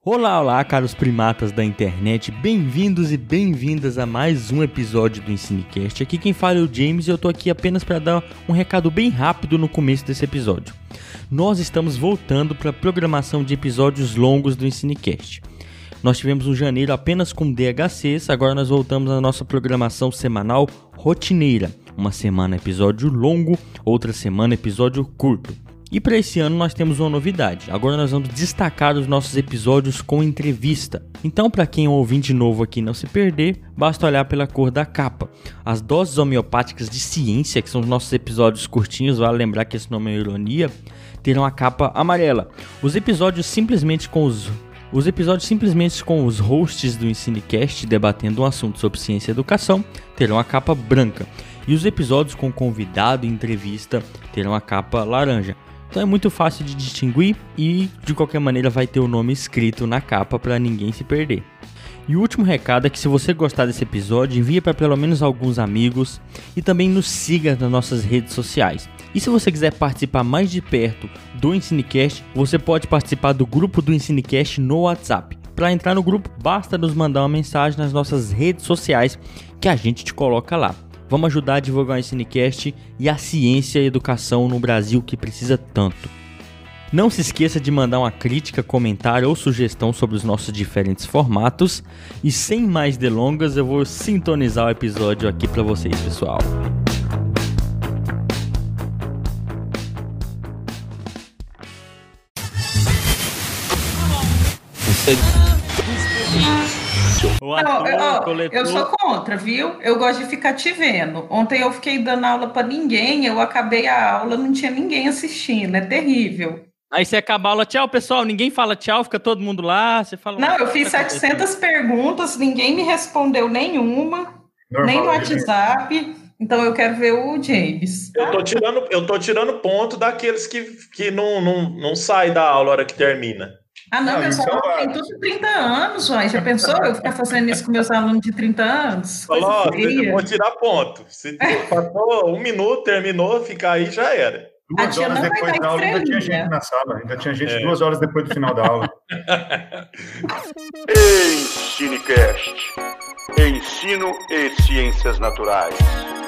Olá, olá, caros primatas da internet, bem-vindos e bem-vindas a mais um episódio do Ensinecast. Aqui quem fala é o James e eu tô aqui apenas para dar um recado bem rápido no começo desse episódio. Nós estamos voltando para a programação de episódios longos do Ensinecast. Nós tivemos um janeiro apenas com DHCs, agora nós voltamos à nossa programação semanal rotineira. Uma semana episódio longo, outra semana episódio curto. E para esse ano nós temos uma novidade, agora nós vamos destacar os nossos episódios com entrevista. Então, para quem é um ouvinte novo aqui não se perder, basta olhar pela cor da capa. As doses homeopáticas de ciência, que são os nossos episódios curtinhos, vale lembrar que esse nome é ironia, terão a capa amarela. Os episódios simplesmente com os hosts do Ensinecast debatendo um assunto sobre ciência e educação terão a capa branca. E os episódios com convidado e entrevista terão a capa laranja. Então é muito fácil de distinguir e de qualquer maneira vai ter o nome escrito na capa para ninguém se perder. E o último recado é que se você gostar desse episódio, envie para pelo menos alguns amigos e também nos siga nas nossas redes sociais. E se você quiser participar mais de perto do Ensinecast, você pode participar do grupo do Ensinecast no WhatsApp. Para entrar no grupo, basta nos mandar uma mensagem nas nossas redes sociais que a gente te coloca lá. Vamos ajudar a divulgar o Ensinecast e a ciência e a educação no Brasil que precisa tanto. Não se esqueça de mandar uma crítica, comentário ou sugestão sobre os nossos diferentes formatos. E sem mais delongas, eu vou sintonizar o episódio aqui para vocês, pessoal. Eu sou contra, viu? Eu gosto de ficar te vendo. Ontem eu fiquei dando aula pra ninguém, eu acabei a aula, não tinha ninguém assistindo, é terrível. Aí você acaba a aula, tchau pessoal, ninguém fala tchau, fica todo mundo lá, você fala... Não, eu fiz 700 perguntas, ninguém me respondeu nenhuma, nem no WhatsApp, então eu quero ver o James. Tá? Eu tô tirando ponto daqueles que não saem da aula na hora que termina. Ah, não, meus alunos têm tudo 30 anos, uai. Já pensou eu ficar fazendo isso com meus alunos de 30 anos? Eu vou tirar ponto. Se passou um minuto, terminou, ficar aí, já era. 2 horas depois da aula ainda tinha gente na sala. Ainda tinha gente 2 horas depois do final da aula. Ensinecast. Ensino e ciências naturais.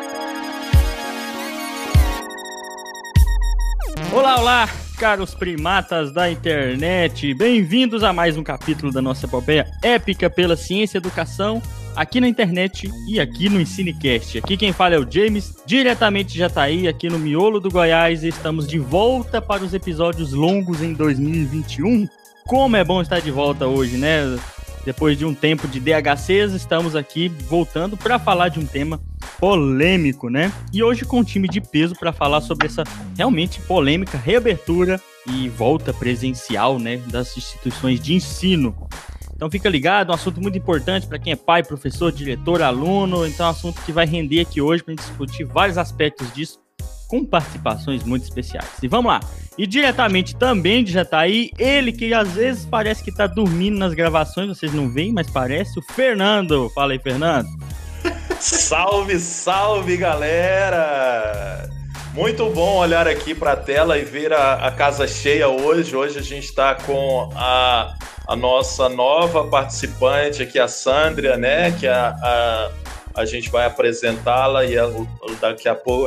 Olá, olá, caros primatas da internet, bem-vindos a mais um capítulo da nossa epopeia épica pela ciência e educação, aqui na internet e aqui no Ensinecast. Aqui quem fala é o James, diretamente de Jataí, aqui no miolo do Goiás, e estamos de volta para os episódios longos em 2021. Como é bom estar de volta hoje, né? Depois de um tempo de DHCs, estamos aqui voltando para falar de um tema polêmico, né? E hoje com um time de peso para falar sobre essa realmente polêmica reabertura e volta presencial, né, das instituições de ensino. Então fica ligado, um assunto muito importante para quem é pai, professor, diretor, aluno. Então é um assunto que vai render aqui hoje para a gente discutir vários aspectos disso, com participações muito especiais. E vamos lá. E diretamente também de Jataí, ele que às vezes parece que tá dormindo nas gravações, vocês não veem, mas parece o Fernando. Fala aí, Fernando. Salve, salve, galera! Muito bom olhar aqui para a tela e ver a casa cheia hoje. Hoje a gente está com a nossa nova participante aqui, a Sandra, né? Que a gente vai apresentá-la e daqui a pouco...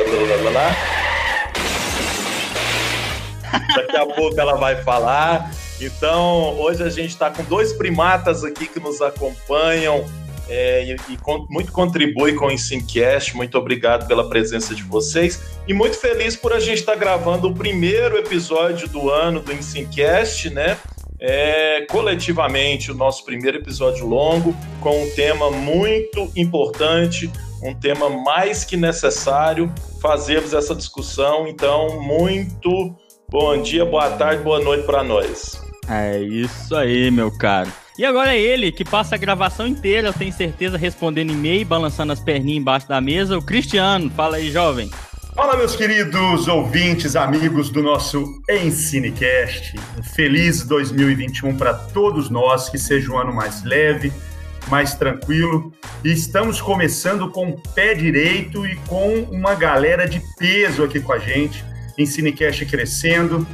Daqui a pouco ela vai falar. Então, hoje a gente está com 2 primatas aqui que nos acompanham e muito contribui com o Ensinecast. Muito obrigado pela presença de vocês e muito feliz por a gente estar gravando o primeiro episódio do ano do Ensinecast, né? Coletivamente, o nosso primeiro episódio longo, com um tema muito importante, um tema mais que necessário fazermos essa discussão. Então, muito bom dia, boa tarde, boa noite para nós. É isso aí, meu caro. E agora é ele que passa a gravação inteira, eu tenho certeza, respondendo e-mail, balançando as perninhas embaixo da mesa, o Cristiano. Fala aí, jovem. Fala, meus queridos ouvintes, amigos do nosso Ensinecast. Um feliz 2021 para todos nós, que seja um ano mais leve, mais tranquilo. E estamos começando com o pé direito e com uma galera de peso aqui com a gente. Ensinecast crescendo,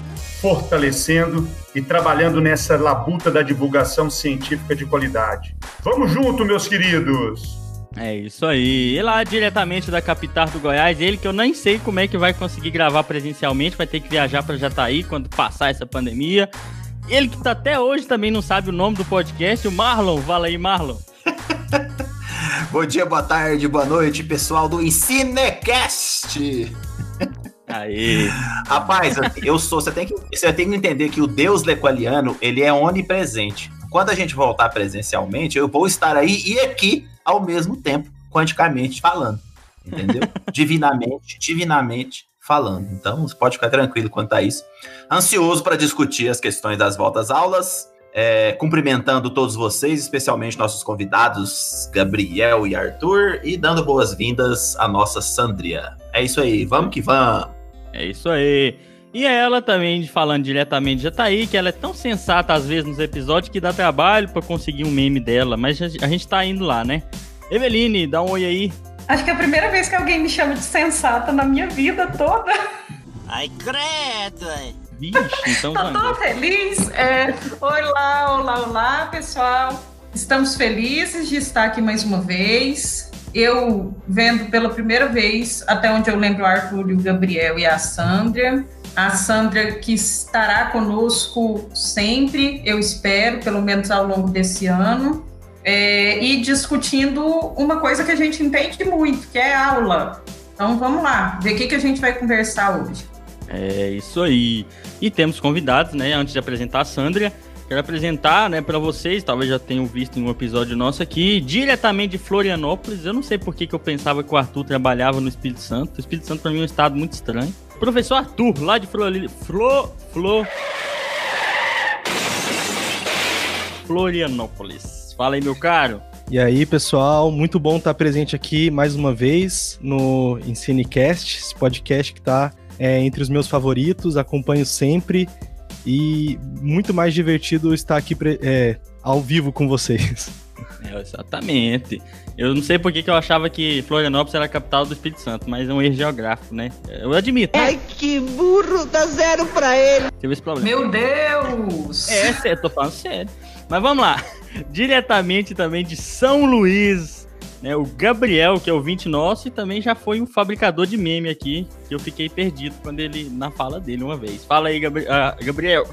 fortalecendo e trabalhando nessa labuta da divulgação científica de qualidade. Vamos junto, meus queridos! É isso aí. E lá diretamente da capital do Goiás, ele que eu nem sei como é que vai conseguir gravar presencialmente, vai ter que viajar para Jataí quando passar essa pandemia. Ele que tá até hoje também não sabe o nome do podcast, o Marlon. Fala aí, Marlon. Bom dia, boa tarde, boa noite, pessoal do Ensinecast. Aí. Rapaz, você tem que entender que o Deus lequaliano, ele é onipresente. Quando a gente voltar presencialmente, eu vou estar aí e aqui ao mesmo tempo, quanticamente falando, entendeu? divinamente falando. Então, você pode ficar tranquilo quanto a isso. Ansioso para discutir as questões das voltas aulas, cumprimentando todos vocês, especialmente nossos convidados, Gabriel e Arthur, e dando boas-vindas à nossa Sandria. É isso aí, vamos que vamos! É isso aí. E ela também, falando diretamente de Jataí, que ela é tão sensata às vezes nos episódios que dá trabalho pra conseguir um meme dela, mas a gente tá indo lá, né? Eveline, dá um oi aí. Acho que é a primeira vez que alguém me chama de sensata na minha vida toda. Ai, credo! Vixe, então tô tão feliz. Olá, pessoal. Estamos felizes de estar aqui mais uma vez. Eu vendo pela primeira vez, até onde eu lembro, o Arthur, o Gabriel e a Sandra. A Sandra que estará conosco sempre, eu espero, pelo menos ao longo desse ano. E discutindo uma coisa que a gente entende muito, que é aula. Então vamos lá, ver o que a gente vai conversar hoje. É isso aí. E temos convidados, né? Antes de apresentar a Sandra, quero apresentar, né, para vocês, talvez já tenham visto em um episódio nosso aqui, diretamente de Florianópolis. Eu não sei por que eu pensava que o Arthur trabalhava no Espírito Santo. O Espírito Santo para mim é um estado muito estranho. Professor Arthur, lá de Florianópolis. Fala aí, meu caro. E aí, pessoal, muito bom estar presente aqui mais uma vez no Ensinecast, esse podcast que está entre os meus favoritos, acompanho sempre e muito mais divertido estar aqui ao vivo com vocês. Exatamente. Eu não sei por que eu achava que Florianópolis era a capital do Espírito Santo, mas é um erro geográfico, né? Eu admito. Ai, que burro, dá 0 pra ele. Teve esse problema. Meu Deus! Eu tô falando sério. Mas vamos lá. Diretamente também de São Luís, né? O Gabriel, que é ouvinte nosso e também já foi um fabricador de meme aqui, que eu fiquei perdido na fala dele uma vez. Fala aí, Gabriel.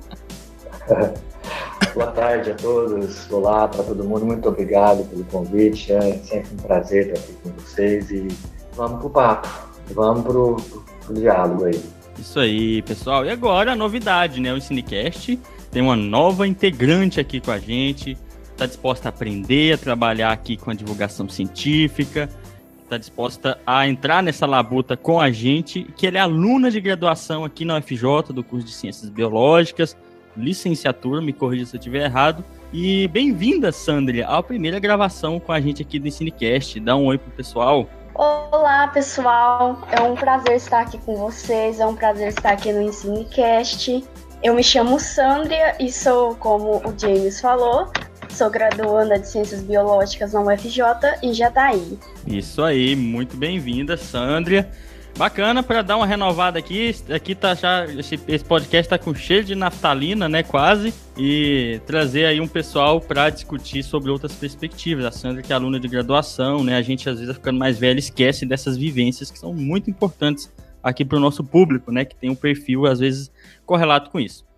Boa tarde a todos, olá para todo mundo, muito obrigado pelo convite, é sempre um prazer estar aqui com vocês e vamos pro papo, vamos pro diálogo aí. Isso aí, pessoal, e agora a novidade, né, o Ensinecast tem uma nova integrante aqui com a gente, está disposta a aprender, a trabalhar aqui com a divulgação científica, está disposta a entrar nessa labuta com a gente, que ela é aluna de graduação aqui na UFJ, do curso de Ciências Biológicas, licenciatura, me corrija se eu estiver errado. E bem-vinda, Sandra, à primeira gravação com a gente aqui do Ensinecast. Dá um oi pro pessoal. Olá, pessoal. É um prazer estar aqui com vocês. É um prazer estar aqui no Ensinecast. Eu me chamo Sandra e sou, como o James falou, sou graduanda de Ciências Biológicas na UFJ em Jataí. Isso aí, muito bem-vinda, Sandra. Bacana, para dar uma renovada aqui tá já, esse podcast tá com cheiro de naftalina, né, quase, e trazer aí um pessoal para discutir sobre outras perspectivas. A Sandra, que é aluna de graduação, né, a gente às vezes ficando mais velho esquece dessas vivências que são muito importantes aqui para o nosso público, né, que tem um perfil às vezes correlato com isso.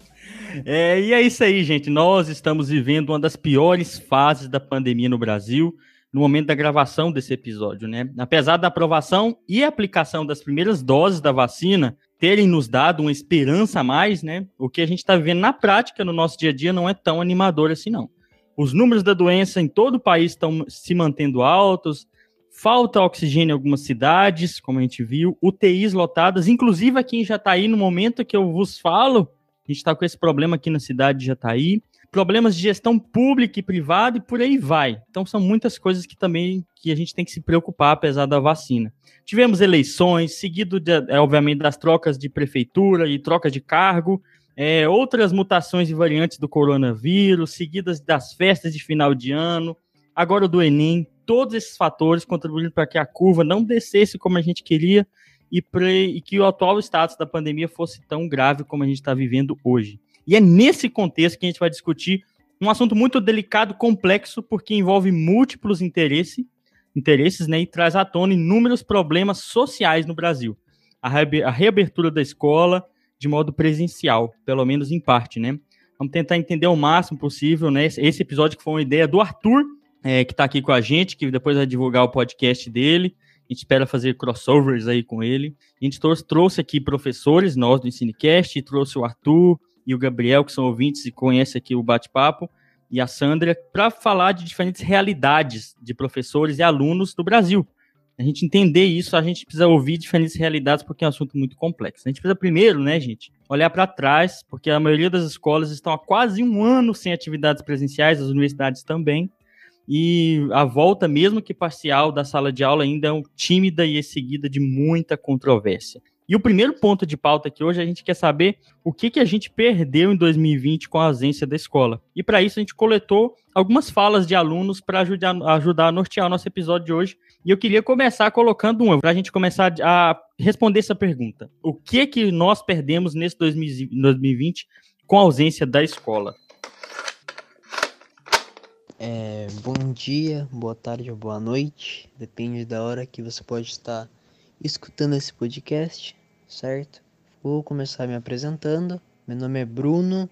E é isso aí, gente, nós estamos vivendo uma das piores fases da pandemia no Brasil, no momento da gravação desse episódio, né? Apesar da aprovação e aplicação das primeiras doses da vacina terem nos dado uma esperança a mais, né? O que a gente está vivendo na prática, no nosso dia a dia, não é tão animador assim, não. Os números da doença em todo o país estão se mantendo altos, falta oxigênio em algumas cidades, como a gente viu, UTIs lotadas, inclusive aqui em Jataí, no momento que eu vos falo, a gente está com esse problema aqui na cidade de Jataí, problemas de gestão pública e privada e por aí vai. Então são muitas coisas que a gente tem que se preocupar, apesar da vacina. Tivemos eleições, seguido, obviamente, das trocas de prefeitura e troca de cargo, outras mutações e variantes do coronavírus, seguidas das festas de final de ano, agora do Enem, todos esses fatores contribuindo para que a curva não descesse como a gente queria e que o atual status da pandemia fosse tão grave como a gente está vivendo hoje. E é nesse contexto que a gente vai discutir um assunto muito delicado, complexo, porque envolve múltiplos interesses, né, e traz à tona inúmeros problemas sociais no Brasil. A reabertura da escola de modo presencial, pelo menos em parte, né? Vamos tentar entender o máximo possível, né? Esse episódio que foi uma ideia do Arthur, que está aqui com a gente, que depois vai divulgar o podcast dele. A gente espera fazer crossovers aí com ele. A gente trouxe aqui professores, nós do Ensinecast, trouxe o Arthur e o Gabriel, que são ouvintes e conhecem aqui o bate-papo, e a Sandra, para falar de diferentes realidades de professores e alunos do Brasil. A gente entender isso, a gente precisa ouvir diferentes realidades, porque é um assunto muito complexo. A gente precisa primeiro, né, gente, olhar para trás, porque a maioria das escolas estão há quase um ano sem atividades presenciais, as universidades também, e a volta, mesmo que parcial, da sala de aula ainda é tímida e é seguida de muita controvérsia. E o primeiro ponto de pauta aqui hoje, a gente quer saber o que a gente perdeu em 2020 com a ausência da escola. E para isso a gente coletou algumas falas de alunos para ajudar a nortear o nosso episódio de hoje. E eu queria começar colocando uma, para a gente começar a responder essa pergunta. O que nós perdemos nesse 2020 com a ausência da escola? Bom dia, boa tarde ou boa noite, depende da hora que você pode estar escutando esse podcast, certo? Vou começar me apresentando. Meu nome é Bruno,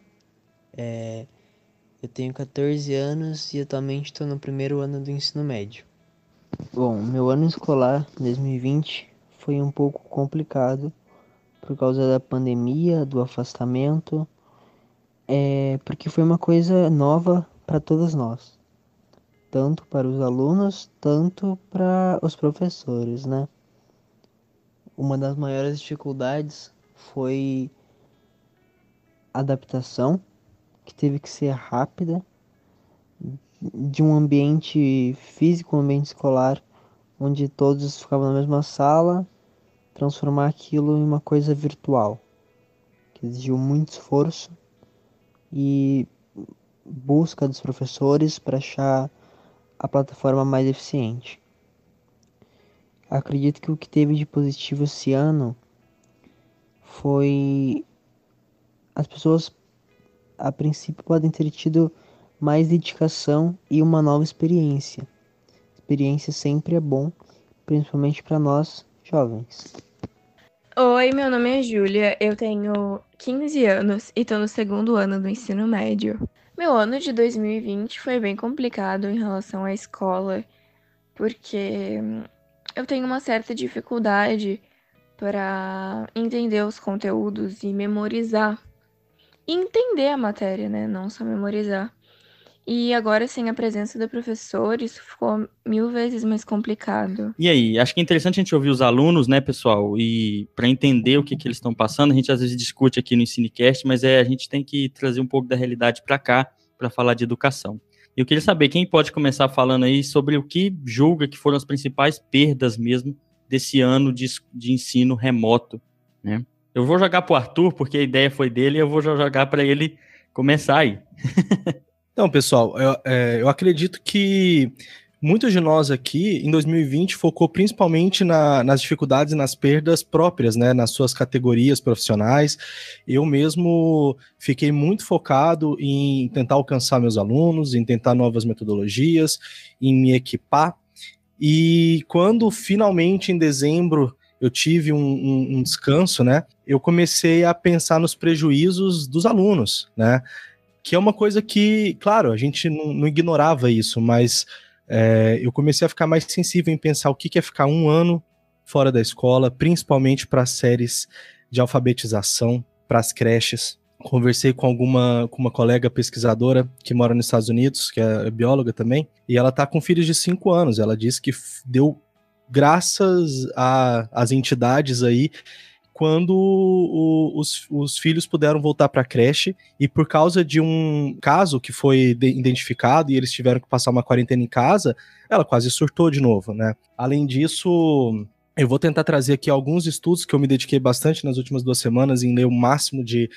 eu tenho 14 anos e atualmente estou no primeiro ano do ensino médio. Bom, meu ano escolar 2020 foi um pouco complicado por causa da pandemia, do afastamento, porque foi uma coisa nova para todos nós, tanto para os alunos, tanto para os professores, né? Uma das maiores dificuldades foi a adaptação, que teve que ser rápida, de um ambiente físico, um ambiente escolar, onde todos ficavam na mesma sala, transformar aquilo em uma coisa virtual, que exigiu muito esforço e busca dos professores para achar a plataforma mais eficiente. Acredito que o que teve de positivo esse ano foi as pessoas, a princípio, podem ter tido mais dedicação e uma nova experiência. Experiência sempre é bom, principalmente para nós jovens. Oi, meu nome é Júlia, eu tenho 15 anos e estou no segundo ano do ensino médio. Meu ano de 2020 foi bem complicado em relação à escola, porque eu tenho uma certa dificuldade para entender os conteúdos e memorizar. E entender a matéria, né? Não só memorizar. E agora, sem a presença do professor, isso ficou 1000 vezes mais complicado. E aí, acho que é interessante a gente ouvir os alunos, né, pessoal? E para entender o que eles estão passando, a gente às vezes discute aqui no Ensinecast, mas a gente tem que trazer um pouco da realidade para cá, para falar de educação. E eu queria saber, quem pode começar falando aí sobre o que julga que foram as principais perdas mesmo desse ano de ensino remoto, né? Eu vou jogar para o Arthur, porque a ideia foi dele, e eu vou jogar para ele começar aí. Então, pessoal, eu acredito que muitos de nós aqui, em 2020, focou principalmente nas dificuldades e nas perdas próprias, né, nas suas categorias profissionais. Eu mesmo fiquei muito focado em tentar alcançar meus alunos, em tentar novas metodologias, em me equipar. E quando, finalmente, em dezembro, eu tive um descanso, né, eu comecei a pensar nos prejuízos dos alunos, né, que é uma coisa que, claro, a gente não ignorava isso, mas eu comecei a ficar mais sensível em pensar o que é ficar um ano fora da escola, principalmente para as séries de alfabetização, para as creches. Conversei com uma colega pesquisadora que mora nos Estados Unidos, que é bióloga também, e ela está com filhos de 5 anos. Ela disse que deu graças às entidades aí, quando os filhos puderam voltar para a creche, e por causa de um caso que foi identificado e eles tiveram que passar uma quarentena em casa, ela quase surtou de novo, né? Além disso, eu vou tentar trazer aqui alguns estudos que eu me dediquei bastante nas últimas 2 semanas em ler o máximo de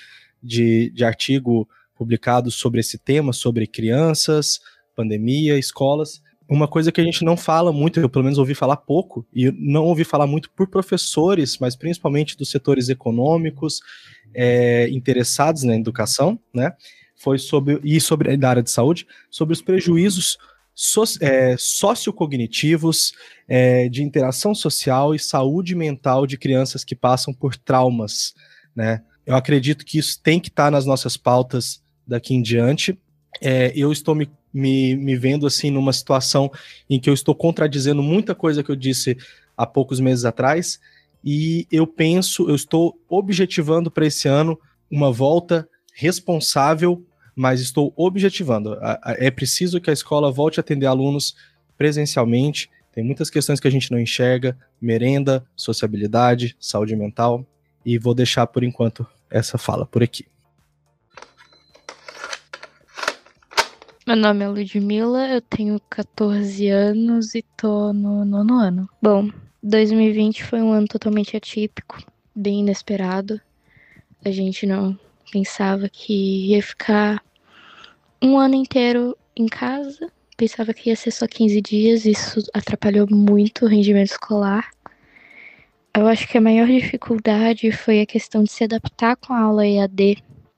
artigo publicado sobre esse tema, sobre crianças, pandemia, escolas. uma coisa que a gente não fala muito, eu pelo menos ouvi falar pouco, e não ouvi falar muito por professores, mas principalmente dos setores econômicos interessados na educação, né? Foi sobre da área de saúde, sobre os prejuízos sociocognitivos, de interação social e saúde mental de crianças que passam por traumas, né? Eu acredito que isso tem que estar nas nossas pautas daqui em diante. Eu estou me vendo assim numa situação em que eu estou contradizendo muita coisa que eu disse há poucos meses atrás, e eu estou objetivando para esse ano uma volta responsável, mas estou objetivando. É preciso que a escola volte a atender alunos presencialmente. Tem muitas questões que a gente não enxerga: merenda, sociabilidade, saúde mental, e vou deixar por enquanto essa fala por aqui. Meu nome é Ludmila, eu tenho 14 anos e tô no 9º ano. Bom, 2020 foi um ano totalmente atípico, bem inesperado. A gente não pensava que ia ficar um ano inteiro em casa, pensava que ia ser só 15 dias, isso atrapalhou muito o rendimento escolar. Eu acho que a maior dificuldade foi a questão de se adaptar com a aula EAD,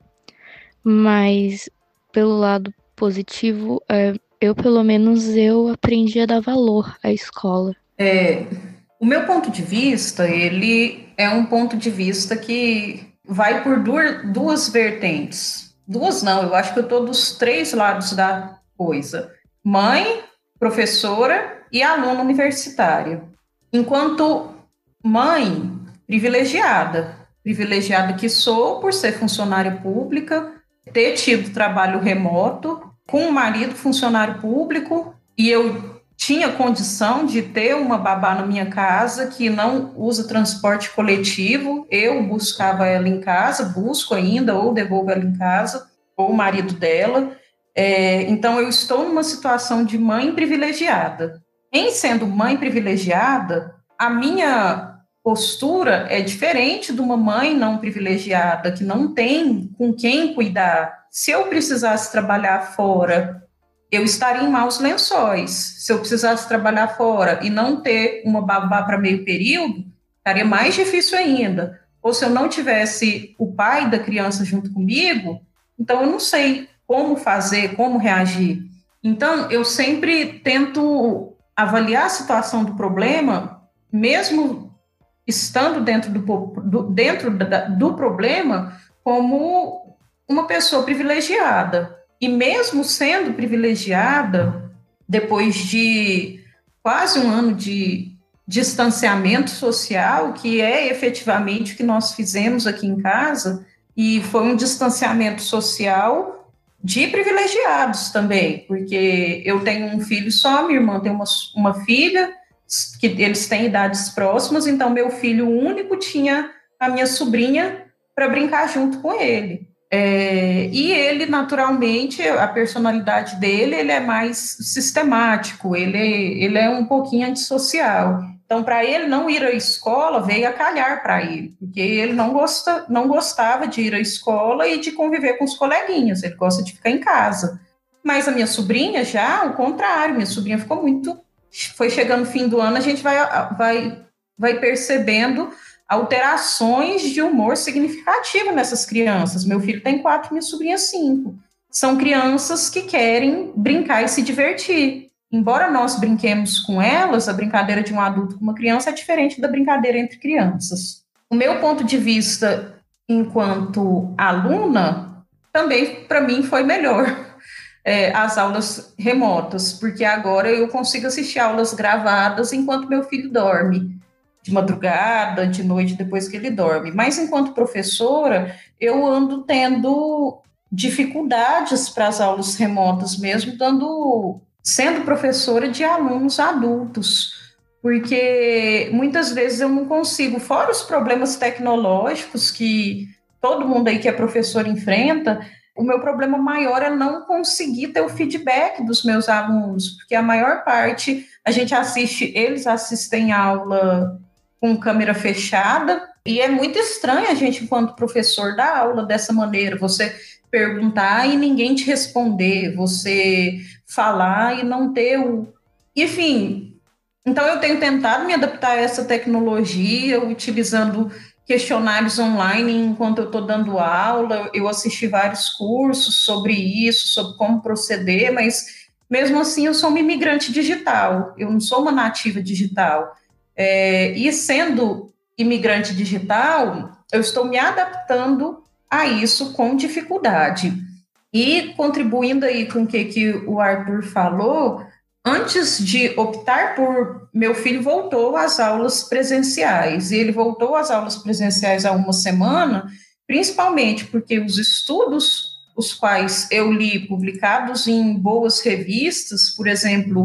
mas pelo lado positivo, pelo menos eu aprendi a dar valor à escola. O meu ponto de vista, ele é um ponto de vista que vai por duas vertentes. Duas não, eu acho que eu estou dos 3 lados da coisa. Mãe, professora e aluna universitária. Enquanto mãe, privilegiada que sou por ser funcionária pública, ter tido trabalho remoto, com um marido funcionário público, e eu tinha condição de ter uma babá na minha casa que não usa transporte coletivo, eu buscava ela em casa, busco ainda, ou devolvo ela em casa, ou o marido dela. Então, eu estou numa situação de mãe privilegiada. Em sendo mãe privilegiada, a minha postura é diferente de uma mãe não privilegiada, que não tem com quem cuidar. Se eu precisasse trabalhar fora, eu estaria em maus lençóis. Se eu precisasse trabalhar fora e não ter uma babá para meio período, estaria mais difícil ainda. Ou se eu não tivesse o pai da criança junto comigo, então eu não sei como fazer, como reagir. Então, eu sempre tento avaliar a situação do problema, mesmo estando dentro do problema, como uma pessoa privilegiada. E mesmo sendo privilegiada, depois de quase um ano de distanciamento social, que é efetivamente o que nós fizemos aqui em casa, e foi um distanciamento social de privilegiados também, porque eu tenho um filho só, minha irmã tem uma filha, que eles têm idades próximas, então meu filho único tinha a minha sobrinha para brincar junto com ele. E ele, naturalmente, a personalidade dele, ele é mais sistemático, ele é um pouquinho antissocial. Então, para ele não ir à escola, veio a calhar para ele, porque ele não gostava de ir à escola e de conviver com os coleguinhas, ele gosta de ficar em casa. Mas a minha sobrinha já, o contrário, minha sobrinha ficou muito... Foi chegando o fim do ano, a gente vai percebendo alterações de humor significativo nessas crianças. Meu filho tem 4, minha sobrinha 5. São crianças que querem brincar e se divertir. Embora nós brinquemos com elas, a brincadeira de um adulto com uma criança é diferente da brincadeira entre crianças. O meu ponto de vista enquanto aluna, também para mim foi melhor. As aulas remotas, porque agora eu consigo assistir aulas gravadas enquanto meu filho dorme, de madrugada, de noite, depois que ele dorme. Mas enquanto professora, eu ando tendo dificuldades para as aulas remotas mesmo, sendo professora de alunos adultos, porque muitas vezes eu não consigo, fora os problemas tecnológicos que todo mundo aí que é professor enfrenta, o meu problema maior é não conseguir ter o feedback dos meus alunos, porque a maior parte, eles assistem aula com câmera fechada, e é muito estranho a gente, enquanto professor, dar aula dessa maneira, você perguntar e ninguém te responder, você falar e não ter Enfim, então eu tenho tentado me adaptar a essa tecnologia, utilizando questionários online enquanto eu estou dando aula. Eu assisti vários cursos sobre isso, sobre como proceder, mas mesmo assim eu sou uma imigrante digital, eu não sou uma nativa digital. E sendo imigrante digital, eu estou me adaptando a isso com dificuldade. E contribuindo aí com o que o Arthur falou, antes de optar por... Meu filho voltou às aulas presenciais, e ele voltou às aulas presenciais há uma semana, principalmente porque os estudos, os quais eu li publicados em boas revistas, por exemplo,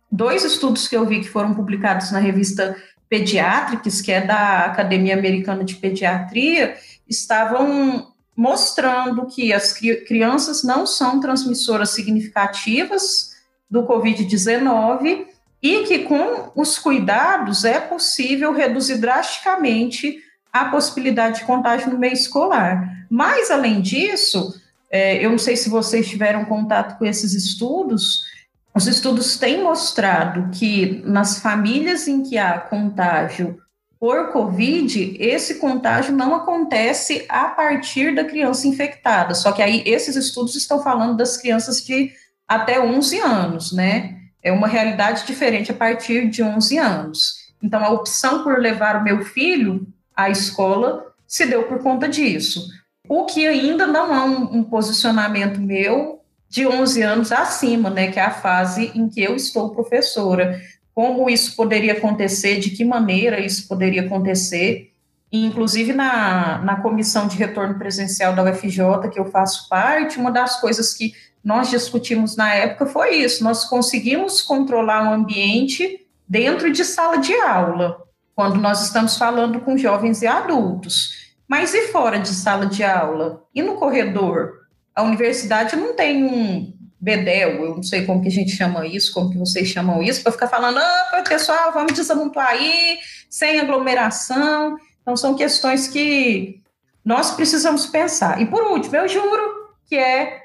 2 estudos que eu vi que foram publicados na revista Pediatrics, que é da Academia Americana de Pediatria, estavam mostrando que as crianças não são transmissoras significativas do Covid-19 e que com os cuidados é possível reduzir drasticamente a possibilidade de contágio no meio escolar. Mas, além disso, eu não sei se vocês tiveram contato com esses estudos, os estudos têm mostrado que nas famílias em que há contágio por Covid, esse contágio não acontece a partir da criança infectada, só que aí esses estudos estão falando das crianças de até 11 anos, né? É uma realidade diferente a partir de 11 anos. Então, a opção por levar o meu filho à escola se deu por conta disso. O que ainda não é um posicionamento meu de 11 anos acima, né? Que é a fase em que eu estou professora. Como isso poderia acontecer, de que maneira isso poderia acontecer. E, inclusive, na comissão de retorno presencial da UFJ, que eu faço parte, uma das coisas que nós discutimos na época foi isso: nós conseguimos controlar o ambiente dentro de sala de aula, quando nós estamos falando com jovens e adultos. Mas e fora de sala de aula? E no corredor? A universidade não tem um bedel, eu não sei como que a gente chama isso, como que vocês chamam isso, para ficar falando, pessoal, vamos desamontoar aí, sem aglomeração. Então, são questões que nós precisamos pensar. E, por último, eu juro que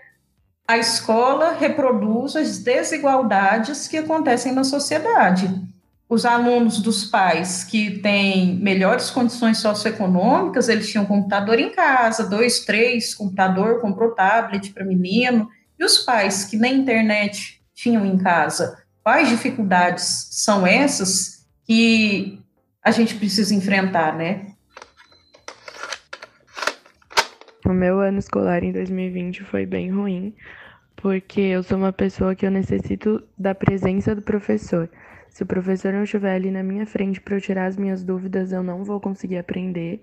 a escola reproduz as desigualdades que acontecem na sociedade. Os alunos dos pais que têm melhores condições socioeconômicas, eles tinham computador em casa, 2, 3 computador, comprou tablet para menino, e os pais que nem internet tinham em casa. Quais dificuldades são essas que a gente precisa enfrentar, né? O meu ano escolar em 2020 foi bem ruim, porque eu sou uma pessoa que eu necessito da presença do professor. Se o professor não estiver ali na minha frente para eu tirar as minhas dúvidas, eu não vou conseguir aprender.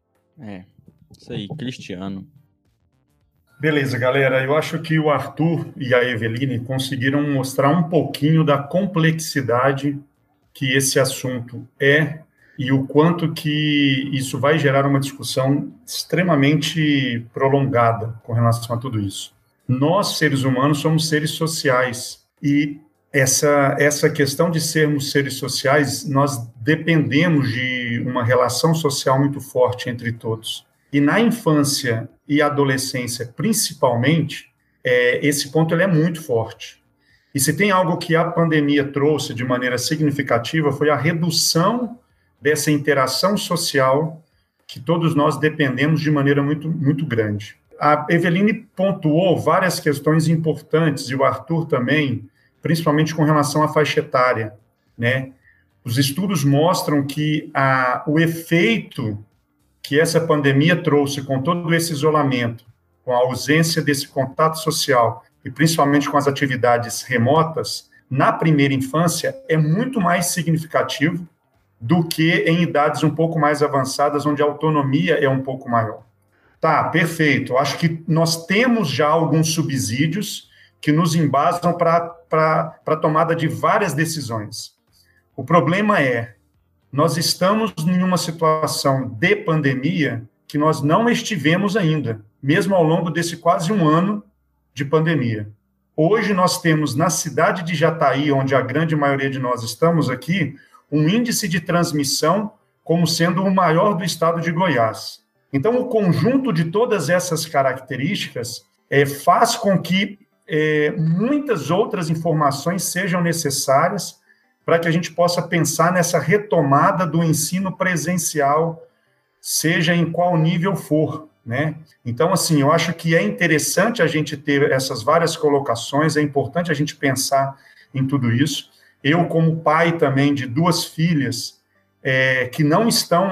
Isso aí, Cristiano. Beleza, galera. Eu acho que o Arthur e a Eveline conseguiram mostrar um pouquinho da complexidade que esse assunto é e o quanto que isso vai gerar uma discussão extremamente prolongada com relação a tudo isso. Nós, seres humanos, somos seres sociais e essa questão de sermos seres sociais, nós dependemos de uma relação social muito forte entre todos. E na infância e adolescência, principalmente, esse ponto ele é muito forte. E se tem algo que a pandemia trouxe de maneira significativa, foi a redução dessa interação social que todos nós dependemos de maneira muito, muito grande. A Eveline pontuou várias questões importantes, e o Arthur também, principalmente com relação à faixa etária, né? Os estudos mostram que o efeito que essa pandemia trouxe com todo esse isolamento, com a ausência desse contato social e principalmente com as atividades remotas, na primeira infância é muito mais significativo do que em idades um pouco mais avançadas, onde a autonomia é um pouco maior. Tá, perfeito. Acho que nós temos já alguns subsídios que nos embasam para a tomada de várias decisões. O problema nós estamos em uma situação de pandemia que nós não estivemos ainda, mesmo ao longo desse quase um ano de pandemia. Hoje nós temos na cidade de Jataí, onde a grande maioria de nós estamos aqui, um índice de transmissão como sendo o maior do estado de Goiás. Então, o conjunto de todas essas características faz com que muitas outras informações sejam necessárias para que a gente possa pensar nessa retomada do ensino presencial, seja em qual nível for, né? Então, assim, eu acho que é interessante a gente ter essas várias colocações, é importante a gente pensar em tudo isso. Eu, como pai também de 2 filhas que não estão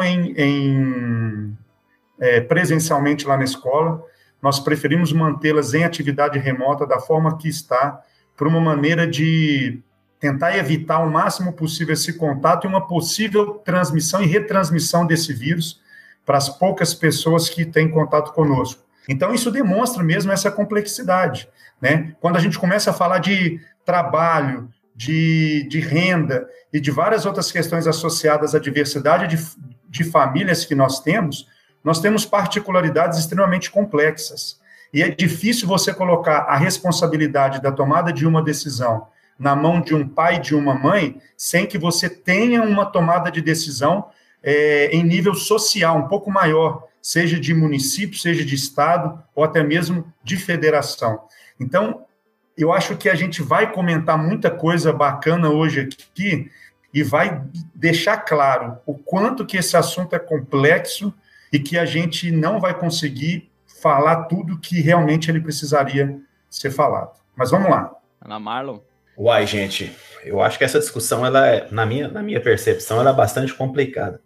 presencialmente lá na escola, nós preferimos mantê-las em atividade remota da forma que está, por uma maneira de tentar evitar o máximo possível esse contato e uma possível transmissão e retransmissão desse vírus para as poucas pessoas que têm contato conosco. Então, isso demonstra mesmo essa complexidade, né? Quando a gente começa a falar de trabalho, de renda e de várias outras questões associadas à diversidade de famílias que nós temos particularidades extremamente complexas. E é difícil você colocar a responsabilidade da tomada de uma decisão na mão de um pai e de uma mãe, sem que você tenha uma tomada de decisão em nível social, um pouco maior, seja de município, seja de estado, ou até mesmo de federação. Então, eu acho que a gente vai comentar muita coisa bacana hoje aqui e vai deixar claro o quanto que esse assunto é complexo e que a gente não vai conseguir falar tudo que realmente ele precisaria ser falado. Mas vamos lá. Ana Marlon. Uai, gente, eu acho que essa discussão, ela é, na minha percepção, ela é bastante complicada.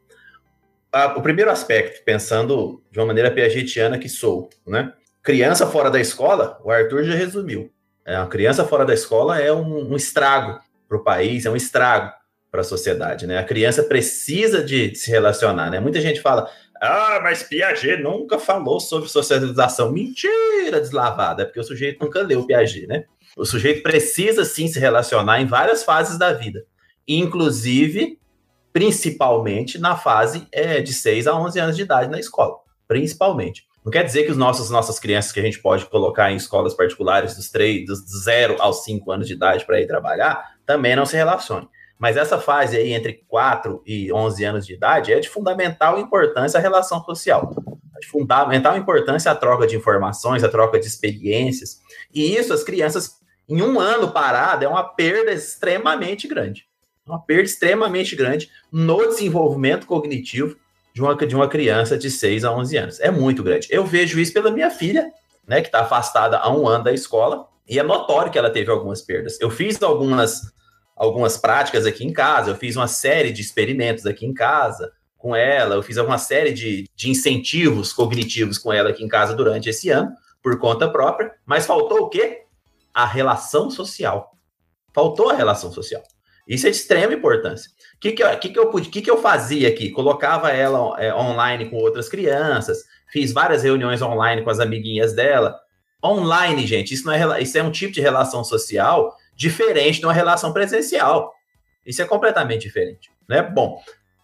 O primeiro aspecto, pensando de uma maneira piagetiana que sou, né? Criança fora da escola, o Arthur já resumiu. A criança fora da escola é um estrago para o país, é um estrago para a sociedade, né? A criança precisa de se relacionar, né? Muita gente fala, mas Piaget nunca falou sobre socialização. Mentira deslavada, é porque o sujeito nunca leu Piaget, né? O sujeito precisa, sim, se relacionar em várias fases da vida, inclusive, principalmente, na fase de 6 a 11 anos de idade na escola, principalmente. Não quer dizer que nossas crianças que a gente pode colocar em escolas particulares dos 0 aos 5 anos de idade para ir trabalhar, também não se relacionem. Mas essa fase aí, entre 4 e 11 anos de idade, é de fundamental importância a relação social. De fundamental importância a troca de informações, a troca de experiências. E isso, as crianças, em um ano parado, é uma perda extremamente grande. Uma perda extremamente grande no desenvolvimento cognitivo de uma criança de 6 a 11 anos. É muito grande. Eu vejo isso pela minha filha, né, que está afastada há 1 ano da escola, e é notório que ela teve algumas perdas. Eu fiz algumas práticas aqui em casa, eu fiz uma série de experimentos aqui em casa com ela, eu fiz uma série de incentivos cognitivos com ela aqui em casa durante esse ano, por conta própria, mas faltou o quê? A relação social. Faltou a relação social. Isso é de extrema importância. O que eu fazia aqui? Colocava ela online com outras crianças, fiz várias reuniões online com as amiguinhas dela. Online, gente, isso é um tipo de relação social diferente de uma relação presencial. Isso é completamente diferente, né? Bom,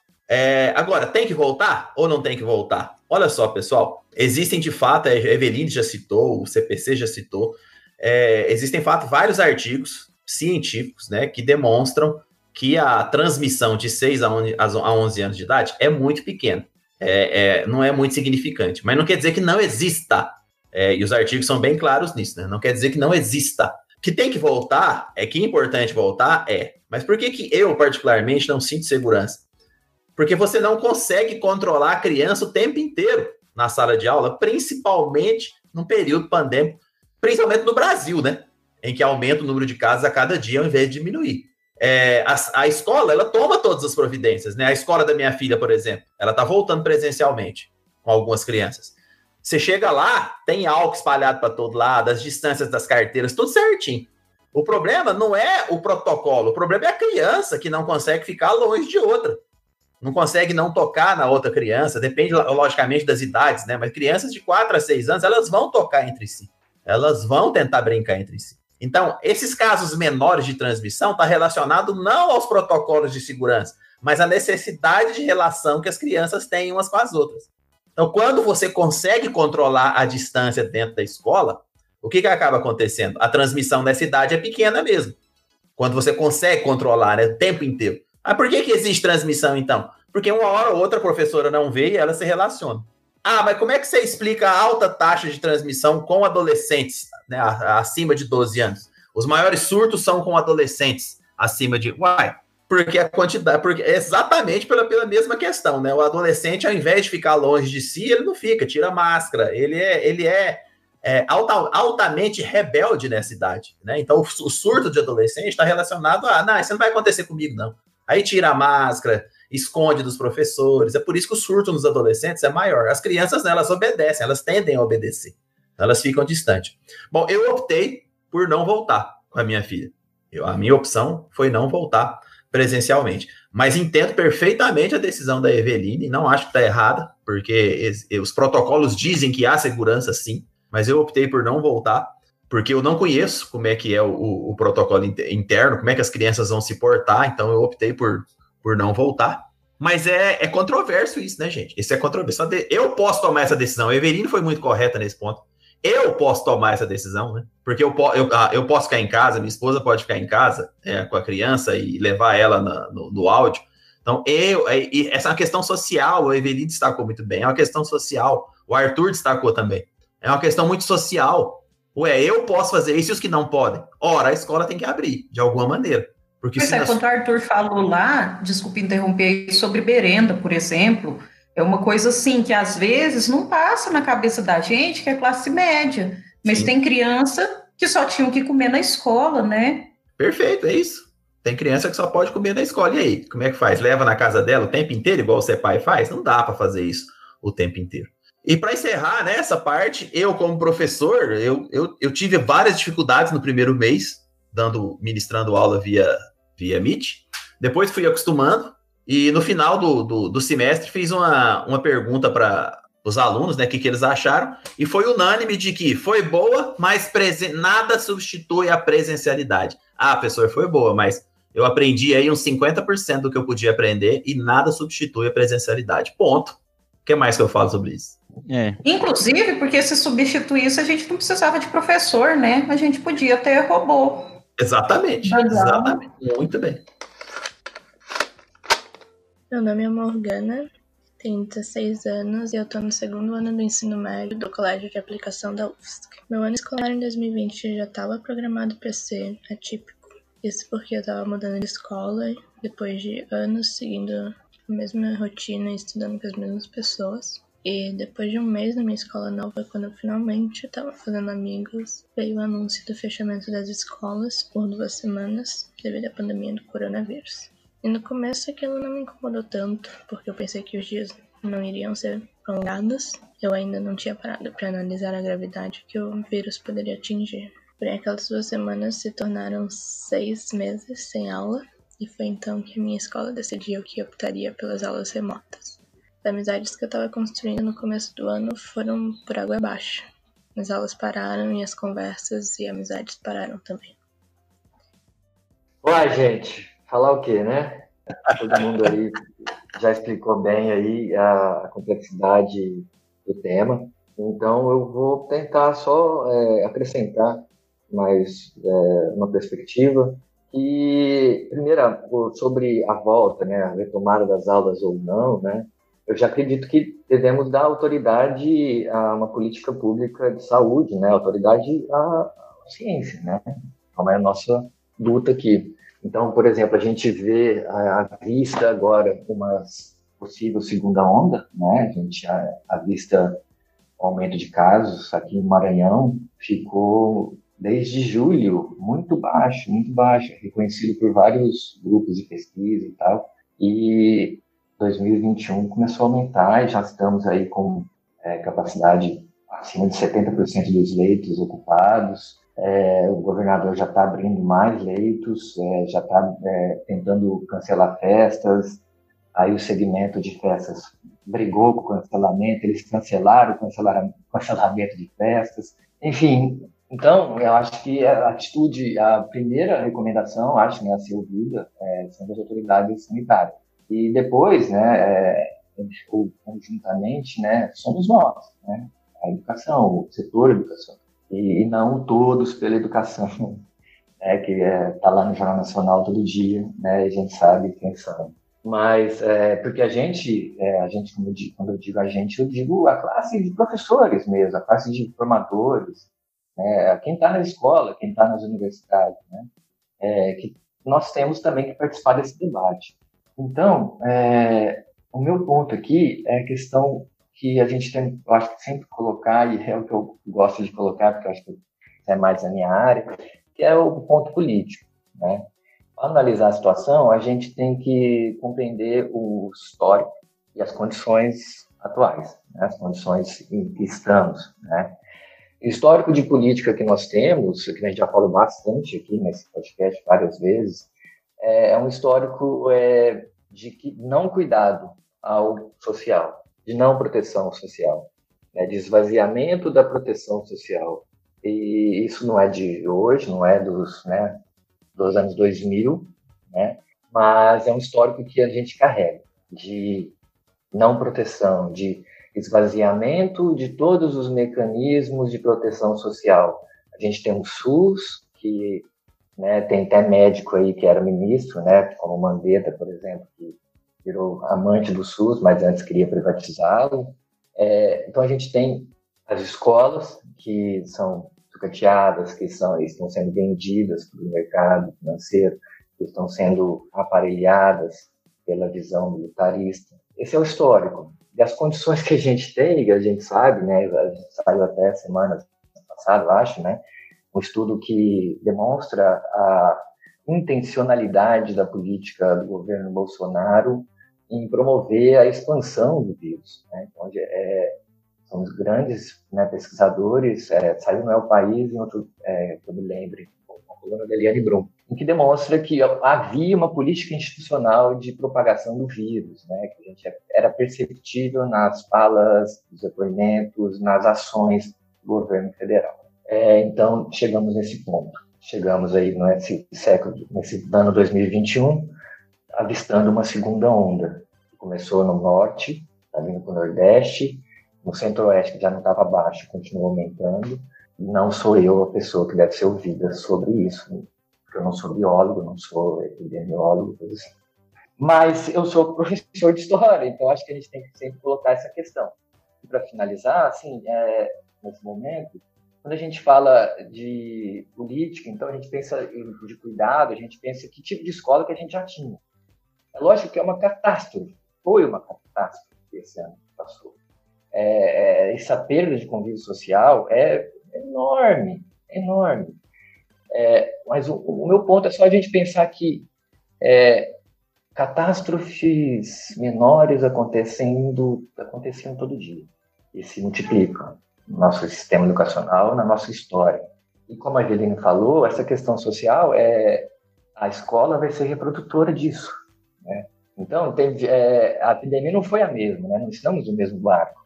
agora, tem que voltar ou não tem que voltar? Olha só, pessoal, existem de fato, a Eveline já citou, o CPC já citou, existem de fato vários artigos científicos, né, que demonstram que a transmissão de 6 a 11 anos de idade é muito pequena, não é muito significante, mas não quer dizer que não exista, e os artigos são bem claros nisso, né? Não quer dizer que não exista. Que tem que voltar, que é importante voltar, mas por que eu, particularmente, não sinto segurança? Porque você não consegue controlar a criança o tempo inteiro na sala de aula, principalmente num período pandêmico, principalmente no Brasil, né? Em que aumenta o número de casos a cada dia ao invés de diminuir. A escola, ela toma todas as providências, né? A escola da minha filha, por exemplo, ela está voltando presencialmente com algumas crianças. Você chega lá, tem álcool espalhado para todo lado, as distâncias das carteiras, tudo certinho. O problema não é o protocolo, o problema é a criança que não consegue ficar longe de outra. Não consegue não tocar na outra criança, depende, logicamente, das idades, né? Mas crianças de 4 a 6 anos, elas vão tocar entre si. Elas vão tentar brincar entre si. Então, esses casos menores de transmissão estão relacionados não aos protocolos de segurança, mas à necessidade de relação que as crianças têm umas com as outras. Então, quando você consegue controlar a distância dentro da escola, o que acaba acontecendo? A transmissão nessa idade é pequena mesmo. Quando você consegue controlar, né, o tempo inteiro. Por que existe transmissão, então? Porque uma hora ou outra a professora não vê e ela se relaciona. Mas como é que você explica a alta taxa de transmissão com adolescentes, né, acima de 12 anos? Os maiores surtos são com adolescentes acima de... Porque a quantidade, porque exatamente pela mesma questão, né? O adolescente, ao invés de ficar longe de si, ele não fica, tira a máscara, ele é altamente rebelde nessa idade, né? Então, o surto de adolescente está relacionado a, não, isso não vai acontecer comigo, não. Aí tira a máscara, esconde dos professores, é por isso que o surto nos adolescentes é maior. As crianças, né, elas obedecem, elas tendem a obedecer, elas ficam distantes. Bom, eu optei por não voltar com a minha filha. A minha opção foi não voltar presencialmente. Mas entendo perfeitamente a decisão da Eveline, não acho que está errada, porque os protocolos dizem que há segurança sim, mas eu optei por não voltar, porque eu não conheço como é que é o protocolo interno, como é que as crianças vão se portar, então eu optei por não voltar. Mas é controverso isso, né, gente? Isso é controverso. Eu posso tomar essa decisão. A Eveline foi muito correta nesse ponto. Eu posso tomar essa decisão, né? Porque eu posso ficar em casa, minha esposa pode ficar em casa com a criança e levar ela no áudio. Então, essa é uma questão social, a Eveline destacou muito bem, é uma questão social, o Arthur destacou também. É uma questão muito social. Ué, eu posso fazer isso e os que não podem? Ora, a escola tem que abrir, de alguma maneira. Porque quando o Arthur falou lá, desculpe interromper, sobre merenda, por exemplo, é uma coisa assim que às vezes não passa na cabeça da gente, que é classe média, mas tem criança que só tinham que comer na escola, né? Perfeito, é isso. Tem criança que só pode comer na escola. E aí, como é que faz? Leva na casa dela o tempo inteiro, igual o seu pai faz? Não dá para fazer isso o tempo inteiro. E para encerrar, né, essa parte, eu como professor, eu tive várias dificuldades no primeiro mês, ministrando aula via Meet. Depois fui acostumando e no final do semestre fiz uma pergunta para os alunos, né, o que eles acharam, e foi unânime de que foi boa, mas nada substitui a presencialidade. Ah, professor, foi boa, mas eu aprendi aí uns 50% do que eu podia aprender e nada substitui a presencialidade. Ponto. O que mais que eu falo sobre isso? Inclusive, porque se substituísse, a gente não precisava de professor, né? A gente podia ter robô. Exatamente. Muito bem. Meu nome é Morgana, tenho 16 anos e eu estou no segundo ano do ensino médio do Colégio de Aplicação da UFSC. Meu ano escolar em 2020 já estava programado para ser atípico. Isso porque eu estava mudando de escola depois de anos seguindo a mesma rotina e estudando com as mesmas pessoas. E depois de um mês na minha escola nova, quando eu finalmente estava fazendo amigos, veio o anúncio do fechamento das escolas por 2 semanas devido à pandemia do coronavírus. E no começo aquilo não me incomodou tanto, porque eu pensei que os dias não iriam ser prolongados. Eu ainda não tinha parado para analisar a gravidade que o vírus poderia atingir. Porém, aquelas 2 semanas se tornaram 6 meses sem aula, e foi então que a minha escola decidiu que optaria pelas aulas remotas. As amizades que eu estava construindo no começo do ano foram por água abaixo. As aulas pararam e as conversas e amizades pararam também. Uai, gente, falar o quê, né? Todo mundo aí já explicou bem aí a complexidade do tema. Então, eu vou tentar só acrescentar mais uma perspectiva. E, primeiro, sobre a volta, né, a retomada das aulas ou não, né? Eu já acredito que devemos dar autoridade a uma política pública de saúde, né? Autoridade à ciência, né? Como é a nossa luta aqui. Então, por exemplo, a gente vê à vista agora uma possível segunda onda, né? A gente à vista o aumento de casos aqui no Maranhão ficou desde julho muito baixo, reconhecido por vários grupos de pesquisa e tal. E 2021 começou a aumentar e já estamos aí com capacidade acima de 70% dos leitos ocupados. O governador já está abrindo mais leitos, já está tentando cancelar festas. Aí o segmento de festas brigou com o cancelamento, eles cancelaram o cancelamento de festas. Enfim, então eu acho que a primeira recomendação, acho, né, a ser ouvida, são das autoridades sanitárias. E depois, né, conjuntamente, né, somos nós, né, a educação, o setor educação, e não todos pela educação, né, que está lá no Jornal Nacional todo dia, né, a gente sabe quem são. Mas, porque a gente, quando eu digo a gente, eu digo a classe de professores mesmo, a classe de formadores, quem está na escola, quem está nas universidades, né, que nós temos também que participar desse debate. Então, o meu ponto aqui é a questão que a gente tem, eu acho que sempre colocar, e é o que eu gosto de colocar, porque eu acho que é mais a minha área, que é o ponto político, né? Para analisar a situação, a gente tem que compreender o histórico e as condições atuais, né? As condições em que estamos, né? O histórico de política que nós temos, que a gente já falou bastante aqui nesse podcast várias vezes, é um histórico de não cuidado ao social, de não proteção social, né? De esvaziamento da proteção social. E isso não é de hoje, não é dos anos 2000, né? Mas é um histórico que a gente carrega, de não proteção, de esvaziamento de todos os mecanismos de proteção social. A gente tem o SUS, que, né, tem até médico aí que era ministro, né, como Mandetta, por exemplo, que virou amante do SUS, mas antes queria privatizá-lo. Então a gente tem as escolas que são sucateadas, que estão sendo vendidas para o mercado financeiro, que estão sendo aparelhadas pela visão militarista. Esse é o histórico. E as condições que a gente tem, que a gente sabe, né, a gente saiu até semana passada, eu acho, né, um estudo que demonstra a intencionalidade da política do governo Bolsonaro em promover a expansão do vírus, né, onde são os grandes, né, pesquisadores, saiu no El País, em outro, que eu me lembre, uma coluna da Eliane Brum, em que demonstra que havia uma política institucional de propagação do vírus, né, que a gente era perceptível nas falas, nos depoimentos, nas ações do governo federal. Então, chegamos nesse ponto. Chegamos aí nesse ano 2021, avistando uma segunda onda, que começou no norte, está vindo para o nordeste, no centro-oeste, que já não estava baixo, continuou aumentando. Não sou eu a pessoa que deve ser ouvida sobre isso, porque eu não sou biólogo, não sou epidemiólogo, coisa assim. Mas eu sou professor de história, então acho que a gente tem que sempre colocar essa questão. E para finalizar, assim, nesse momento, quando a gente fala de política, então a gente pensa de cuidado, a gente pensa que tipo de escola que a gente já tinha. É lógico que é uma catástrofe, foi uma catástrofe esse ano que passou. Essa perda de convívio social é enorme. Mas o meu ponto é só a gente pensar que catástrofes menores aconteciam todo dia e se multiplicam no nosso sistema educacional, na nossa história. E como a Angelina falou, essa questão social, a escola vai ser reprodutora disso, né? Então, a epidemia não foi a mesma, né? Não estamos no mesmo barco,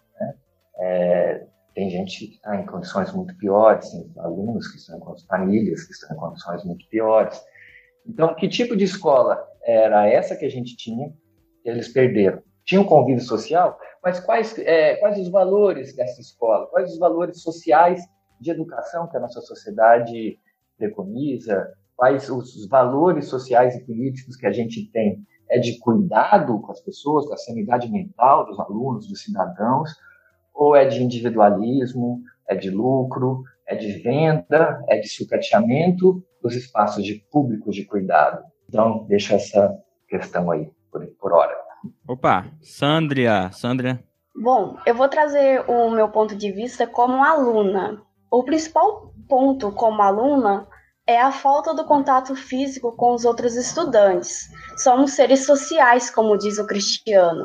né? Tem gente que está em condições muito piores, tem alunos que estão em famílias que estão em condições muito piores. Então, que tipo de escola era essa que a gente tinha que eles perderam? Tinha um convívio social, mas quais os valores dessa escola? Quais os valores sociais de educação que a nossa sociedade preconiza? Quais os valores sociais e políticos que a gente tem? É de cuidado com as pessoas, da sanidade mental dos alunos, dos cidadãos, ou é de individualismo, é de lucro, é de venda, é de sucateamento dos espaços públicos de cuidado? Então, deixa essa questão aí por hora. Opa, Sandria. Bom, eu vou trazer o meu ponto de vista como aluna. O principal ponto como aluna é a falta do contato físico com os outros estudantes. Somos seres sociais, como diz o Cristiano.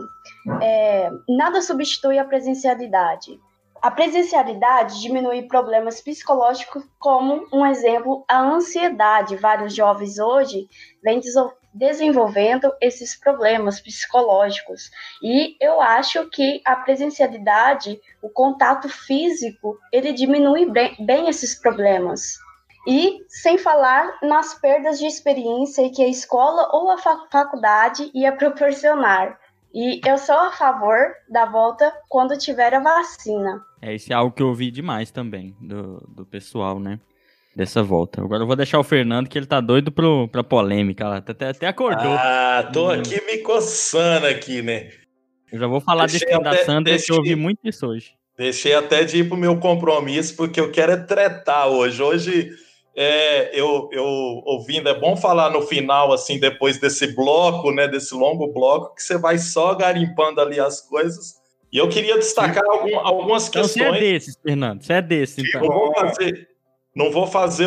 Nada substitui a presencialidade. A presencialidade diminui problemas psicológicos, como um exemplo, a ansiedade. Vários jovens hoje vêm desenvolvendo esses problemas psicológicos. E eu acho que a presencialidade, o contato físico, ele diminui bem esses problemas. E sem falar nas perdas de experiência que a escola ou a faculdade ia proporcionar. E eu sou a favor da volta quando tiver a vacina. Isso é algo que eu ouvi demais também do pessoal, né? Dessa volta. Agora eu vou deixar o Fernando, que ele tá doido pra polêmica. Ela até acordou. Tô aqui me coçando aqui, né? Eu já vou falar desse da Sandra, que eu ouvi muito isso hoje. Deixei até de ir pro meu compromisso, porque eu quero tretar hoje. Hoje eu ouvindo, é bom falar no final, assim, depois desse bloco, né, desse longo bloco, que você vai só garimpando ali as coisas. E eu queria destacar algumas questões. Então, você é desses, Fernando, você é desses. Então. Não vou fazer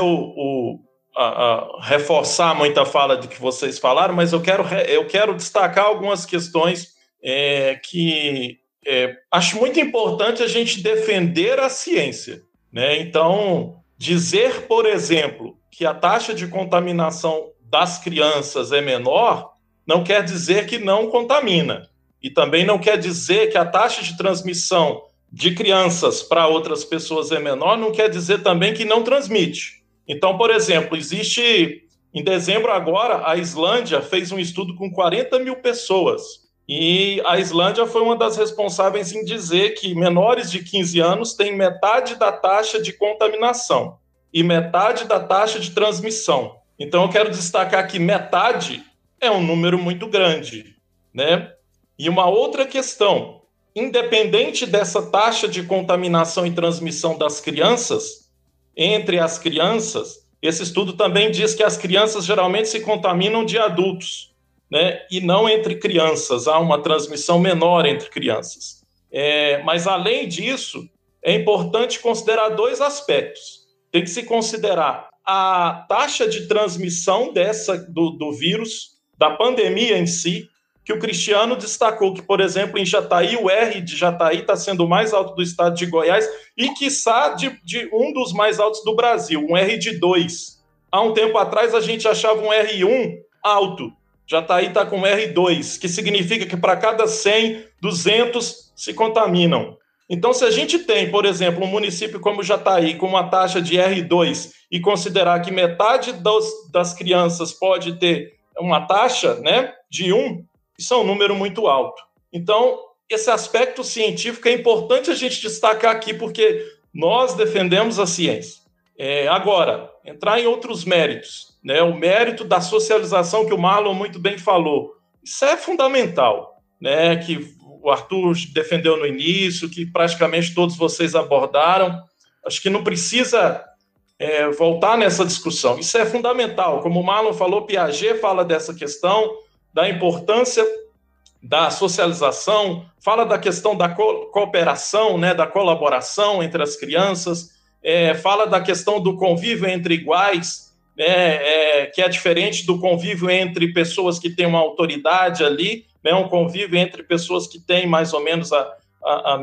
reforçar muita fala de que vocês falaram, mas eu quero destacar algumas questões que acho muito importante a gente defender a ciência, né? Então, dizer, por exemplo, que a taxa de contaminação das crianças é menor, não quer dizer que não contamina. E também não quer dizer que a taxa de transmissão de crianças para outras pessoas é menor, não quer dizer também que não transmite. Então, por exemplo, em dezembro agora, a Islândia fez um estudo com 40 mil pessoas. E a Islândia foi uma das responsáveis em dizer que menores de 15 anos têm metade da taxa de contaminação e metade da taxa de transmissão. Então, eu quero destacar que metade é um número muito grande, né? E uma outra questão, independente dessa taxa de contaminação e transmissão das crianças, entre as crianças, esse estudo também diz que as crianças geralmente se contaminam de adultos, né? E não entre crianças, há uma transmissão menor entre crianças. Mas, além disso, é importante considerar dois aspectos. Tem que se considerar a taxa de transmissão do vírus, da pandemia em si, que o Cristiano destacou que, por exemplo, em Jataí, o R de Jataí está sendo o mais alto do estado de Goiás e, quiçá, de um dos mais altos do Brasil, um R de 2. Há um tempo atrás, a gente achava um R1 alto. Jataí está com R2, que significa que para cada 100, 200 se contaminam. Então, se a gente tem, por exemplo, um município como Jataí com uma taxa de R2 e considerar que metade das crianças pode ter uma taxa, né, de 1, isso é um número muito alto. Então, esse aspecto científico é importante a gente destacar aqui, porque nós defendemos a ciência. Agora, entrar em outros méritos, né? O mérito da socialização que o Marlon muito bem falou. Isso é fundamental, né? Que o Arthur defendeu no início, que praticamente todos vocês abordaram. Acho que não precisa voltar nessa discussão. Isso é fundamental. Como o Marlon falou, Piaget fala dessa questão, da importância da socialização, fala da questão da cooperação, né, da colaboração entre as crianças, fala da questão do convívio entre iguais, né, que é diferente do convívio entre pessoas que têm uma autoridade ali, né, um convívio entre pessoas que têm mais ou menos a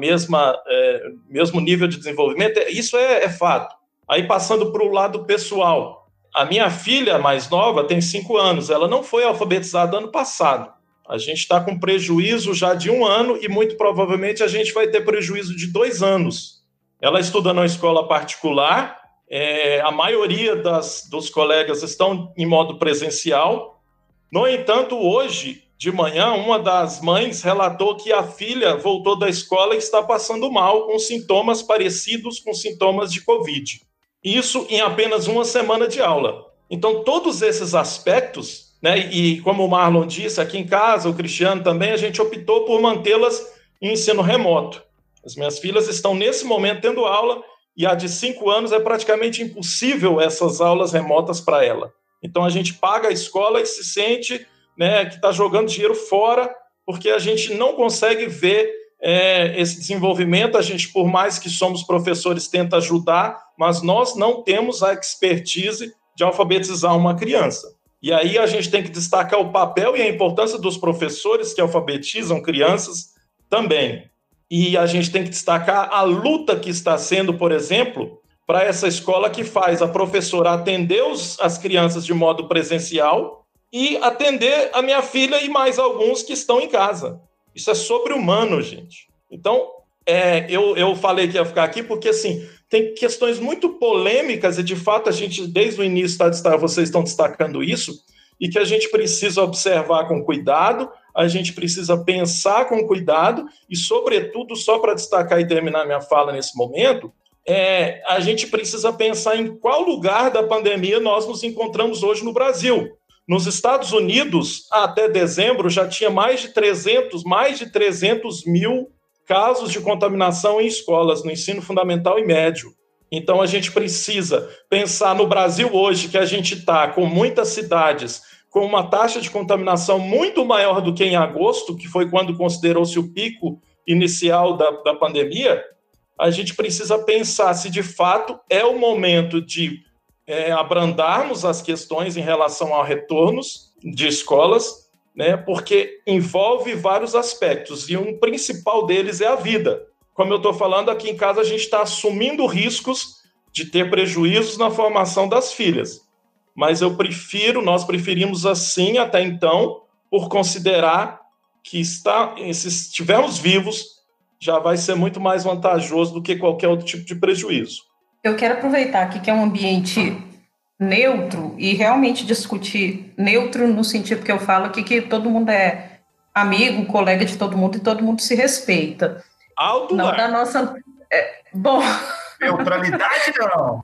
mesmo nível de desenvolvimento. Isso é fato. Aí, passando para o lado pessoal, a minha filha mais nova tem 5 anos, ela não foi alfabetizada ano passado. A gente está com prejuízo já de 1 ano e muito provavelmente a gente vai ter prejuízo de 2 anos. Ela estuda numa escola particular, a maioria dos colegas estão em modo presencial. No entanto, hoje, de manhã, uma das mães relatou que a filha voltou da escola e está passando mal, com sintomas parecidos com sintomas de Covid. Isso em apenas 1 semana de aula. Então, todos esses aspectos, né, e como o Marlon disse, aqui em casa, o Cristiano também, a gente optou por mantê-las em ensino remoto. As minhas filhas estão, nesse momento, tendo aula, e a de 5 anos é praticamente impossível essas aulas remotas para ela. Então, a gente paga a escola e se sente, né, que está jogando dinheiro fora, porque a gente não consegue ver esse desenvolvimento. A gente, por mais que somos professores, tenta ajudar, mas nós não temos a expertise de alfabetizar uma criança. E aí a gente tem que destacar o papel e a importância dos professores que alfabetizam crianças também. E a gente tem que destacar a luta que está sendo, por exemplo, para essa escola que faz a professora atender as crianças de modo presencial e atender a minha filha e mais alguns que estão em casa. Isso é sobre-humano, gente. Então, eu falei que ia ficar aqui porque, assim, tem questões muito polêmicas e, de fato, a gente, desde o início, vocês estão destacando isso, e que a gente precisa observar com cuidado, a gente precisa pensar com cuidado e, sobretudo, só para destacar e terminar minha fala nesse momento, a gente precisa pensar em qual lugar da pandemia nós nos encontramos hoje no Brasil. Nos Estados Unidos, até dezembro, já tinha mais de 300 mil casos de contaminação em escolas, no ensino fundamental e médio. Então a gente precisa pensar no Brasil hoje, que a gente está com muitas cidades com uma taxa de contaminação muito maior do que em agosto, que foi quando considerou-se o pico inicial da pandemia. A gente precisa pensar se de fato é o momento de abrandarmos as questões em relação a retornos de escolas, né, porque envolve vários aspectos, e um principal deles é a vida. Como eu estou falando, aqui em casa a gente está assumindo riscos de ter prejuízos na formação das filhas. Mas nós preferimos assim até então, por considerar que se estivermos vivos, já vai ser muito mais vantajoso do que qualquer outro tipo de prejuízo. Eu quero aproveitar aqui que é um ambiente neutro e realmente discutir neutro no sentido que eu falo aqui, que todo mundo é amigo, colega de todo mundo e todo mundo se respeita. Alto não lá. Da nossa... bom... Neutralidade não.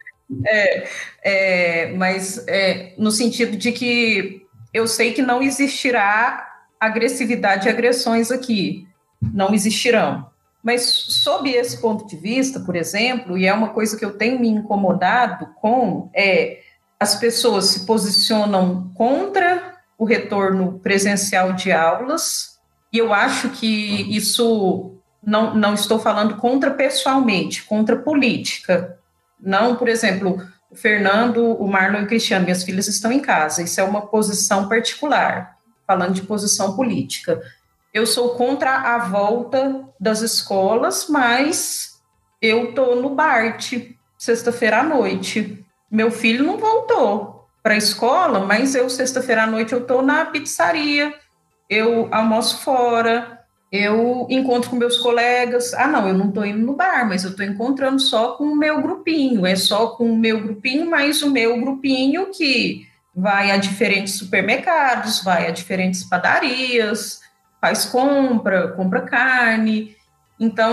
Mas no sentido de que eu sei que não existirá agressividade e agressões aqui. Não existirão. Mas, sob esse ponto de vista, por exemplo, e é uma coisa que eu tenho me incomodado com, as pessoas se posicionam contra o retorno presencial de aulas, e eu acho que isso, não estou falando contra pessoalmente, contra política. Não, por exemplo, o Fernando, o Marlon e o Cristiano, minhas filhas estão em casa, isso é uma posição particular, falando de posição política. Eu sou contra a volta das escolas, mas eu estou no BART, sexta-feira à noite. Meu filho não voltou para a escola, mas sexta-feira à noite, eu estou na pizzaria, eu almoço fora, eu encontro com meus colegas. Não, eu não estou indo no bar, mas eu estou encontrando só com o meu grupinho. É só com o meu grupinho, mais o meu grupinho que vai a diferentes supermercados, vai a diferentes padarias, faz compra carne. Então,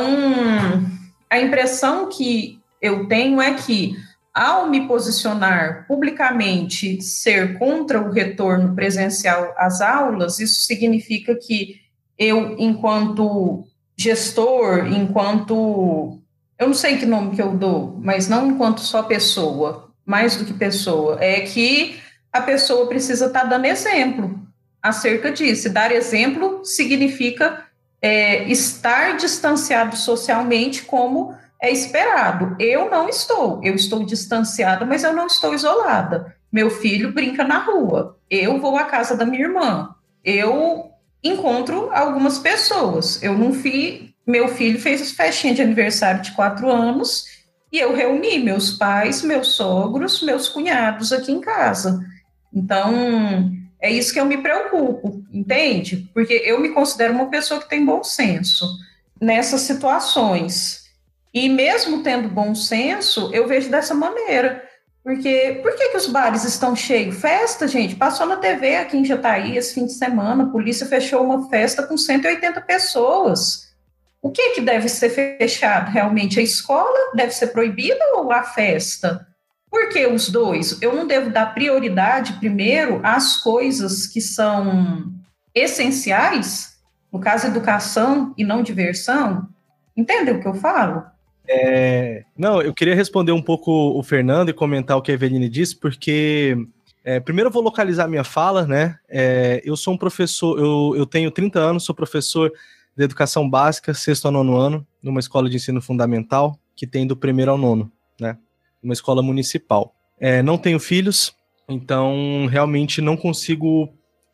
a impressão que eu tenho é que, ao me posicionar publicamente ser contra o retorno presencial às aulas, isso significa que eu, enquanto gestor, eu não sei que nome que eu dou, mas não enquanto só pessoa, mais do que pessoa, é que a pessoa precisa estar dando exemplo acerca disso. Dar exemplo significa estar distanciado socialmente como é esperado. Eu não estou. Eu estou distanciada, mas eu não estou isolada. Meu filho brinca na rua. Eu vou à casa da minha irmã. Eu encontro algumas pessoas. Meu filho fez festinha de aniversário de 4 anos e eu reuni meus pais, meus sogros, meus cunhados aqui em casa. Então, é isso que eu me preocupo, entende? Porque eu me considero uma pessoa que tem bom senso nessas situações. E mesmo tendo bom senso, eu vejo dessa maneira. Porque por que os bares estão cheios? Festa, gente, passou na TV aqui em Jataí esse fim de semana, a polícia fechou uma festa com 180 pessoas. O que deve ser fechado realmente? A escola deve ser proibida ou a festa? Por que os dois? Eu não devo dar prioridade primeiro às coisas que são essenciais, no caso, educação e não diversão? Entendeu o que eu falo? Não, eu queria responder um pouco o Fernando e comentar o que a Eveline disse, porque primeiro eu vou localizar a minha fala, né? Eu sou um professor, eu tenho 30 anos, sou professor de educação básica, 6º ao 9º ano, numa escola de ensino fundamental, que tem do 1º ao 9º, né? Uma escola municipal. Não tenho filhos, então realmente não consigo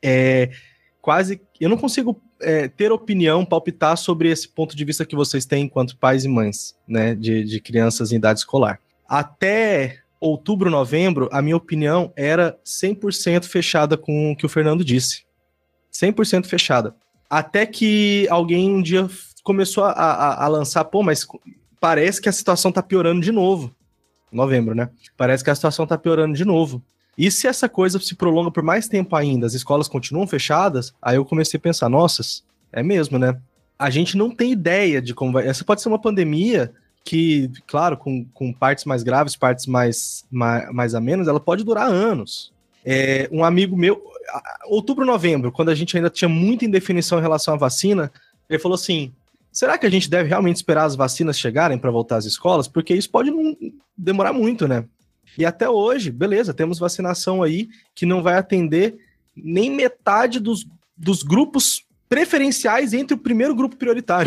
eu não consigo ter opinião, palpitar sobre esse ponto de vista que vocês têm enquanto pais e mães, né, de crianças em idade escolar. Até outubro, novembro, a minha opinião era 100% fechada com o que o Fernando disse. 100% fechada. Até que alguém um dia começou a lançar, mas parece que a situação tá piorando de novo. Novembro, né? Parece que a situação tá piorando de novo. E se essa coisa se prolonga por mais tempo ainda, as escolas continuam fechadas, aí eu comecei a pensar, nossa, é mesmo, né? A gente não tem ideia de como vai... Essa pode ser uma pandemia que, claro, com partes mais graves, partes mais amenas, ela pode durar anos. Um amigo meu, outubro, novembro, quando a gente ainda tinha muita indefinição em relação à vacina, ele falou assim, será que a gente deve realmente esperar as vacinas chegarem para voltar às escolas? Porque isso pode não demorar muito, né? E até hoje, beleza, temos vacinação aí que não vai atender nem metade dos grupos preferenciais entre o primeiro grupo prioritário.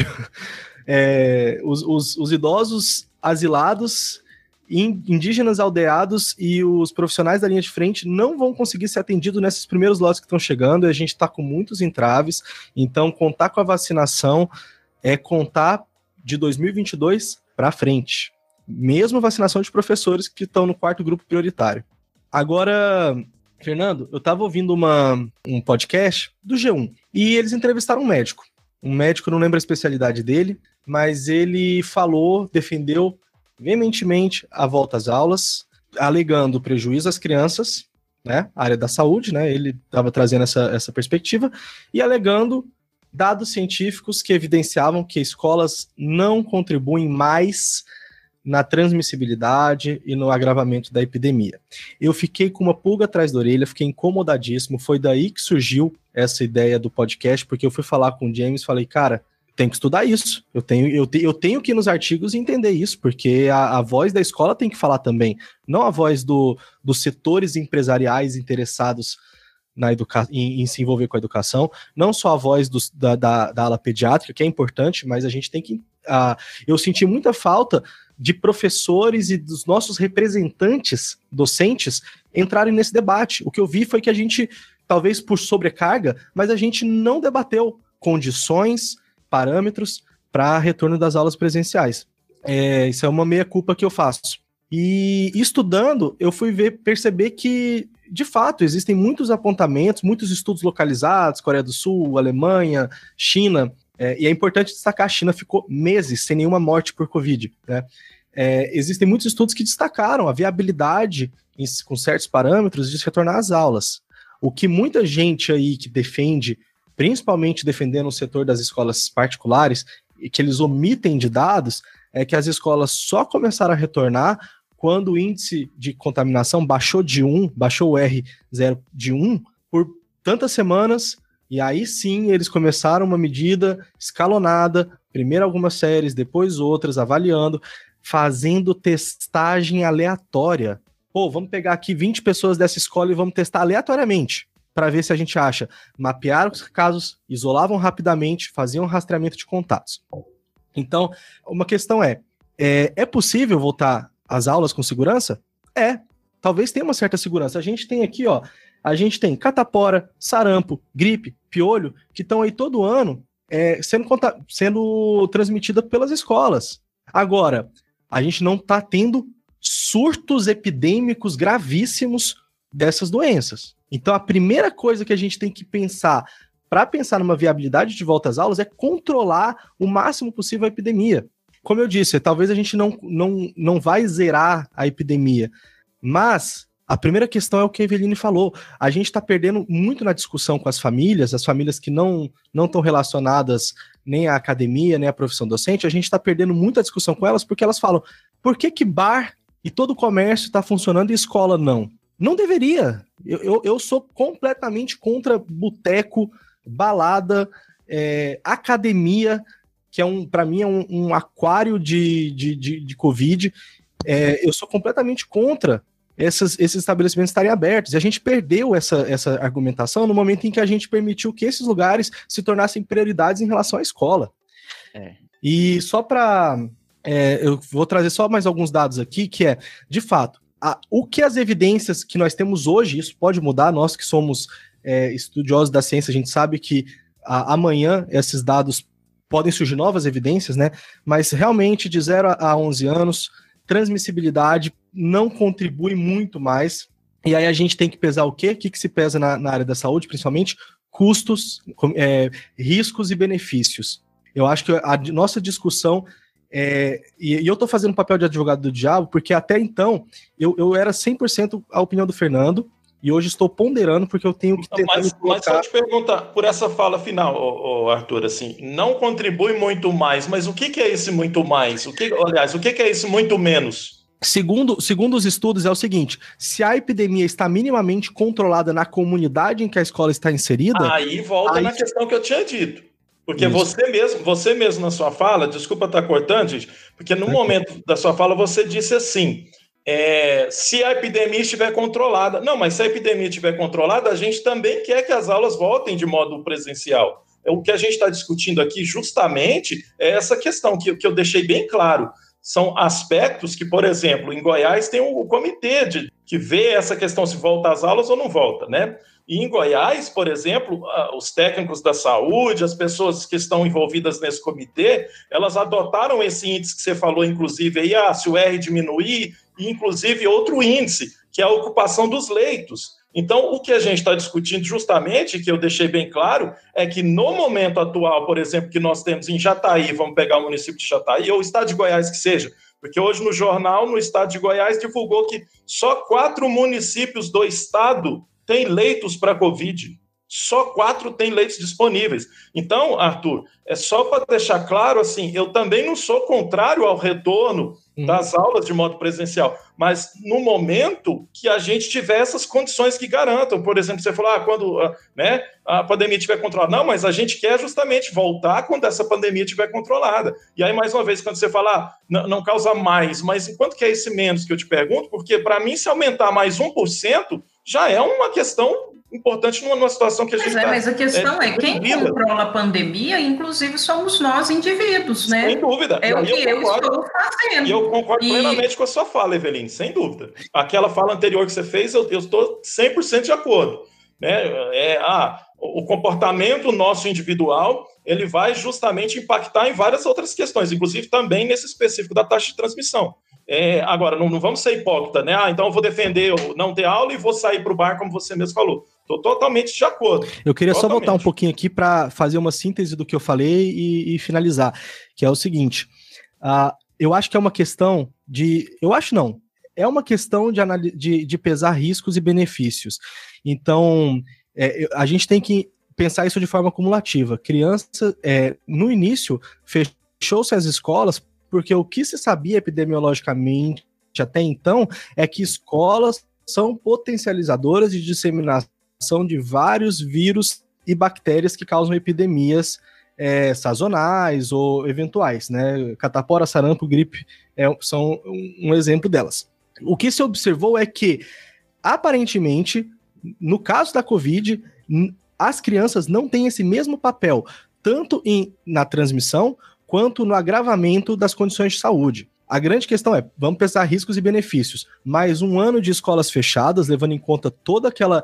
Os idosos asilados, indígenas aldeados e os profissionais da linha de frente não vão conseguir ser atendidos nesses primeiros lotes que estão chegando, e a gente está com muitos entraves. Então, contar com a vacinação é contar de 2022 para frente. Mesmo a vacinação de professores que estão no quarto grupo prioritário. Agora, Fernando, eu estava ouvindo um podcast do G1 e eles entrevistaram um médico. Um médico, não lembro a especialidade dele, mas ele defendeu veementemente a volta às aulas, alegando prejuízo às crianças, né, a área da saúde, né, ele estava trazendo essa perspectiva, e alegando dados científicos que evidenciavam que escolas não contribuem mais na transmissibilidade e no agravamento da epidemia. Eu fiquei com uma pulga atrás da orelha, fiquei incomodadíssimo, foi daí que surgiu essa ideia do podcast, porque eu fui falar com o James, falei, cara, tem que estudar isso, eu tenho que ir nos artigos e entender isso, porque a voz da escola tem que falar também, não a voz dos setores empresariais interessados em se envolver com a educação, não só a voz da ala pediátrica, que é importante, mas a gente tem que... eu senti muita falta de professores e dos nossos representantes docentes entrarem nesse debate. O que eu vi foi que a gente, talvez por sobrecarga, mas a gente não debateu condições, parâmetros para retorno das aulas presenciais. Isso é uma meia-culpa que eu faço. E estudando, eu fui perceber que, de fato, existem muitos apontamentos, muitos estudos localizados, Coreia do Sul, Alemanha, China, e é importante destacar, a China ficou meses sem nenhuma morte por Covid, né? Existem muitos estudos que destacaram a viabilidade, com certos parâmetros, de se retornar às aulas. O que muita gente aí que defende, principalmente defendendo o setor das escolas particulares, e que eles omitem de dados, é que as escolas só começaram a retornar quando o índice de contaminação baixou o R0 de 1 por tantas semanas. E aí sim, eles começaram uma medida escalonada, primeiro algumas séries, depois outras, avaliando, fazendo testagem aleatória. Vamos pegar aqui 20 pessoas dessa escola e vamos testar aleatoriamente, para ver se a gente acha. Mapearam os casos, isolavam rapidamente, faziam rastreamento de contatos. Então, uma questão é possível voltar às aulas com segurança? Talvez tenha uma certa segurança. A gente tem aqui, a gente tem catapora, sarampo, gripe, piolho, que estão aí todo ano sendo transmitida pelas escolas. Agora, a gente não está tendo surtos epidêmicos gravíssimos dessas doenças. Então, a primeira coisa que a gente tem que pensar, para pensar numa viabilidade de volta às aulas, é controlar o máximo possível a epidemia. Como eu disse, talvez a gente não vai zerar a epidemia, mas a primeira questão é o que a Eveline falou. A gente está perdendo muito na discussão com as famílias que não estão relacionadas nem à academia, nem à profissão docente, a gente está perdendo muita discussão com elas, porque elas falam, por que bar e todo o comércio está funcionando e escola não? Não deveria. Eu sou completamente contra boteco, balada, academia, que para mim é um aquário de Covid. Eu sou completamente contra esses estabelecimentos estarem abertos. E a gente perdeu essa argumentação no momento em que a gente permitiu que esses lugares se tornassem prioridades em relação à escola. E só para... eu vou trazer só mais alguns dados aqui, que de fato, o que as evidências que nós temos hoje, isso pode mudar, nós que somos estudiosos da ciência, a gente sabe que amanhã esses dados podem surgir novas evidências, né? Mas realmente de 0 a 11 anos, transmissibilidade não contribui muito mais. E aí a gente tem que pesar o quê? O que se pesa na área da saúde, principalmente? Custos, riscos e benefícios. Eu acho que a nossa discussão... e eu tô fazendo um papel de advogado do diabo, porque até então eu era 100% a opinião do Fernando, e hoje estou ponderando porque eu tenho que tentar mas só te perguntar, por essa fala final, Arthur, assim, não contribui muito mais, mas o que é esse muito mais? O que é esse muito menos? Segundo os estudos, é o seguinte: se a epidemia está minimamente controlada na comunidade em que a escola está inserida... Aí volta na questão que eu tinha dito. Porque você mesmo na sua fala, desculpa estar cortando, gente, porque no momento da sua fala você disse assim, se a epidemia estiver controlada. Não, mas se a epidemia estiver controlada, a gente também quer que as aulas voltem de modo presencial. O que a gente está discutindo aqui justamente é essa questão que eu deixei bem claro. São aspectos que, por exemplo, em Goiás tem o comitê que vê essa questão se volta às aulas ou não volta, né? E em Goiás, por exemplo, os técnicos da saúde, as pessoas que estão envolvidas nesse comitê, elas adotaram esse índice que você falou, inclusive, aí, se o R diminuir, e inclusive outro índice, que é a ocupação dos leitos. Então, o que a gente está discutindo justamente, que eu deixei bem claro, é que no momento atual, por exemplo, que nós temos em Jataí, vamos pegar o município de Jataí, ou o estado de Goiás que seja, porque hoje no jornal, no estado de Goiás, divulgou que só 4 municípios do estado têm leitos para Covid. Só 4 têm leitos disponíveis. Então, Arthur, é só para deixar claro, assim, eu também não sou contrário ao retorno das aulas de modo presencial, mas no momento que a gente tiver essas condições que garantam, por exemplo, você falou, quando a pandemia estiver controlada. Não, mas a gente quer justamente voltar quando essa pandemia estiver controlada. E aí, mais uma vez, quando você fala, não causa mais, mas enquanto que é esse menos que eu te pergunto, porque para mim, se aumentar mais 1%, já é uma questão importante numa situação que a gente está... Mas a questão quem controla a pandemia, inclusive, somos nós, indivíduos, né? Sem dúvida. É o que eu estou fazendo. E eu concordo plenamente com a sua fala, Eveline, sem dúvida. Aquela fala anterior que você fez, eu estou 100% de acordo. Né? O comportamento nosso individual, ele vai justamente impactar em várias outras questões, inclusive também nesse específico da taxa de transmissão. Agora, não vamos ser hipócritas, né? Então eu vou defender não ter aula e vou sair para o bar, como você mesmo falou. Estou totalmente de acordo. Eu queria só voltar um pouquinho aqui para fazer uma síntese do que eu falei e finalizar, que é o seguinte, eu acho que é uma questão de... Eu acho não. É uma questão de pesar riscos e benefícios. Então, a gente tem que pensar isso de forma acumulativa. Criança, no início, fechou-se as escolas porque o que se sabia epidemiologicamente até então é que escolas são potencializadoras de disseminação de vários vírus e bactérias que causam epidemias sazonais ou eventuais, né? Catapora, sarampo, gripe são um exemplo delas. O que se observou é que, aparentemente, no caso da Covid, as crianças não têm esse mesmo papel, tanto na transmissão, quanto no agravamento das condições de saúde. A grande questão vamos pensar riscos e benefícios. Mais um ano de escolas fechadas, levando em conta toda aquela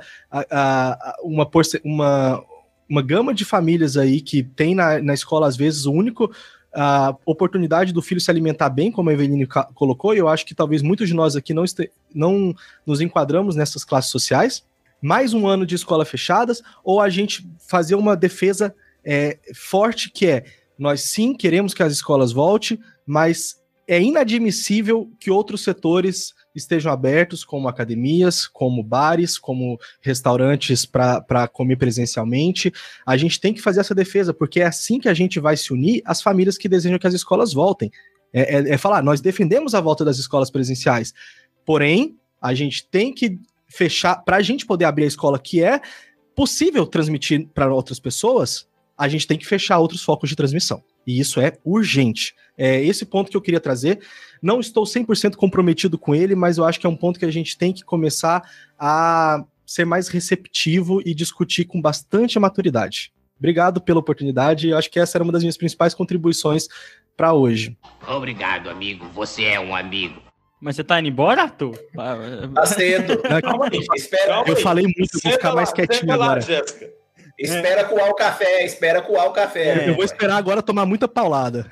uma gama de famílias aí que tem na escola, às vezes, a oportunidade do filho se alimentar bem, como a Eveline colocou, e eu acho que talvez muitos de nós aqui não nos enquadramos nessas classes sociais. Mais um ano de escola fechadas, ou a gente fazer uma defesa forte, que nós sim queremos que as escolas voltem, mas é inadmissível que outros setores estejam abertos, como academias, como bares, como restaurantes para comer presencialmente. A gente tem que fazer essa defesa, porque é assim que a gente vai se unir às famílias que desejam que as escolas voltem. Falar, nós defendemos a volta das escolas presenciais, porém, a gente tem que fechar, para a gente poder abrir a escola que é possível transmitir para outras pessoas, a gente tem que fechar outros focos de transmissão. E isso é urgente. É esse ponto que eu queria trazer. Não estou 100% comprometido com ele, mas eu acho que é um ponto que a gente tem que começar a ser mais receptivo e discutir com bastante maturidade. Obrigado pela oportunidade. Eu acho que essa era uma das minhas principais contribuições para hoje. Obrigado, amigo. Você é um amigo. Mas você tá indo embora, Arthur? Tá cedo. Calma aí, espera. Eu falei muito, vou ficar mais quietinho agora. Jéssica. Espera coar o café, Eu vou esperar agora tomar muita paulada.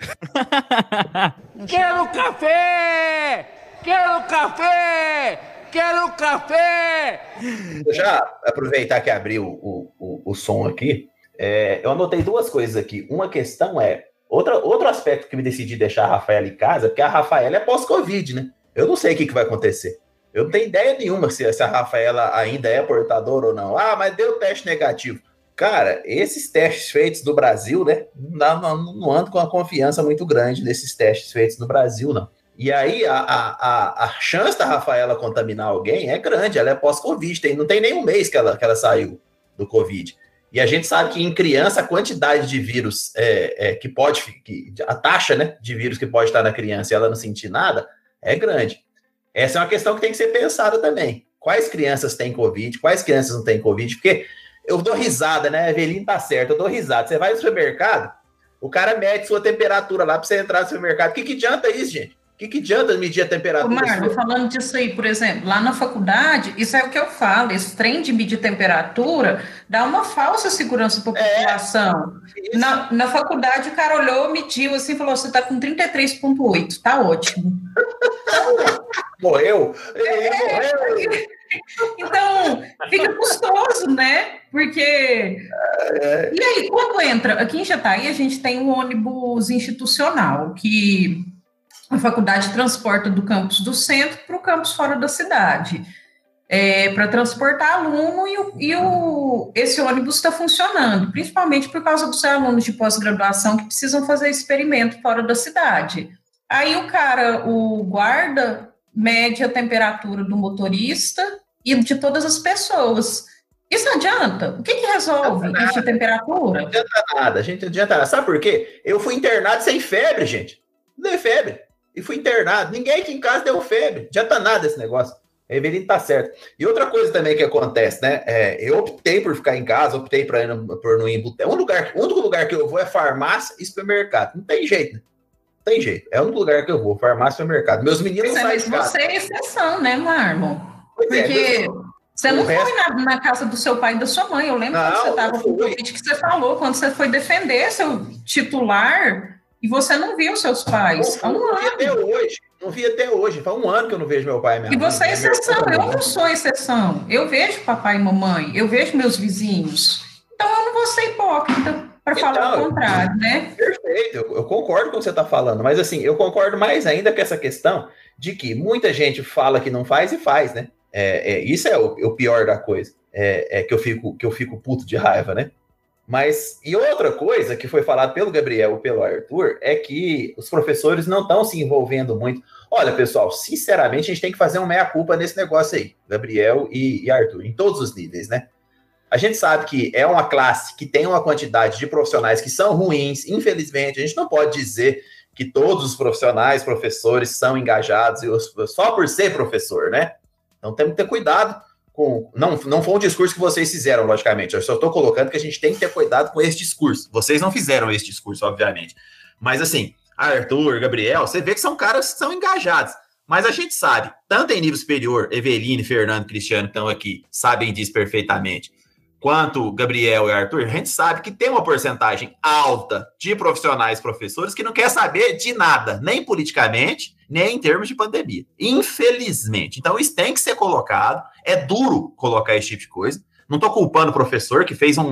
Quero café! Quero café! Quero café! Vou já aproveitar que abriu o som aqui. Eu anotei 2 coisas aqui. Uma questão outro aspecto que me decidi deixar a Rafaela em casa, porque a Rafaela é pós-Covid, né? Eu não sei o que vai acontecer. Eu não tenho ideia nenhuma se a Rafaela ainda é portadora ou não. Mas deu teste negativo. Cara, esses testes feitos no Brasil, né? Não ando com uma confiança muito grande nesses testes feitos no Brasil, não. E aí, a chance da Rafaela contaminar alguém é grande, ela é pós-Covid, não tem nem um mês que ela saiu do Covid. E a gente sabe que em criança a quantidade de vírus a taxa, né, de vírus que pode estar na criança e ela não sentir nada é grande. Essa é uma questão que tem que ser pensada também. Quais crianças têm Covid, quais crianças não têm Covid? Porque eu dou risada, né? A Eveline tá certo, eu dou risada. Você vai no supermercado, o cara mede sua temperatura lá para você entrar no supermercado. O que adianta isso, gente? O que adianta medir a temperatura? Marlon, falando disso aí, por exemplo, lá na faculdade, isso é o que eu falo, esse trem de medir temperatura dá uma falsa segurança para a população. Na faculdade, o cara olhou, mediu assim, falou, você está com 33,8, tá ótimo. Morreu? Morreu! Então, fica custoso, né? Porque... E aí, quando entra... Aqui em Jataí, a gente tem um ônibus institucional, que a faculdade transporta do campus do centro para o campus fora da cidade, para transportar aluno, esse ônibus está funcionando, principalmente por causa dos alunos de pós-graduação que precisam fazer experimento fora da cidade. Aí o guarda mede a temperatura do motorista e de todas as pessoas. Isso não adianta? O que resolve isso de temperatura? Não adianta nada, gente, não adianta nada. Sabe por quê? Eu fui internado sem febre, gente. Não dei febre. E fui internado. Ninguém aqui em casa deu febre. Não adianta nada esse negócio. A Eveline tá certo. E outra coisa também que acontece, né? Eu optei por ficar em casa, optei por não ir em boteco. O único lugar que eu vou é farmácia e supermercado. Não tem jeito, né? Não tem jeito. É o único lugar que eu vou, farmácia e supermercado. Meus meninos saem de casa. Você é exceção, né, Marlon? Porque você não foi na casa do seu pai e da sua mãe. Eu lembro quando você estava com o Covid que você falou, quando você foi defender seu titular e você não viu seus pais. Há um ano. Não vi até hoje. Faz um ano que eu não vejo meu pai e minha mãe. E você é exceção. Eu não sou exceção. Eu vejo papai e mamãe. Eu vejo meus vizinhos. Então eu não vou ser hipócrita para falar o contrário, né? Perfeito. Eu concordo com o que você está falando. Mas assim, eu concordo mais ainda com essa questão de que muita gente fala que não faz e faz, né? Isso é o pior da coisa. Que eu fico puto de raiva, né? Mas, e outra coisa que foi falado pelo Gabriel e pelo Arthur é que os professores não estão se envolvendo muito. Olha, pessoal, sinceramente, a gente tem que fazer um meia-culpa nesse negócio aí, Gabriel e Arthur, em todos os níveis, né? A gente sabe que é uma classe que tem uma quantidade de profissionais que são ruins, infelizmente, a gente não pode dizer que todos os professores são engajados só por ser professor, né? Então temos que ter cuidado. Não foi um discurso que vocês fizeram, logicamente. Eu só estou colocando que a gente tem que ter cuidado com esse discurso. Vocês não fizeram esse discurso, obviamente. Mas, assim, Arthur, Gabriel, você vê que são caras que são engajados. Mas a gente sabe, tanto em nível superior, Eveline, Fernando, Cristiano, que estão aqui, sabem disso perfeitamente, quanto Gabriel e Arthur, a gente sabe que tem uma porcentagem alta de profissionais professores que não quer saber de nada, nem politicamente, nem em termos de pandemia. Infelizmente. Então, isso tem que ser colocado. É duro colocar esse tipo de coisa. Não estou culpando o professor que fez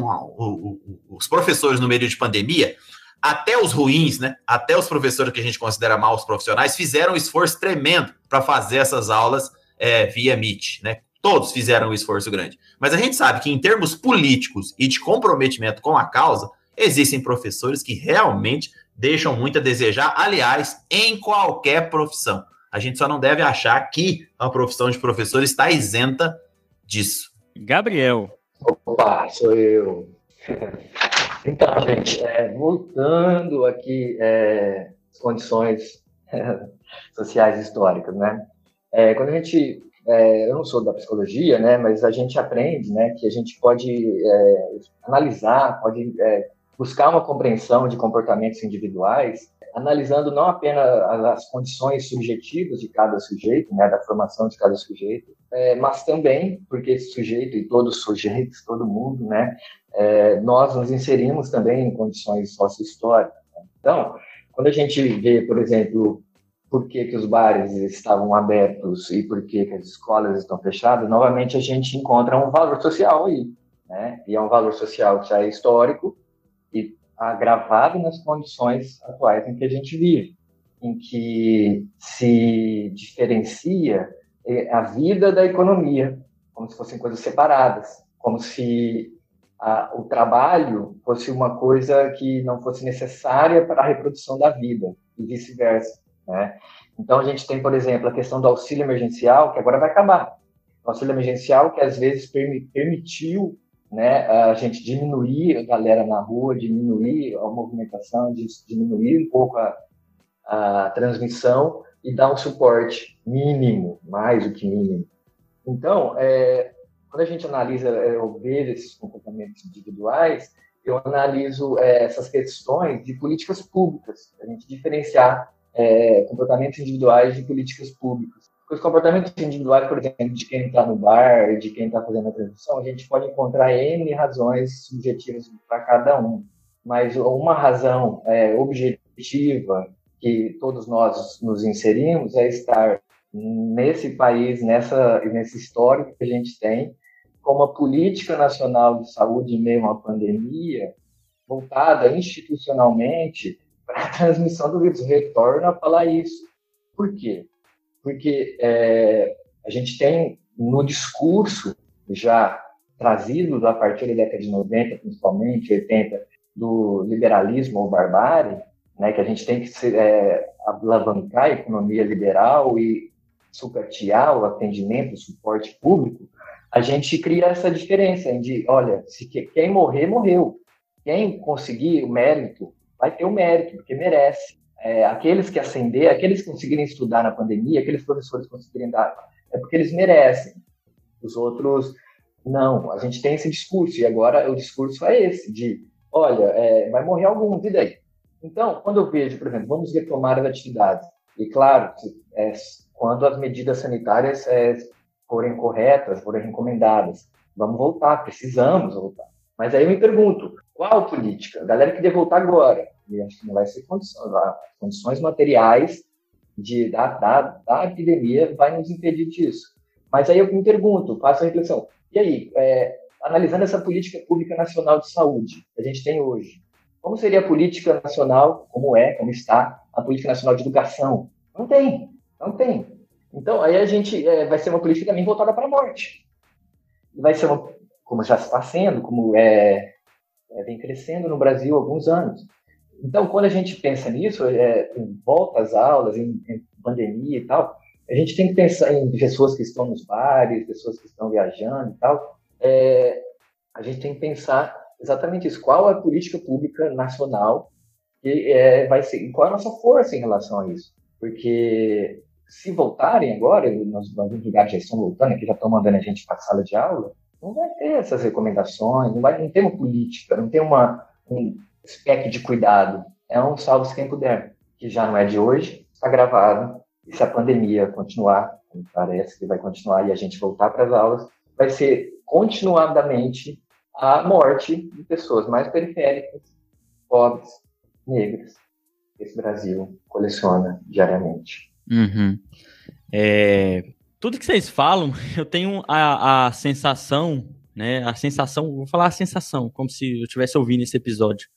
os professores no meio de pandemia, até os ruins, né? Até os professores que a gente considera maus profissionais, fizeram um esforço tremendo para fazer essas aulas via Meet, né? Todos fizeram um esforço grande. Mas a gente sabe que em termos políticos e de comprometimento com a causa, existem professores que realmente deixam muito a desejar, aliás, em qualquer profissão. A gente só não deve achar que a profissão de professor está isenta disso. Gabriel. Opa, sou eu. Então, gente, voltando aqui às condições sociais históricas, né? Quando a gente... eu não sou da psicologia, né? Mas a gente aprende, né? Que a gente pode analisar, pode buscar uma compreensão de comportamentos individuais, analisando não apenas as condições subjetivas de cada sujeito, né? Da formação de cada sujeito, mas também, porque esse sujeito e todos os sujeitos, todo mundo, né? Nós nos inserimos também em condições sócio-históricas. Né? Então, quando a gente vê, por exemplo, por que os bares estavam abertos e por que as escolas estão fechadas, novamente a gente encontra um valor social aí, né? E é um valor social que já é histórico e agravado nas condições atuais em que a gente vive, em que se diferencia a vida da economia, como se fossem coisas separadas, como se o trabalho fosse uma coisa que não fosse necessária para a reprodução da vida e vice-versa. Né? Então, a gente tem, por exemplo, a questão do auxílio emergencial, que agora vai acabar. O auxílio emergencial que, às vezes, permitiu né, a gente diminuir a galera na rua, diminuir a movimentação, diminuir um pouco a transmissão e dar um suporte mínimo, mais do que mínimo. Então, quando a gente analisa, eu vejo esses comportamentos individuais, eu analiso essas questões de políticas públicas, a gente diferenciar comportamentos individuais de políticas públicas. Os comportamentos individuais, por exemplo, de quem está no bar, de quem está fazendo a transmissão, a gente pode encontrar N razões subjetivas para cada um. Mas uma razão objetiva que todos nós nos inserimos é estar nesse país, nesse histórico que a gente tem, com uma política nacional de saúde em meio a uma pandemia, voltada institucionalmente para a transmissão do vírus. Retorno a falar isso. Por quê? Porque a gente tem no discurso já trazido a partir da década de 90, principalmente, 80, do liberalismo ou barbárie, né, que a gente tem que alavancar a economia liberal e sucatear o atendimento, o suporte público, a gente cria essa diferença de, olha, quem morrer, morreu. Quem conseguir o mérito, vai ter o mérito, porque merece. Aqueles que ascender, aqueles que conseguirem estudar na pandemia, aqueles professores que conseguirem dar, é porque eles merecem. Os outros, não. A gente tem esse discurso, e agora o discurso é esse, de, olha, vai morrer alguns, e daí? Então, quando eu vejo, por exemplo, vamos retomar as atividades, e claro, quando as medidas sanitárias forem corretas, forem recomendadas, vamos voltar, precisamos voltar. Mas aí eu me pergunto, qual política? A galera queria voltar agora, e acho que não vai ser condições materiais da epidemia vai nos impedir disso. Mas aí eu me pergunto, faço a reflexão, e aí, analisando essa política pública nacional de saúde que a gente tem hoje, como seria a política nacional, como está a política nacional de educação? Não tem. Então, aí a gente vai ser uma política também voltada para a morte. Vai ser como já está sendo, como vem crescendo no Brasil há alguns anos. Então, quando a gente pensa nisso, em volta às aulas, em pandemia e tal, a gente tem que pensar em pessoas que estão nos bares, pessoas que estão viajando e tal. A gente tem que pensar exatamente isso. Qual é a política pública nacional que vai ser, e qual é a nossa força em relação a isso? Porque se voltarem agora, alguns lugares já estão voltando, aqui já estão mandando a gente para a sala de aula, não vai ter essas recomendações, não tem uma política, não tem um spec de cuidado. É um salve-se quem puder, que já não é de hoje, está gravado, e se a pandemia continuar, como parece que vai continuar, e a gente voltar para as aulas, vai ser continuadamente a morte de pessoas mais periféricas, pobres, negras, que esse Brasil coleciona diariamente. Uhum. Tudo que vocês falam, eu tenho a sensação, né? Vou falar a sensação, como se eu estivesse ouvindo esse episódio,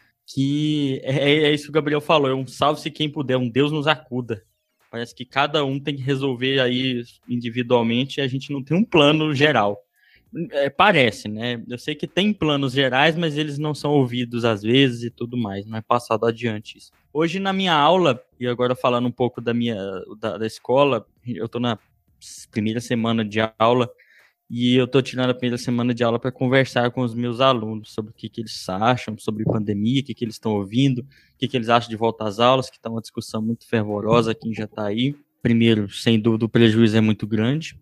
que é isso que o Gabriel falou, é um salve-se quem puder, um Deus nos acuda. Parece que cada um tem que resolver aí individualmente e a gente não tem um plano geral. Parece, né? Eu sei que tem planos gerais, mas eles não são ouvidos às vezes e tudo mais, não é passado adiante isso. Hoje na minha aula, e agora falando um pouco da escola, eu tô na primeira semana de aula e eu tô tirando a primeira semana de aula para conversar com os meus alunos sobre o que eles acham sobre pandemia, o que eles estão ouvindo, o que eles acham de volta às aulas, que tá uma discussão muito fervorosa quem já tá aí. Primeiro, sem dúvida, o prejuízo é muito grande,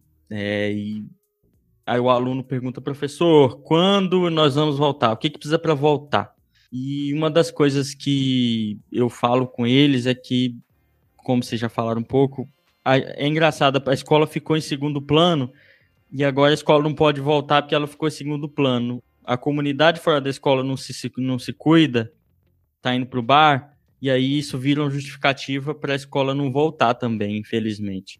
e aí o aluno pergunta, professor, quando nós vamos voltar? O que precisa para voltar? E uma das coisas que eu falo com eles é que, como vocês já falaram um pouco, é engraçado, a escola ficou em segundo plano e agora a escola não pode voltar porque ela ficou em segundo plano. A comunidade fora da escola não se cuida, tá indo pro bar, e aí isso vira uma justificativa para a escola não voltar também, infelizmente.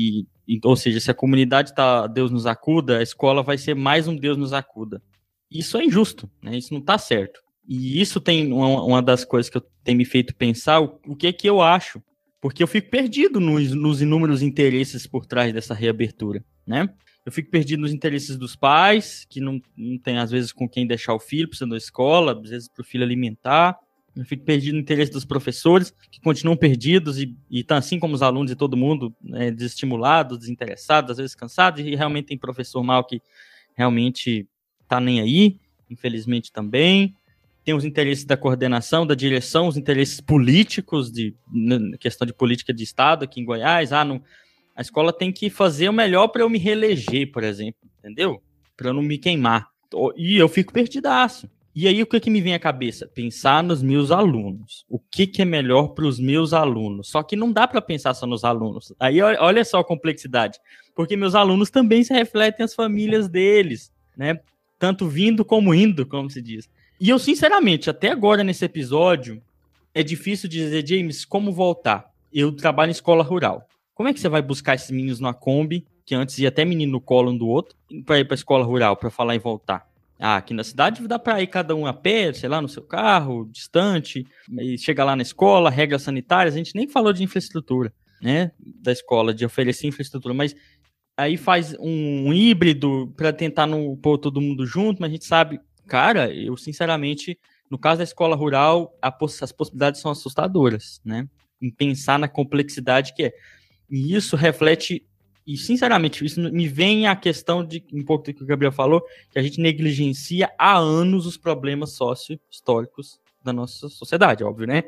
Ou seja, se a comunidade tá Deus nos acuda, a escola vai ser mais um Deus nos acuda. Isso é injusto, né? Isso não tá certo. E isso tem uma das coisas que tem me feito pensar o que eu acho, porque eu fico perdido nos inúmeros interesses por trás dessa reabertura, né? Eu fico perdido nos interesses dos pais, que não tem às vezes com quem deixar o filho, precisando da escola, às vezes para o filho alimentar. Eu fico perdido no interesse dos professores, que continuam perdidos e estão assim como os alunos e todo mundo, desestimulados, desinteressados, às vezes cansados, e realmente tem professor mal que realmente tá nem aí, infelizmente também. Tem os interesses da coordenação, da direção, os interesses políticos, questão de política de Estado aqui em Goiás. A escola tem que fazer o melhor para eu me reeleger, por exemplo, entendeu? Para eu não me queimar. E eu fico perdidaço. E aí, o que me vem à cabeça? Pensar nos meus alunos. O que é melhor para os meus alunos? Só que não dá para pensar só nos alunos. Aí, olha só a complexidade. Porque meus alunos também se refletem as famílias deles, né? Tanto vindo como indo, como se diz. E eu, sinceramente, até agora nesse episódio, é difícil dizer, James, como voltar? Eu trabalho em escola rural. Como é que você vai buscar esses meninos numa Kombi, que antes ia até menino no colo um do outro, para ir para a escola rural, para falar em voltar? Aqui na cidade dá para ir cada um a pé, sei lá, no seu carro, distante, e chega lá na escola, regras sanitárias, a gente nem falou de infraestrutura, né, da escola, de oferecer infraestrutura, mas aí faz um híbrido para tentar pôr todo mundo junto, mas a gente sabe, cara, eu sinceramente, no caso da escola rural, as possibilidades são assustadoras, né, em pensar na complexidade que é. E isso reflete, e sinceramente, isso me vem a questão de, um pouco do que o Gabriel falou, que a gente negligencia há anos os problemas sócio-históricos da nossa sociedade, óbvio, né?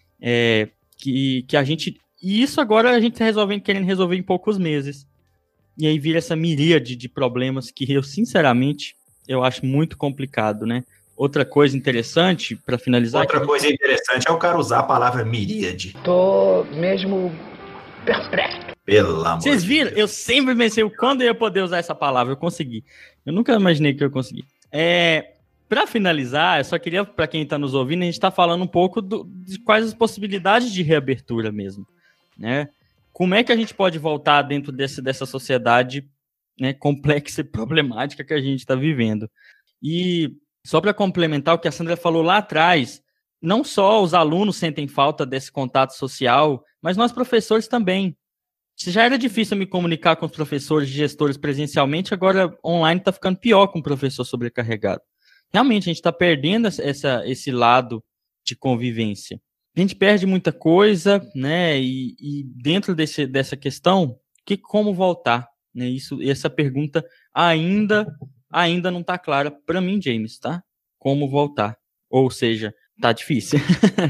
Que a gente... E isso agora a gente querendo resolver em poucos meses. E aí vira essa miríade de problemas que eu, sinceramente, eu acho muito complicado, né? Outra coisa interessante, para finalizar... Outra coisa interessante é o cara usar a palavra miríade. Tô mesmo perplexo. Pelo amor. Vocês viram? Eu sempre pensei quando eu ia poder usar essa palavra, eu consegui. Eu nunca imaginei que eu consegui. Para finalizar, eu só queria, para quem está nos ouvindo, a gente está falando um pouco de quais as possibilidades de reabertura mesmo, né? Como é que a gente pode voltar dentro dessa sociedade, né, complexa e problemática que a gente está vivendo? E só para complementar o que a Sandra falou lá atrás, não só os alunos sentem falta desse contato social, mas nós professores também. Se já era difícil me comunicar com os professores e gestores presencialmente, agora online está ficando pior com o professor sobrecarregado. Realmente, a gente está perdendo esse lado de convivência. A gente perde muita coisa, né? E dentro dessa questão, como voltar? Né? Essa pergunta ainda não está clara para mim, James, tá? Como voltar? Ou seja, tá difícil.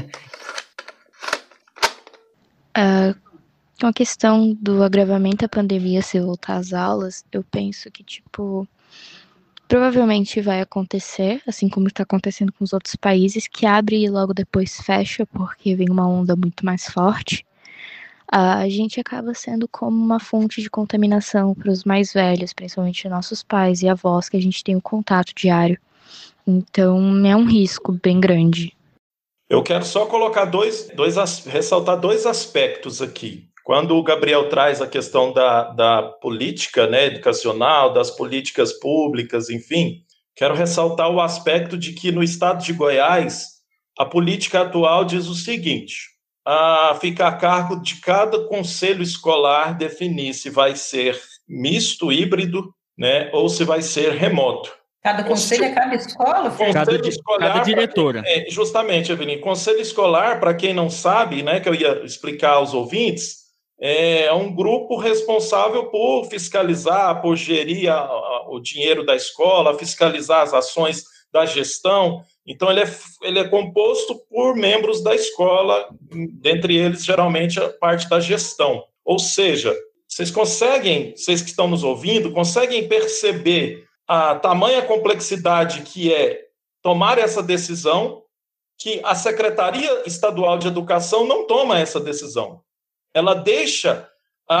Com a questão do agravamento da pandemia, se voltar às aulas, eu penso que, provavelmente vai acontecer, assim como está acontecendo com os outros países, que abre e logo depois fecha, porque vem uma onda muito mais forte. A gente acaba sendo como uma fonte de contaminação para os mais velhos, principalmente nossos pais e avós, que a gente tem um contato diário. Então, é um risco bem grande. Eu quero só colocar ressaltar dois aspectos aqui. Quando o Gabriel traz a questão da política, né, educacional, das políticas públicas, enfim, quero ressaltar o aspecto de que no estado de Goiás, a política atual diz o seguinte: fica a cargo de cada conselho escolar definir se vai ser misto, híbrido, né, ou se vai ser remoto. Cada conselho é cada escola? Cada diretora. Justamente, Evelyn. Conselho escolar, para quem não sabe, né, que eu ia explicar aos ouvintes, é um grupo responsável por fiscalizar, por gerir o dinheiro da escola, fiscalizar as ações da gestão. Então, ele é composto por membros da escola, dentre eles, geralmente, a parte da gestão. Ou seja, vocês que estão nos ouvindo, conseguem perceber a tamanha complexidade que é tomar essa decisão, que a Secretaria Estadual de Educação não toma essa decisão. Ela deixa,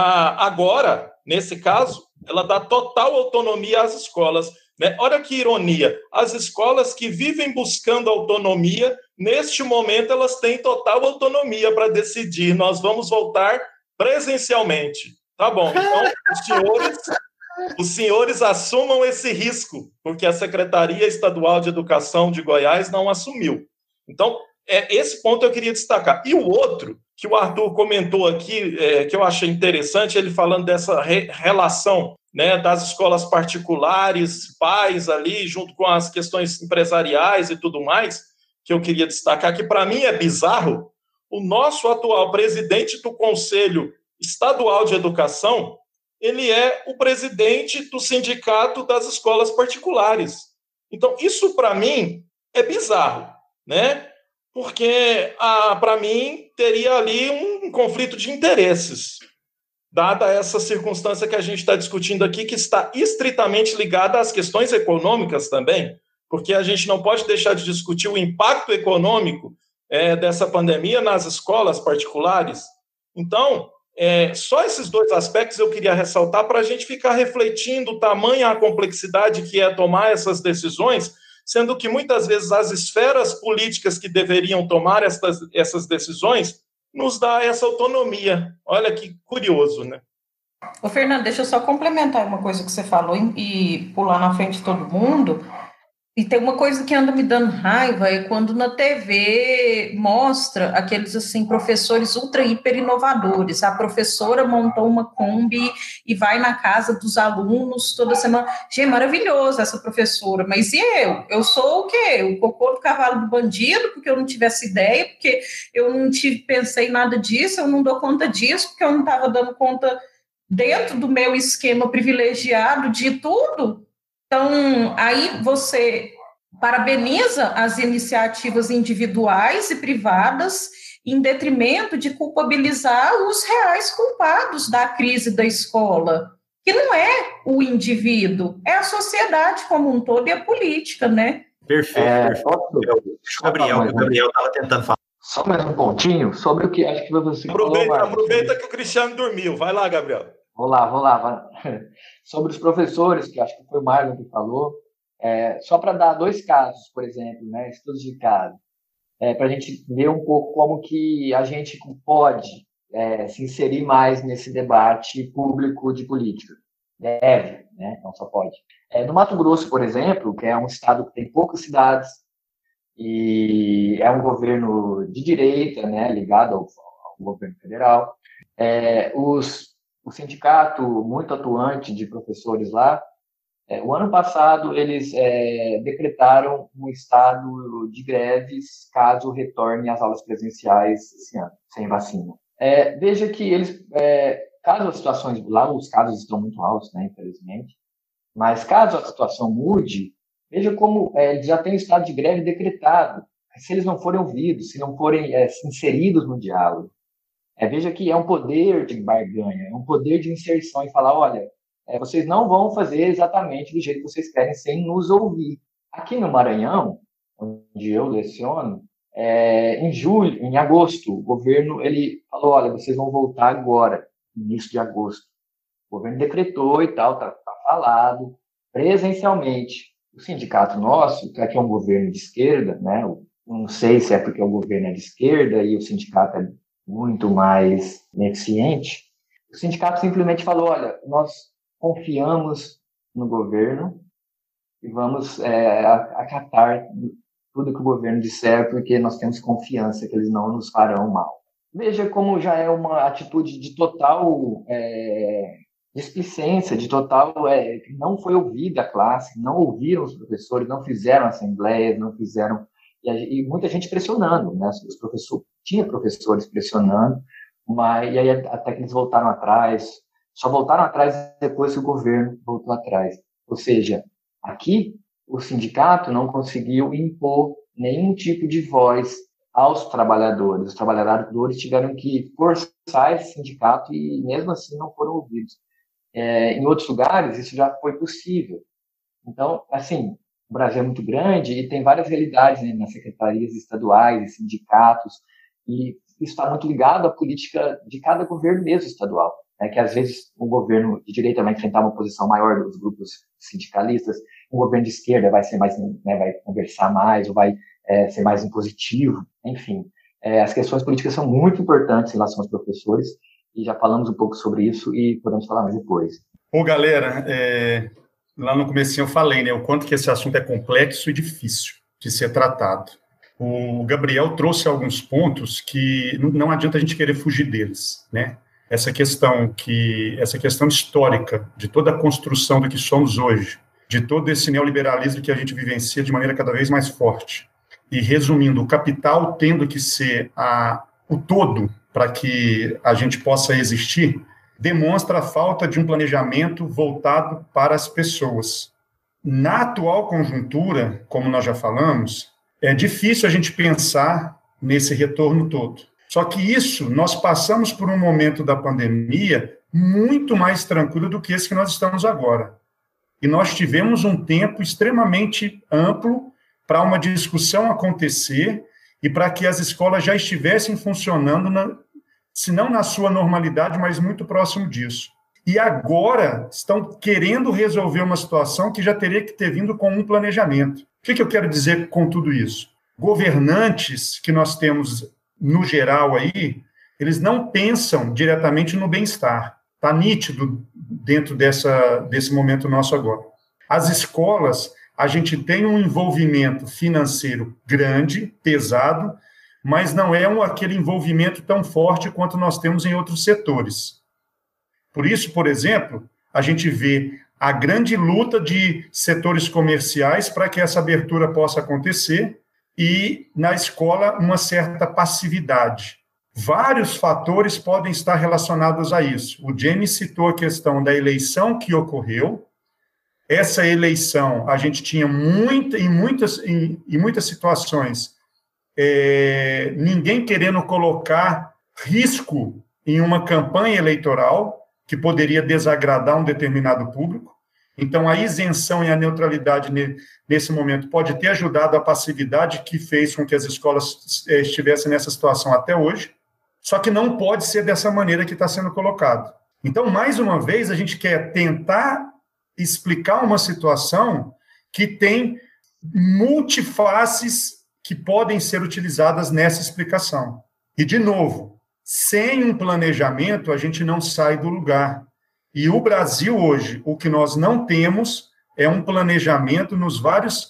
agora, nesse caso, ela dá total autonomia às escolas. Né? Olha que ironia, as escolas que vivem buscando autonomia, neste momento elas têm total autonomia para decidir, nós vamos voltar presencialmente. Tá bom, então os senhores assumam esse risco, porque a Secretaria Estadual de Educação de Goiás não assumiu. Então, esse ponto eu queria destacar. E o outro, que o Arthur comentou aqui, que eu achei interessante, ele falando dessa relação, né, das escolas particulares, pais ali, junto com as questões empresariais e tudo mais, que eu queria destacar, que para mim é bizarro, o nosso atual presidente do Conselho Estadual de Educação, ele é o presidente do Sindicato das Escolas Particulares. Então, isso, para mim, é bizarro, né? Porque, para mim, teria ali um conflito de interesses, dada essa circunstância que a gente está discutindo aqui, que está estritamente ligada às questões econômicas também, porque a gente não pode deixar de discutir o impacto econômico dessa pandemia nas escolas particulares. Então, só esses dois aspectos eu queria ressaltar para a gente ficar refletindo tamanha a complexidade que é tomar essas decisões, sendo que muitas vezes as esferas políticas que deveriam tomar essas decisões nos dá essa autonomia. Olha que curioso, né? Ô, Fernando, deixa eu só complementar uma coisa que você falou e pular na frente de todo mundo. E tem uma coisa que anda me dando raiva, é quando na TV mostra aqueles, assim, professores ultra, hiper inovadores. A professora montou uma Kombi e vai na casa dos alunos toda semana. Gente, maravilhoso essa professora, mas e eu? Eu sou o quê? O cocô do cavalo do bandido, porque eu não tive essa ideia, porque eu não pensei nada disso, eu não dou conta disso, porque eu não estava dando conta dentro do meu esquema privilegiado de tudo. Então, aí você parabeniza as iniciativas individuais e privadas em detrimento de culpabilizar os reais culpados da crise da escola, que não é o indivíduo, é a sociedade como um todo e a política, né? Perfeito. O Gabriel estava tentando falar. Só mais um pontinho sobre o que acho que você falou. Aproveita que o Cristiano dormiu. Vai lá, Gabriel. Vou lá. Sobre os professores, que acho que foi o Marlon que falou, só para dar 2 casos, por exemplo, né, estudos de caso, para a gente ver um pouco como que a gente pode se inserir mais nesse debate público de política. Deve, né, não só pode. No Mato Grosso, por exemplo, que é um estado que tem poucas cidades e é um governo de direita, né, ligado ao governo federal, o sindicato muito atuante de professores lá, o ano passado eles decretaram um estado de greves caso retorne às aulas presenciais esse ano, sem vacina. Veja que eles, caso as situações, lá os casos estão muito altos, né, infelizmente, mas caso a situação mude, veja como eles já têm o estado de greve decretado, se eles não forem ouvidos, se não forem inseridos no diálogo. Veja que é um poder de barganha, é um poder de inserção e falar, olha, vocês não vão fazer exatamente do jeito que vocês querem sem nos ouvir. Aqui no Maranhão, onde eu leciono, em agosto, o governo ele falou, olha, vocês vão voltar agora, início de agosto. O governo decretou e tal, tá falado, presencialmente. O sindicato nosso, que aqui é um governo de esquerda, né? Não sei se é porque o governo é de esquerda e o sindicato é muito mais eficiente, o sindicato simplesmente falou, olha, nós confiamos no governo e vamos acatar tudo que o governo disser, porque nós temos confiança que eles não nos farão mal. Veja como já é uma atitude de total displicência, de total... não foi ouvida a classe, não ouviram os professores, não fizeram assembleias, não fizeram... E muita gente pressionando, né? Tinha professores pressionando, e aí até que eles voltaram atrás, só voltaram atrás depois que o governo voltou atrás. Ou seja, aqui o sindicato não conseguiu impor nenhum tipo de voz aos trabalhadores. Os trabalhadores tiveram que forçar esse sindicato e mesmo assim não foram ouvidos. Em outros lugares isso já foi possível. Então, assim, o Brasil é muito grande e tem várias realidades, né, nas secretarias estaduais e sindicatos, e isso está muito ligado à política de cada governo mesmo estadual, né, que às vezes um governo de direita vai enfrentar uma posição maior dos grupos sindicalistas, um governo de esquerda vai ser mais, né, vai conversar mais, ou vai ser mais impositivo, enfim. As questões políticas são muito importantes em relação aos professores, e já falamos um pouco sobre isso e podemos falar mais depois. Galera, lá no comecinho eu falei, né, o quanto que esse assunto é complexo e difícil de ser tratado. O Gabriel trouxe alguns pontos que não adianta a gente querer fugir deles, né? Essa questão histórica de toda a construção do que somos hoje, de todo esse neoliberalismo que a gente vivencia de maneira cada vez mais forte. E resumindo, o capital tendo que ser o todo para que a gente possa existir, demonstra a falta de um planejamento voltado para as pessoas. na atual conjuntura, como nós já falamos, é difícil a gente pensar nesse retorno todo. Só que isso, nós passamos por um momento da pandemia muito mais tranquilo do que esse que nós estamos agora. E nós tivemos um tempo extremamente amplo para uma discussão acontecer e para que as escolas já estivessem funcionando, se não na sua normalidade, mas muito próximo disso. E agora estão querendo resolver uma situação que já teria que ter vindo com um planejamento. O que eu quero dizer com tudo isso? Governantes que nós temos, no geral, aí, eles não pensam diretamente no bem-estar. Está nítido dentro desse momento nosso agora. As escolas, a gente tem um envolvimento financeiro grande, pesado, mas não é aquele envolvimento tão forte quanto nós temos em outros setores. Por isso, por exemplo, a gente vê a grande luta de setores comerciais para que essa abertura possa acontecer e, na escola, uma certa passividade. Vários fatores podem estar relacionados a isso. O James citou a questão da eleição que ocorreu. Essa eleição, a gente tinha em muitas situações, ninguém querendo colocar risco em uma campanha eleitoral que poderia desagradar um determinado público. Então, a isenção e a neutralidade nesse momento pode ter ajudado a passividade que fez com que as escolas estivessem nessa situação até hoje, só que não pode ser dessa maneira que está sendo colocado. Então, mais uma vez, a gente quer tentar explicar uma situação que tem multifaces que podem ser utilizadas nessa explicação. E, de novo, sem um planejamento, a gente não sai do lugar. E o Brasil hoje, o que nós não temos é um planejamento nos vários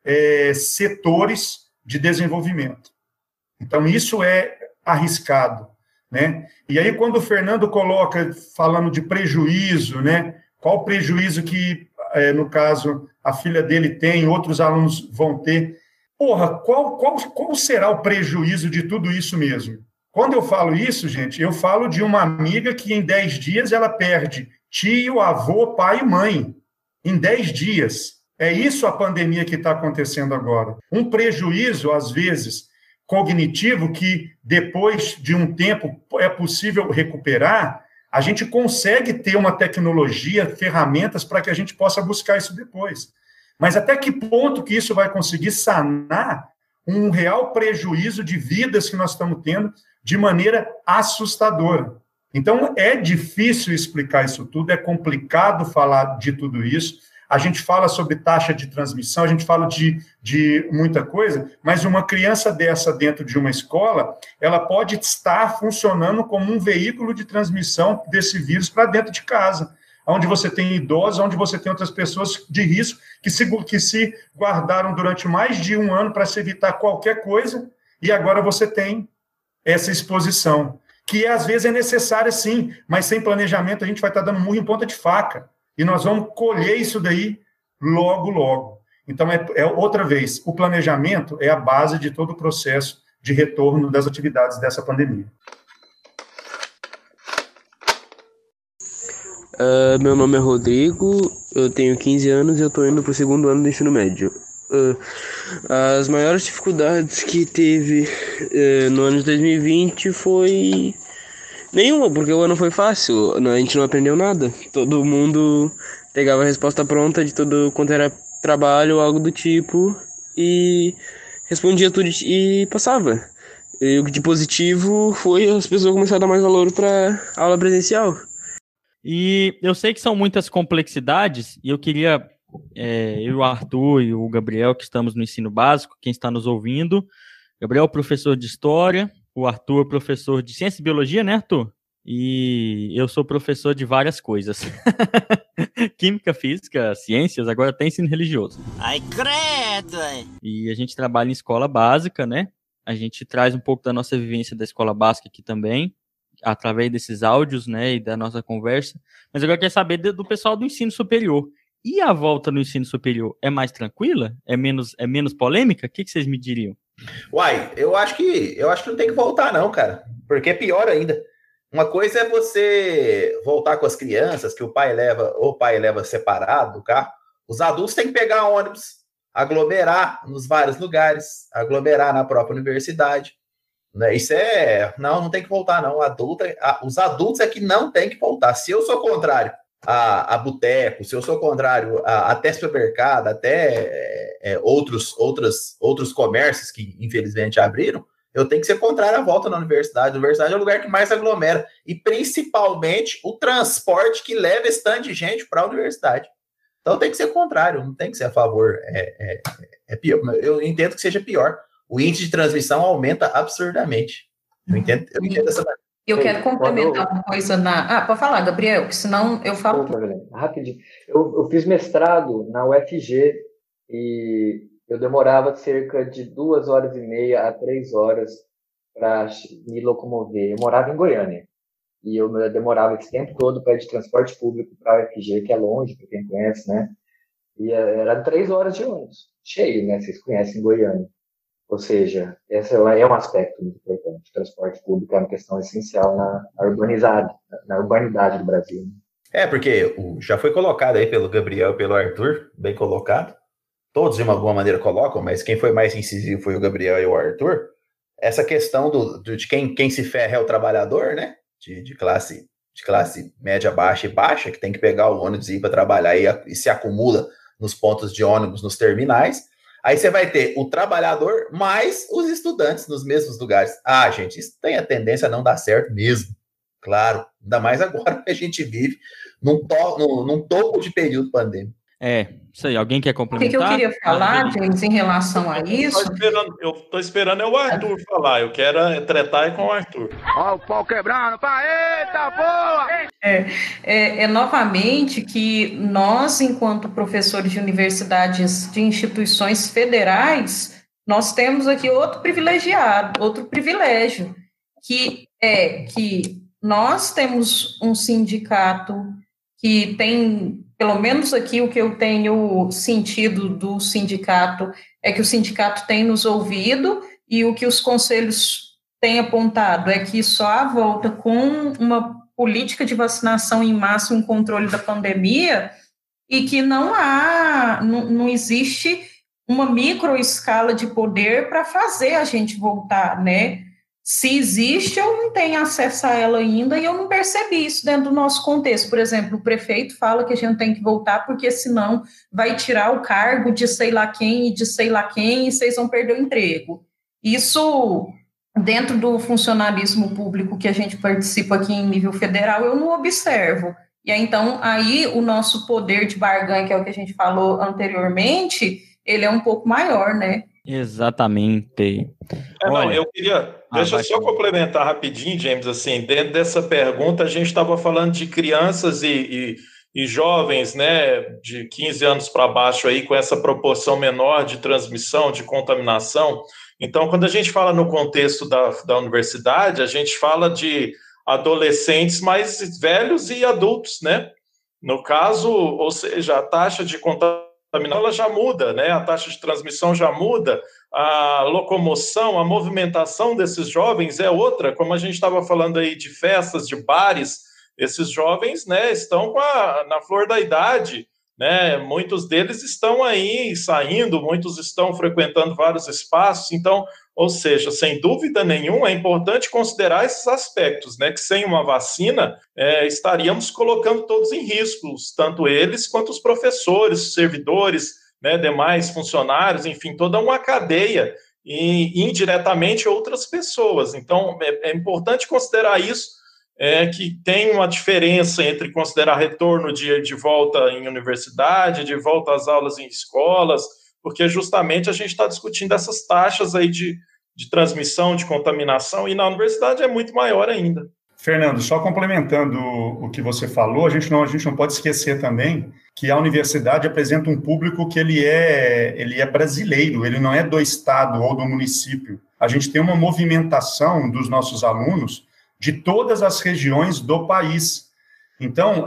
setores de desenvolvimento. Então, isso é arriscado, né? E aí, quando o Fernando coloca, falando de prejuízo, né? Qual o prejuízo que, no caso, a filha dele tem, outros alunos vão ter? Porra, qual será o prejuízo de tudo isso mesmo? Quando eu falo isso, gente, eu falo de uma amiga que em 10 dias ela perde tio, avô, pai e mãe. Em 10 dias. É isso a pandemia que está acontecendo agora. Um prejuízo, às vezes, cognitivo, que depois de um tempo é possível recuperar, a gente consegue ter uma tecnologia, ferramentas para que a gente possa buscar isso depois. Mas até que ponto que isso vai conseguir sanar um real prejuízo de vidas que nós estamos tendo de maneira assustadora? Então, é difícil explicar isso tudo, é complicado falar de tudo isso. A gente fala sobre taxa de transmissão, a gente fala de muita coisa, mas uma criança dessa dentro de uma escola, ela pode estar funcionando como um veículo de transmissão desse vírus para dentro de casa, onde você tem idosos, onde você tem outras pessoas de risco que se guardaram durante mais de um ano para se evitar qualquer coisa, e agora você tem essa exposição, que às vezes é necessária sim, mas sem planejamento a gente vai estar dando murro em ponta de faca, e nós vamos colher isso daí logo, logo. Então, outra vez, o planejamento é a base de todo o processo de retorno das atividades dessa pandemia. Meu nome é Rodrigo, eu tenho 15 anos e eu estou indo para o 2º ano do ensino médio. As maiores dificuldades que teve no ano de 2020 foi nenhuma, porque o ano foi fácil, a gente não aprendeu nada. Todo mundo pegava a resposta pronta de tudo quanto era trabalho ou algo do tipo e respondia tudo e passava. E o que de positivo foi as pessoas começaram a dar mais valor para aula presencial. E eu sei que são muitas complexidades e eu queria, eu, o Arthur e o Gabriel, que estamos no ensino básico, quem está nos ouvindo, Gabriel, professor de História, o Arthur, professor de Ciência e Biologia, né, Arthur? E eu sou professor de várias coisas. Química, Física, Ciências, agora tem ensino religioso. Ai, credo! E a gente trabalha em escola básica, né? A gente traz um pouco da nossa vivência da escola básica aqui também, através desses áudios, né, e da nossa conversa. Mas agora eu quero saber do pessoal do ensino superior. E a volta no ensino superior é mais tranquila? É menos polêmica? O que vocês me diriam? Uai, eu acho que não tem que voltar não, cara. Porque é pior ainda. Uma coisa é você voltar com as crianças, que o pai leva separado do carro. Os adultos têm que pegar ônibus, aglomerar nos vários lugares, aglomerar na própria universidade. Né? Isso não tem que voltar, não. Os adultos é que não tem que voltar. Se eu sou contrário a boteco, se eu sou contrário até supermercado, até outros comércios que infelizmente abriram, eu tenho que ser contrário à volta na universidade. A universidade é o lugar que mais aglomera. E principalmente o transporte que leva esse tanto de gente para a universidade. Então tem que ser contrário, não tem que ser a favor. É pior. Eu entendo que seja pior. O índice de transmissão aumenta absurdamente. Eu entendo essa maneira. Eu quero complementar uma coisa pode falar, Gabriel, que senão eu falo. Rapidinho. Eu fiz mestrado na UFG e eu demorava cerca de 2h30 a 3 horas para me locomover. Eu morava em Goiânia e eu demorava esse tempo todo para ir de transporte público para a UFG, que é longe, para quem conhece, né? E era 3 horas de ônibus, cheio, né? Vocês conhecem Goiânia. Ou seja, esse é um aspecto muito importante. O transporte público é uma questão essencial na urbanidade do Brasil. Porque já foi colocado aí pelo Gabriel e pelo Arthur, bem colocado. Todos, de uma boa maneira, colocam, mas quem foi mais incisivo foi o Gabriel e o Arthur. Essa questão de quem se ferra é o trabalhador, né? De classe média, baixa e baixa, que tem que pegar o ônibus e ir para trabalhar e se acumula nos pontos de ônibus, nos terminais. Aí você vai ter o trabalhador mais os estudantes nos mesmos lugares. Gente, isso tem a tendência a não dar certo mesmo. Claro, ainda mais agora que a gente vive num topo de período pandêmico. Isso aí. Alguém quer complementar? O que eu queria falar, James, em relação a isso... Eu tô esperando o Arthur falar. Eu quero tretar com o Arthur. Ó, o pau quebrando. Eita, boa! Novamente que nós, enquanto professores de universidades, de instituições federais, nós temos aqui outro privilégio, que é que nós temos um sindicato que tem... Pelo menos aqui o que eu tenho sentido do sindicato é que o sindicato tem nos ouvido e o que os conselhos têm apontado é que só a volta com uma política de vacinação em massa, um controle da pandemia e que não existe uma microescala de poder para fazer a gente voltar, né? Se existe, eu não tenho acesso a ela ainda e eu não percebi isso dentro do nosso contexto. Por exemplo, o prefeito fala que a gente tem que voltar porque senão vai tirar o cargo de sei lá quem e de sei lá quem e vocês vão perder o emprego. Isso, dentro do funcionalismo público que a gente participa aqui em nível federal, eu não observo. E aí, então, o nosso poder de barganha, que é o que a gente falou anteriormente, ele é um pouco maior, né? Exatamente. Eu queria... Deixa eu só complementar rapidinho, James, assim, dentro dessa pergunta, a gente estava falando de crianças e jovens, né, de 15 anos para baixo aí, com essa proporção menor de transmissão, de contaminação. Então, quando a gente fala no contexto da universidade, a gente fala de adolescentes mais velhos e adultos, né? No caso, ou seja, a taxa de contaminação ela já muda, né? A taxa de transmissão já muda, a locomoção, a movimentação desses jovens é outra, como a gente estava falando aí de festas, de bares, esses jovens, né, estão na flor da idade, né? Muitos deles estão aí saindo, muitos estão frequentando vários espaços, então, ou seja, sem dúvida nenhuma, é importante considerar esses aspectos, né, que sem uma vacina estaríamos colocando todos em risco, tanto eles quanto os professores, os servidores, né, demais funcionários, enfim, toda uma cadeia e indiretamente outras pessoas. Então, é importante considerar isso, que tem uma diferença entre considerar retorno de volta em universidade, de volta às aulas em escolas, porque justamente a gente está discutindo essas taxas aí de transmissão, de contaminação, e na universidade é muito maior ainda. Fernando, só complementando o que você falou, a gente não pode esquecer também que a universidade apresenta um público que ele é brasileiro, ele não é do estado ou do município. A gente tem uma movimentação dos nossos alunos de todas as regiões do país. Então,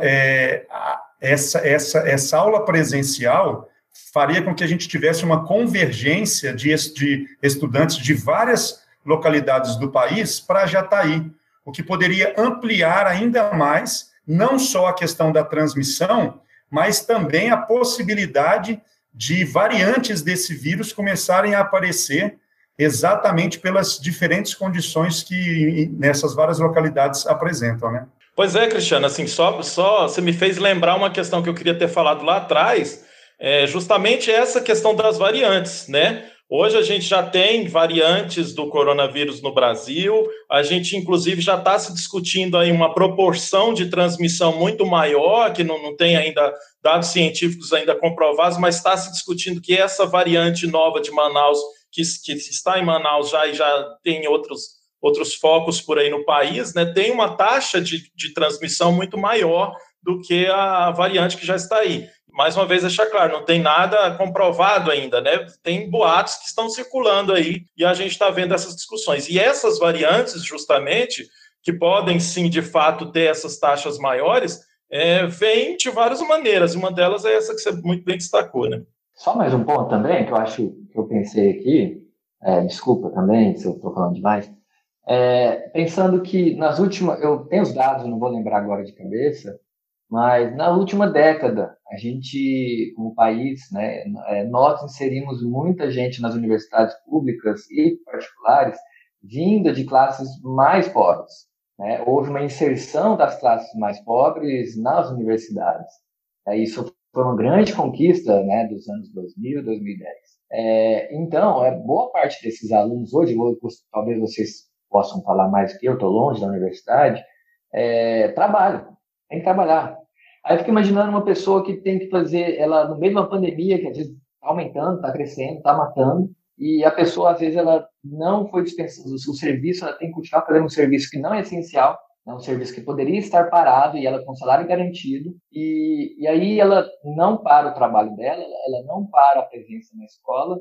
essa aula presencial faria com que a gente tivesse uma convergência de estudantes de várias localidades do país para Jataí, o que poderia ampliar ainda mais, não só a questão da transmissão, mas também a possibilidade de variantes desse vírus começarem a aparecer exatamente pelas diferentes condições que nessas várias localidades apresentam, né? Pois é, Cristiano, assim, só você me fez lembrar uma questão que eu queria ter falado lá atrás, justamente essa questão das variantes, né? Hoje a gente já tem variantes do coronavírus no Brasil, a gente inclusive já está se discutindo aí uma proporção de transmissão muito maior, que não tem ainda dados científicos ainda comprovados, mas está se discutindo que essa variante nova de Manaus, que está em Manaus já e já tem outros focos por aí no país, né, tem uma taxa de transmissão muito maior do que a variante que já está aí. Mais uma vez, deixar claro, não tem nada comprovado ainda, né? Tem boatos que estão circulando aí e a gente está vendo essas discussões. E essas variantes, justamente, que podem, sim, de fato, ter essas taxas maiores, vêm de várias maneiras. Uma delas é essa que você muito bem destacou, né? Só mais um ponto também, que eu acho que eu pensei aqui, desculpa também se eu estou falando demais, pensando que nas últimas, eu tenho os dados, não vou lembrar agora de cabeça, mas na última década, a gente, como país, né, nós inserimos muita gente nas universidades públicas e particulares vinda de classes mais pobres, né? Houve uma inserção das classes mais pobres nas universidades. Isso foi uma grande conquista, né, dos anos 2000, 2010. Então, boa parte desses alunos hoje, talvez vocês possam falar mais do que eu, estou longe da universidade, trabalham. Tem que trabalhar. Aí eu fico imaginando uma pessoa que tem que fazer, ela no meio de uma pandemia, que às vezes está aumentando, está crescendo, está matando, e a pessoa, às vezes, ela não foi dispensada, o serviço, ela tem que continuar fazendo um serviço que não é essencial, é um serviço que poderia estar parado, e ela com salário garantido, e aí ela não para o trabalho dela, ela não para a presença na escola,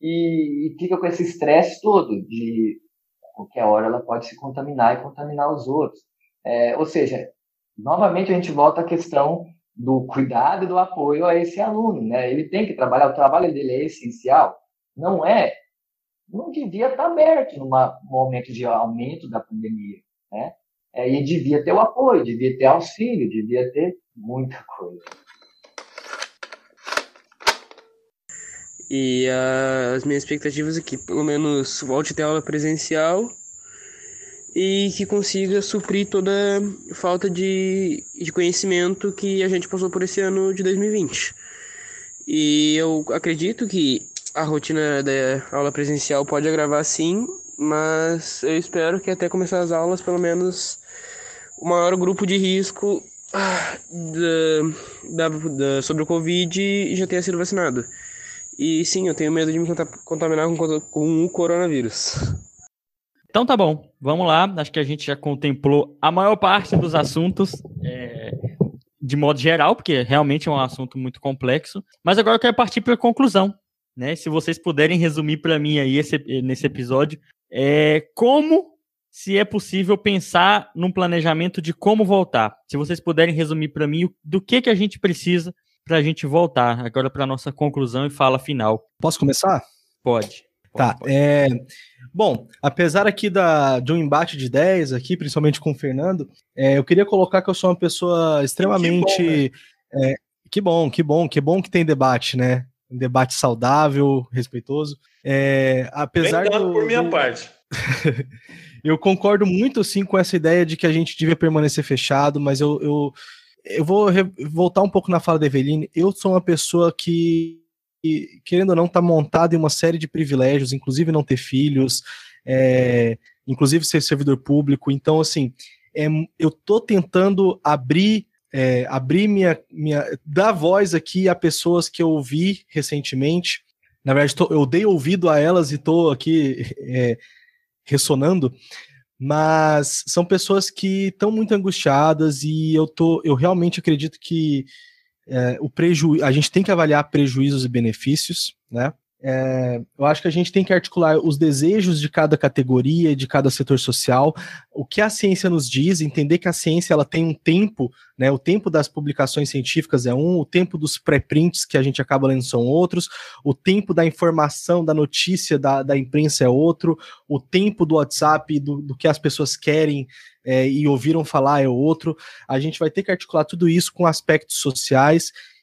e fica com esse estresse todo, de a qualquer hora ela pode se contaminar e contaminar os outros. Ou seja, novamente a gente volta à questão do cuidado e do apoio a esse aluno, né? Ele tem que trabalhar, o trabalho dele é essencial, não devia estar aberto num momento de aumento da pandemia, né? E devia ter o apoio, devia ter auxílio, devia ter muita coisa. E as minhas expectativas é que pelo menos volte a ter aula presencial e que consiga suprir toda a falta de conhecimento que a gente passou por esse ano de 2020. E eu acredito que a rotina da aula presencial pode agravar sim, mas eu espero que até começar as aulas, pelo menos, o maior grupo de risco sobre o Covid já tenha sido vacinado. E sim, eu tenho medo de me contaminar com o coronavírus. Então tá bom, vamos lá. Acho que a gente já contemplou a maior parte dos assuntos de modo geral, porque realmente é um assunto muito complexo. Mas agora eu quero partir para a conclusão, né? Se vocês puderem resumir para mim aí nesse episódio, como se é possível pensar num planejamento de como voltar. Se vocês puderem resumir para mim do que a gente precisa para a gente voltar agora para a nossa conclusão e fala final. Posso começar? Pode. Tá, bom, apesar aqui de um embate de ideias aqui, principalmente com o Fernando, eu queria colocar que eu sou uma pessoa extremamente... Que bom que tem debate, né? Um debate saudável, respeitoso. Apesar por minha parte. Eu concordo muito, sim, com essa ideia de que a gente devia permanecer fechado, mas eu vou voltar um pouco na fala da Eveline. Eu sou uma pessoa que, querendo ou não, está montada em uma série de privilégios, inclusive não ter filhos, inclusive ser servidor público. Então, assim, eu tô tentando abrir dar voz aqui a pessoas que eu ouvi recentemente. Na verdade, eu dei ouvido a elas e tô aqui ressonando, mas são pessoas que estão muito angustiadas e eu realmente acredito que a gente tem que avaliar prejuízos e benefícios, né? Eu acho que a gente tem que articular os desejos de cada categoria, de cada setor social, o que a ciência nos diz, entender que a ciência ela tem um tempo, né? O tempo das publicações científicas é o tempo dos pré-prints que a gente acaba lendo são outros, o tempo da informação, da notícia da imprensa é outro, o tempo do WhatsApp, do que as pessoas querem e ouviram falar é outro. A gente vai ter que articular tudo isso com aspectos sociais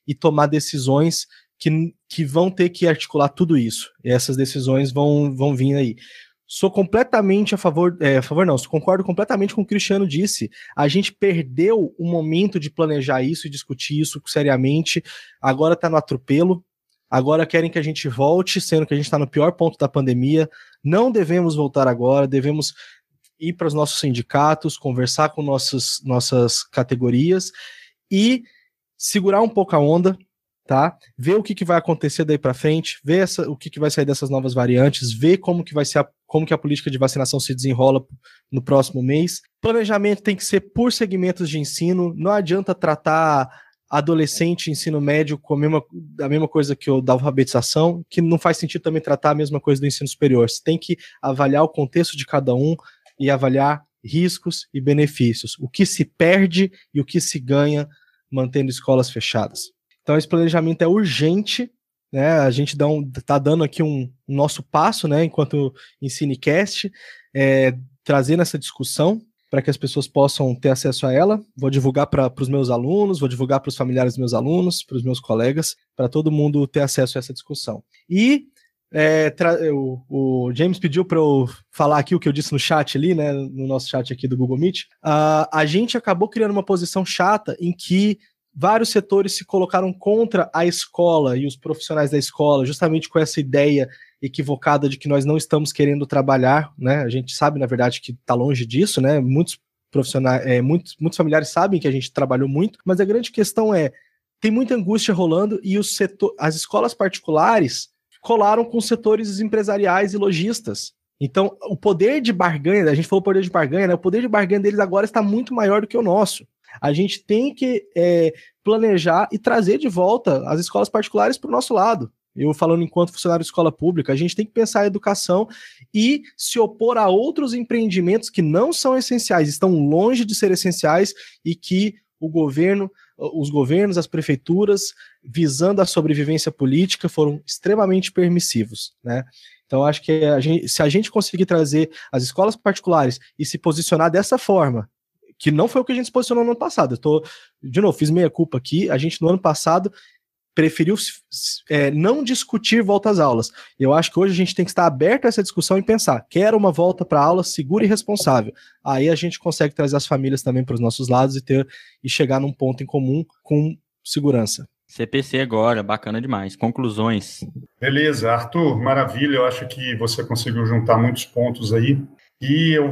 e tomar decisões que vão ter que articular tudo isso. E essas decisões vão vir aí. Sou completamente concordo completamente com o que o Cristiano disse. A gente perdeu o momento de planejar isso e discutir isso seriamente. Agora está no atropelo. Agora querem que a gente volte, sendo que a gente está no pior ponto da pandemia. Não devemos voltar agora, devemos ir para os nossos sindicatos, conversar com nossas categorias e segurar um pouco a onda, tá? Ver o que vai acontecer daí para frente, ver o que vai sair dessas novas variantes, ver como que a política de vacinação se desenrola no próximo mês. Planejamento tem que ser por segmentos de ensino, não adianta tratar adolescente, ensino médio com a mesma coisa que o da alfabetização, que não faz sentido também tratar a mesma coisa do ensino superior. Você tem que avaliar o contexto de cada um e avaliar riscos e benefícios, o que se perde e o que se ganha mantendo escolas fechadas. Então esse planejamento é urgente, né? A gente tá dando aqui um nosso passo, né, enquanto Ensinecast, trazendo essa discussão para que as pessoas possam ter acesso a ela. Vou divulgar para os meus alunos, vou divulgar para os familiares dos meus alunos, para os meus colegas, para todo mundo ter acesso a essa discussão. E o James pediu para eu falar aqui o que eu disse no chat ali, né, no nosso chat aqui do Google Meet. A gente acabou criando uma posição chata em que vários setores se colocaram contra a escola e os profissionais da escola, justamente com essa ideia equivocada de que nós não estamos querendo trabalhar, né? A gente sabe, na verdade, que está longe disso, né? Muitos profissionais, muitos familiares sabem que a gente trabalhou muito, mas a grande questão tem muita angústia rolando e as escolas particulares colaram com setores empresariais e lojistas. Então, o poder de barganha, a gente falou poder de barganha, né? O poder de barganha deles agora está muito maior do que o nosso. A gente tem que planejar e trazer de volta as escolas particulares para o nosso lado. Eu falando enquanto funcionário de escola pública, a gente tem que pensar em educação e se opor a outros empreendimentos que não são essenciais, estão longe de ser essenciais e que os governos, as prefeituras, visando a sobrevivência política, foram extremamente permissivos, né? Então, acho que se a gente conseguir trazer as escolas particulares e se posicionar dessa forma, que não foi o que a gente se posicionou no ano passado. De novo, fiz meia culpa aqui. A gente, no ano passado, preferiu não discutir volta às aulas. Eu acho que hoje a gente tem que estar aberto a essa discussão e pensar, quero uma volta para a aula segura e responsável. Aí a gente consegue trazer as famílias também para os nossos lados e chegar num ponto em comum com segurança. CPC agora, bacana demais. Conclusões. Beleza, Arthur, maravilha. Eu acho que você conseguiu juntar muitos pontos aí. E eu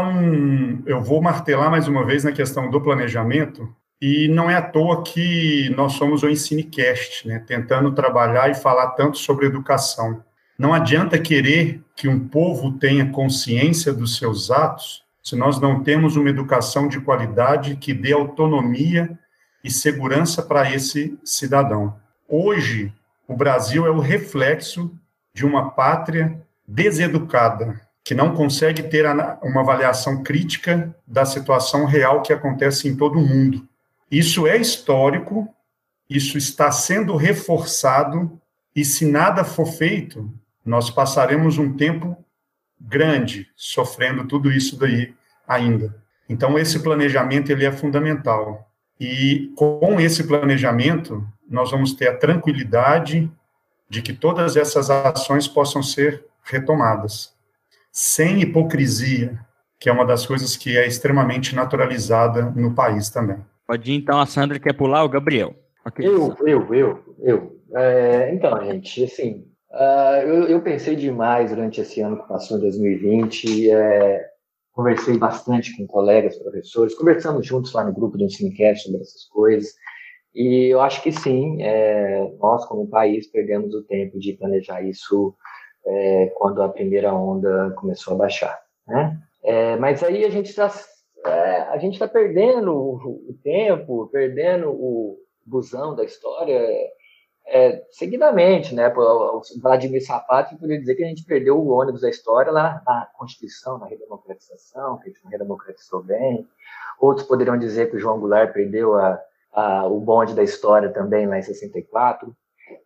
vou martelar mais uma vez na questão do planejamento, e não é à toa que nós somos o Ensinecast, né, tentando trabalhar e falar tanto sobre educação. Não adianta querer que um povo tenha consciência dos seus atos se nós não temos uma educação de qualidade que dê autonomia e segurança para esse cidadão. Hoje, o Brasil é o reflexo de uma pátria deseducada, que não consegue ter uma avaliação crítica da situação real que acontece em todo o mundo. Isso é histórico, isso está sendo reforçado, e se nada for feito, nós passaremos um tempo grande sofrendo tudo isso daí ainda. Então, esse planejamento ele é fundamental. E com esse planejamento, nós vamos ter a tranquilidade de que todas essas ações possam ser retomadas. Sem hipocrisia, que é uma das coisas que é extremamente naturalizada no país também. Pode ir, então, a Sandra quer pular, o Gabriel. Okay. Eu. Então, gente, assim, eu pensei demais durante esse ano que passou, em 2020, conversei bastante com colegas, professores, conversamos juntos lá no grupo do Ensinecast sobre essas coisas, e eu acho que sim, nós como país perdemos o tempo de planejar isso quando a primeira onda começou a baixar, né? Mas aí a gente está perdendo o tempo, perdendo o busão da história seguidamente, né? O Vladimir Sapato poderia dizer que a gente perdeu o ônibus da história lá na Constituição, na redemocratização, que a gente não redemocratizou bem. Outros poderiam dizer que o João Goulart perdeu o bonde da história também lá em 64.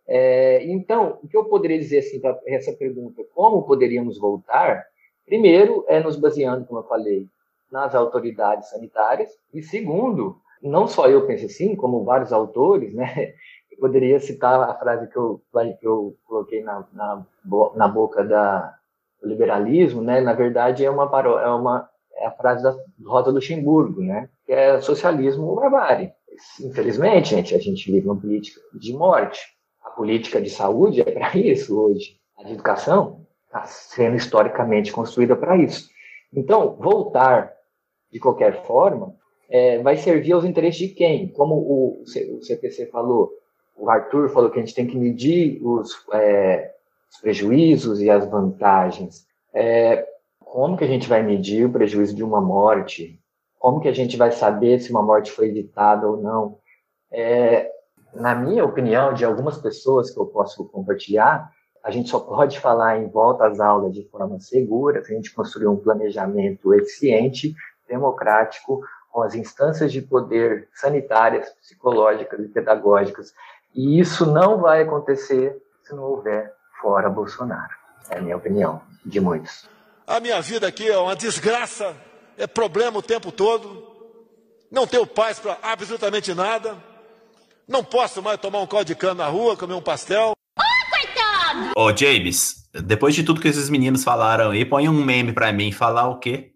Então, o que eu poderia dizer assim, para essa pergunta, como poderíamos voltar? Primeiro, nos baseando, como eu falei, nas autoridades sanitárias, e segundo, não só eu penso assim, como vários autores, né, poderia citar a frase que eu coloquei na boca do liberalismo, né? Na verdade, é a frase da Rosa Luxemburgo, né? Que é socialismo ou barbárie. Infelizmente, a gente vive uma política de morte. A política de saúde é para isso hoje. A de educação está sendo historicamente construída para isso. Então, voltar de qualquer forma vai servir aos interesses de quem? Como o CPC falou, o Arthur falou que a gente tem que medir os prejuízos e as vantagens. Como que a gente vai medir o prejuízo de uma morte? Como que a gente vai saber se uma morte foi evitada ou não? Na minha opinião, de algumas pessoas que eu posso compartilhar, a gente só pode falar em volta às aulas de forma segura se a gente construir um planejamento eficiente, democrático, com as instâncias de poder sanitárias, psicológicas e pedagógicas. E isso não vai acontecer se não houver fora Bolsonaro. É a minha opinião, de muitos. A minha vida aqui é uma desgraça, é problema o tempo todo, não tenho paz para absolutamente nada, não posso mais tomar um caldo de cana na rua, comer um pastel. Ô, James, depois de tudo que esses meninos falaram aí, põe um meme pra mim, falar o quê?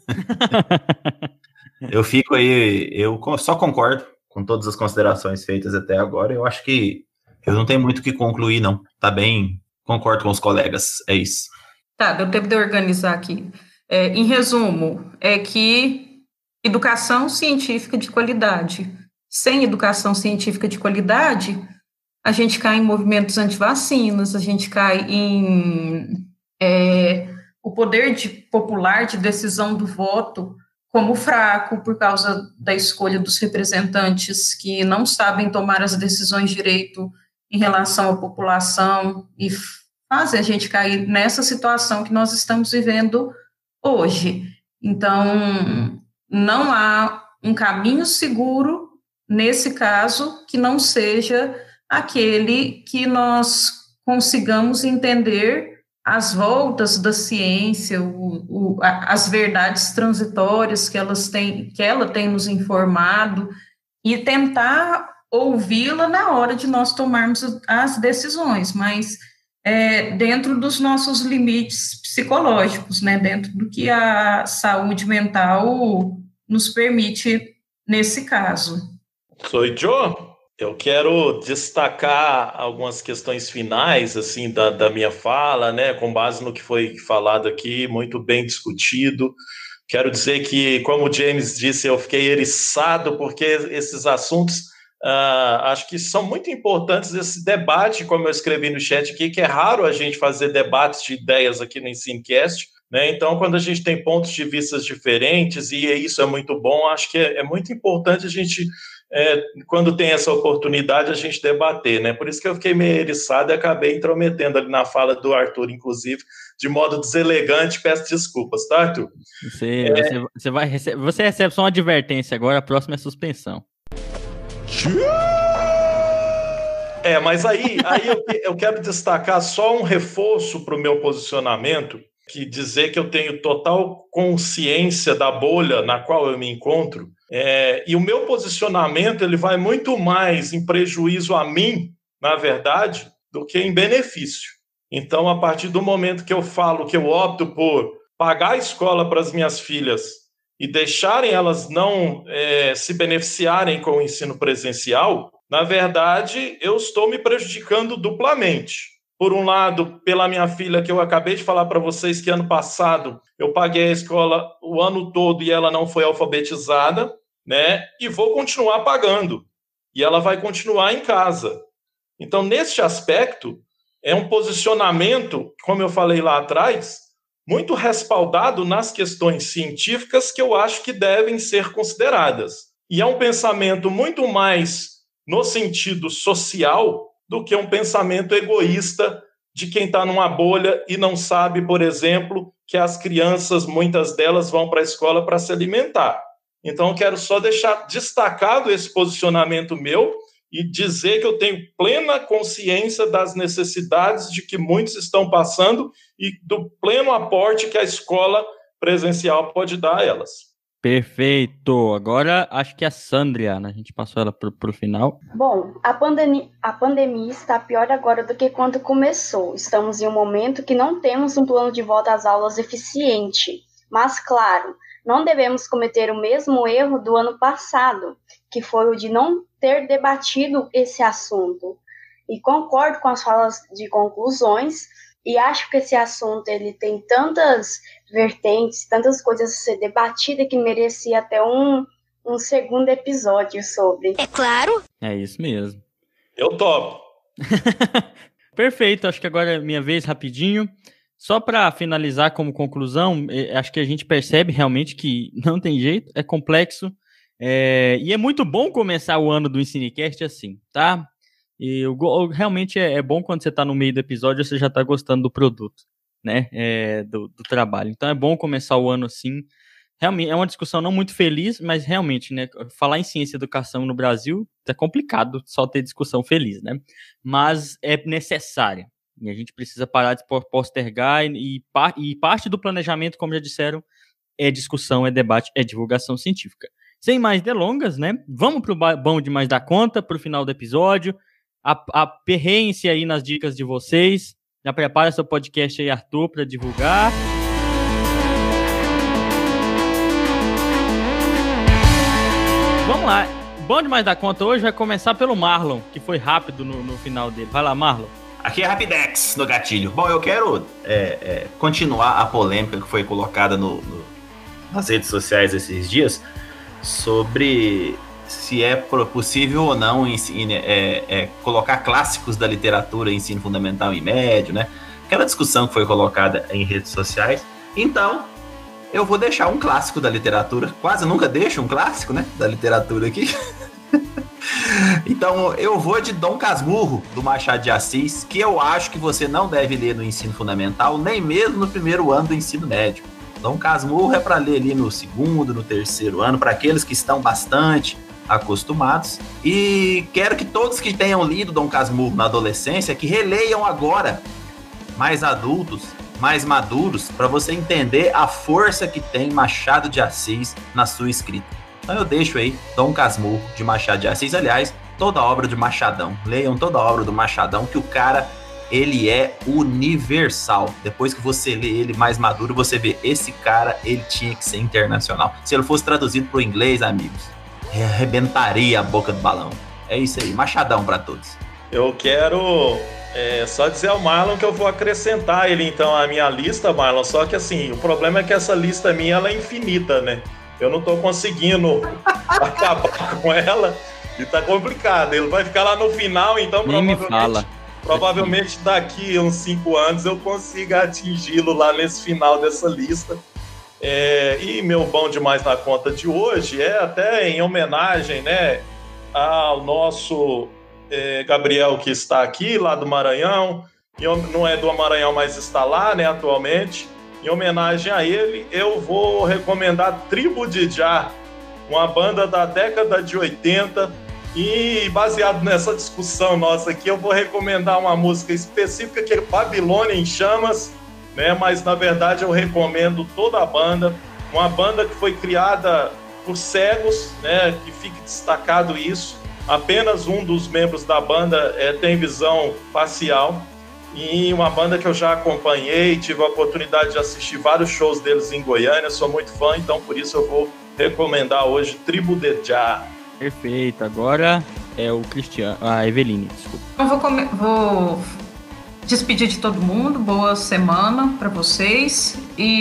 Eu fico aí, eu só concordo com todas as considerações feitas até agora. Eu acho que eu não tenho muito o que concluir, não. Tá bem, concordo com os colegas, é isso. Tá, deu tempo de eu organizar aqui. Em resumo, é que educação científica de qualidade. Sem educação científica de qualidade, a gente cai em movimentos antivacinas, a gente cai em o poder popular de decisão do voto como fraco por causa da escolha dos representantes que não sabem tomar as decisões direito em relação à população e fazem a gente cair nessa situação que nós estamos vivendo hoje. Então, não há um caminho seguro, nesse caso, que não seja aquele que nós consigamos entender as voltas da ciência, as verdades transitórias que ela tem nos informado e tentar ouvi-la na hora de nós tomarmos as decisões, mas dentro dos nossos limites psicológicos, né, dentro do que a saúde mental nos permite nesse caso. Sou Joe. Eu quero destacar algumas questões finais, assim, da minha fala, né, com base no que foi falado aqui, muito bem discutido. Quero dizer que, como o James disse, eu fiquei eriçado, porque esses assuntos, acho que são muito importantes, esse debate, como eu escrevi no chat aqui, que é raro a gente fazer debates de ideias aqui no Ensinecast, né? Então, quando a gente tem pontos de vista diferentes, e isso é muito bom, acho que é muito importante a gente... quando tem essa oportunidade, a gente debater, né? Por isso que eu fiquei meio eriçado e acabei intrometendo ali na fala do Arthur, inclusive, de modo deselegante. Peço desculpas, tá, Arthur? Você recebe só uma advertência agora, a próxima é suspensão. Mas aí eu quero destacar só um reforço para o meu posicionamento, que dizer que eu tenho total consciência da bolha na qual eu me encontro, e o meu posicionamento ele vai muito mais em prejuízo a mim, na verdade, do que em benefício. Então, a partir do momento que eu falo que eu opto por pagar a escola para as minhas filhas e deixarem elas não se beneficiarem com o ensino presencial, na verdade, eu estou me prejudicando duplamente. Por um lado, pela minha filha, que eu acabei de falar para vocês que ano passado eu paguei a escola o ano todo e ela não foi alfabetizada, né? E vou continuar pagando. E ela vai continuar em casa. Então, neste aspecto, é um posicionamento, como eu falei lá atrás, muito respaldado nas questões científicas que eu acho que devem ser consideradas. E é um pensamento muito mais no sentido social do que um pensamento egoísta de quem está numa bolha e não sabe, por exemplo, que as crianças, muitas delas, vão para a escola para se alimentar. Então, eu quero só deixar destacado esse posicionamento meu e dizer que eu tenho plena consciência das necessidades de que muitos estão passando e do pleno aporte que a escola presencial pode dar a elas. Perfeito. Agora acho que a Sandria, né? A gente passou ela pro final. Bom, a pandemia está pior agora do que quando começou. Estamos em um momento que não temos um plano de volta às aulas eficiente. Mas, claro, não devemos cometer o mesmo erro do ano passado, que foi o de não ter debatido esse assunto. E concordo com as falas de conclusões, e acho que esse assunto ele tem tantas vertentes, tantas coisas a ser debatida que merecia até um segundo episódio sobre. É claro. É isso mesmo. Eu topo. Perfeito, acho que agora é minha vez rapidinho. Só para finalizar como conclusão, acho que a gente percebe realmente que não tem jeito, é complexo, e é muito bom começar o ano do Ensinecast assim, tá? E realmente é bom quando você está no meio do episódio, você já está gostando do produto, né? Do trabalho. Então é bom começar o ano assim. Realmente é uma discussão não muito feliz, mas realmente, né? Falar em ciência e educação no Brasil é complicado só ter discussão feliz, né? Mas é necessária. E a gente precisa parar de postergar e parte do planejamento, como já disseram, é discussão, é debate, é divulgação científica. Sem mais delongas, né? Vamos pro bom demais da conta, pro final do episódio. Aperreiem-se aí nas dicas de vocês. Já prepara seu podcast aí, Arthur, para divulgar. Vamos lá. Bom demais da conta hoje vai começar pelo Marlon, que foi rápido no final dele. Vai lá, Marlon. Aqui é Rapidex no gatilho. Bom, eu quero continuar a polêmica que foi colocada nas redes sociais esses dias sobre se é possível ou não colocar clássicos da literatura em ensino fundamental e médio, né? Aquela discussão que foi colocada em redes sociais. Então, eu vou deixar um clássico da literatura. Quase nunca deixo um clássico, né, da literatura aqui. Então, eu vou de Dom Casmurro, do Machado de Assis, que eu acho que você não deve ler no ensino fundamental, nem mesmo no primeiro ano do ensino médio. Dom Casmurro é para ler ali no segundo, no terceiro ano, para aqueles que estão bastante acostumados. E quero que todos que tenham lido Dom Casmurro na adolescência, que releiam agora, mais adultos, mais maduros, para você entender a força que tem Machado de Assis na sua escrita. Então eu deixo aí Dom Casmurro, de Machado de Assis. Aliás, toda a obra de Machadão. Leiam toda a obra do Machadão, que o cara, ele é universal. Depois que você lê ele mais maduro, você vê, esse cara, ele tinha que ser internacional. Se ele fosse traduzido para o inglês, amigos, arrebentaria a boca do balão. É isso aí, Machadão para todos. Eu quero só dizer ao Marlon que eu vou acrescentar ele, então, à minha lista, Marlon. Só que, assim, o problema é que essa lista minha, ela é infinita, né? Eu não tô conseguindo acabar com ela e tá complicado. Ele vai ficar lá no final, então provavelmente daqui uns 5 anos eu consiga atingi-lo lá nesse final dessa lista. E meu bom demais na conta de hoje é até em homenagem, né, ao nosso Gabriel, que está aqui, lá do Maranhão. Não é do Maranhão, mas está lá, né, atualmente. Em homenagem a ele, eu vou recomendar Tribo de Jah, uma banda da década de 80. E baseado nessa discussão nossa aqui, eu vou recomendar uma música específica que é Babilônia em Chamas, né? Mas na verdade eu recomendo toda a banda, uma banda que foi criada por cegos, né? Que fique destacado isso. Apenas um dos membros da banda tem visão facial. E uma banda que eu já acompanhei, tive a oportunidade de assistir vários shows deles em Goiânia, sou muito fã, então por isso eu vou recomendar hoje Tribo de Jah. Perfeito, agora é o Cristiano, a Eveline, desculpa. Eu vou despedir de todo mundo, boa semana para vocês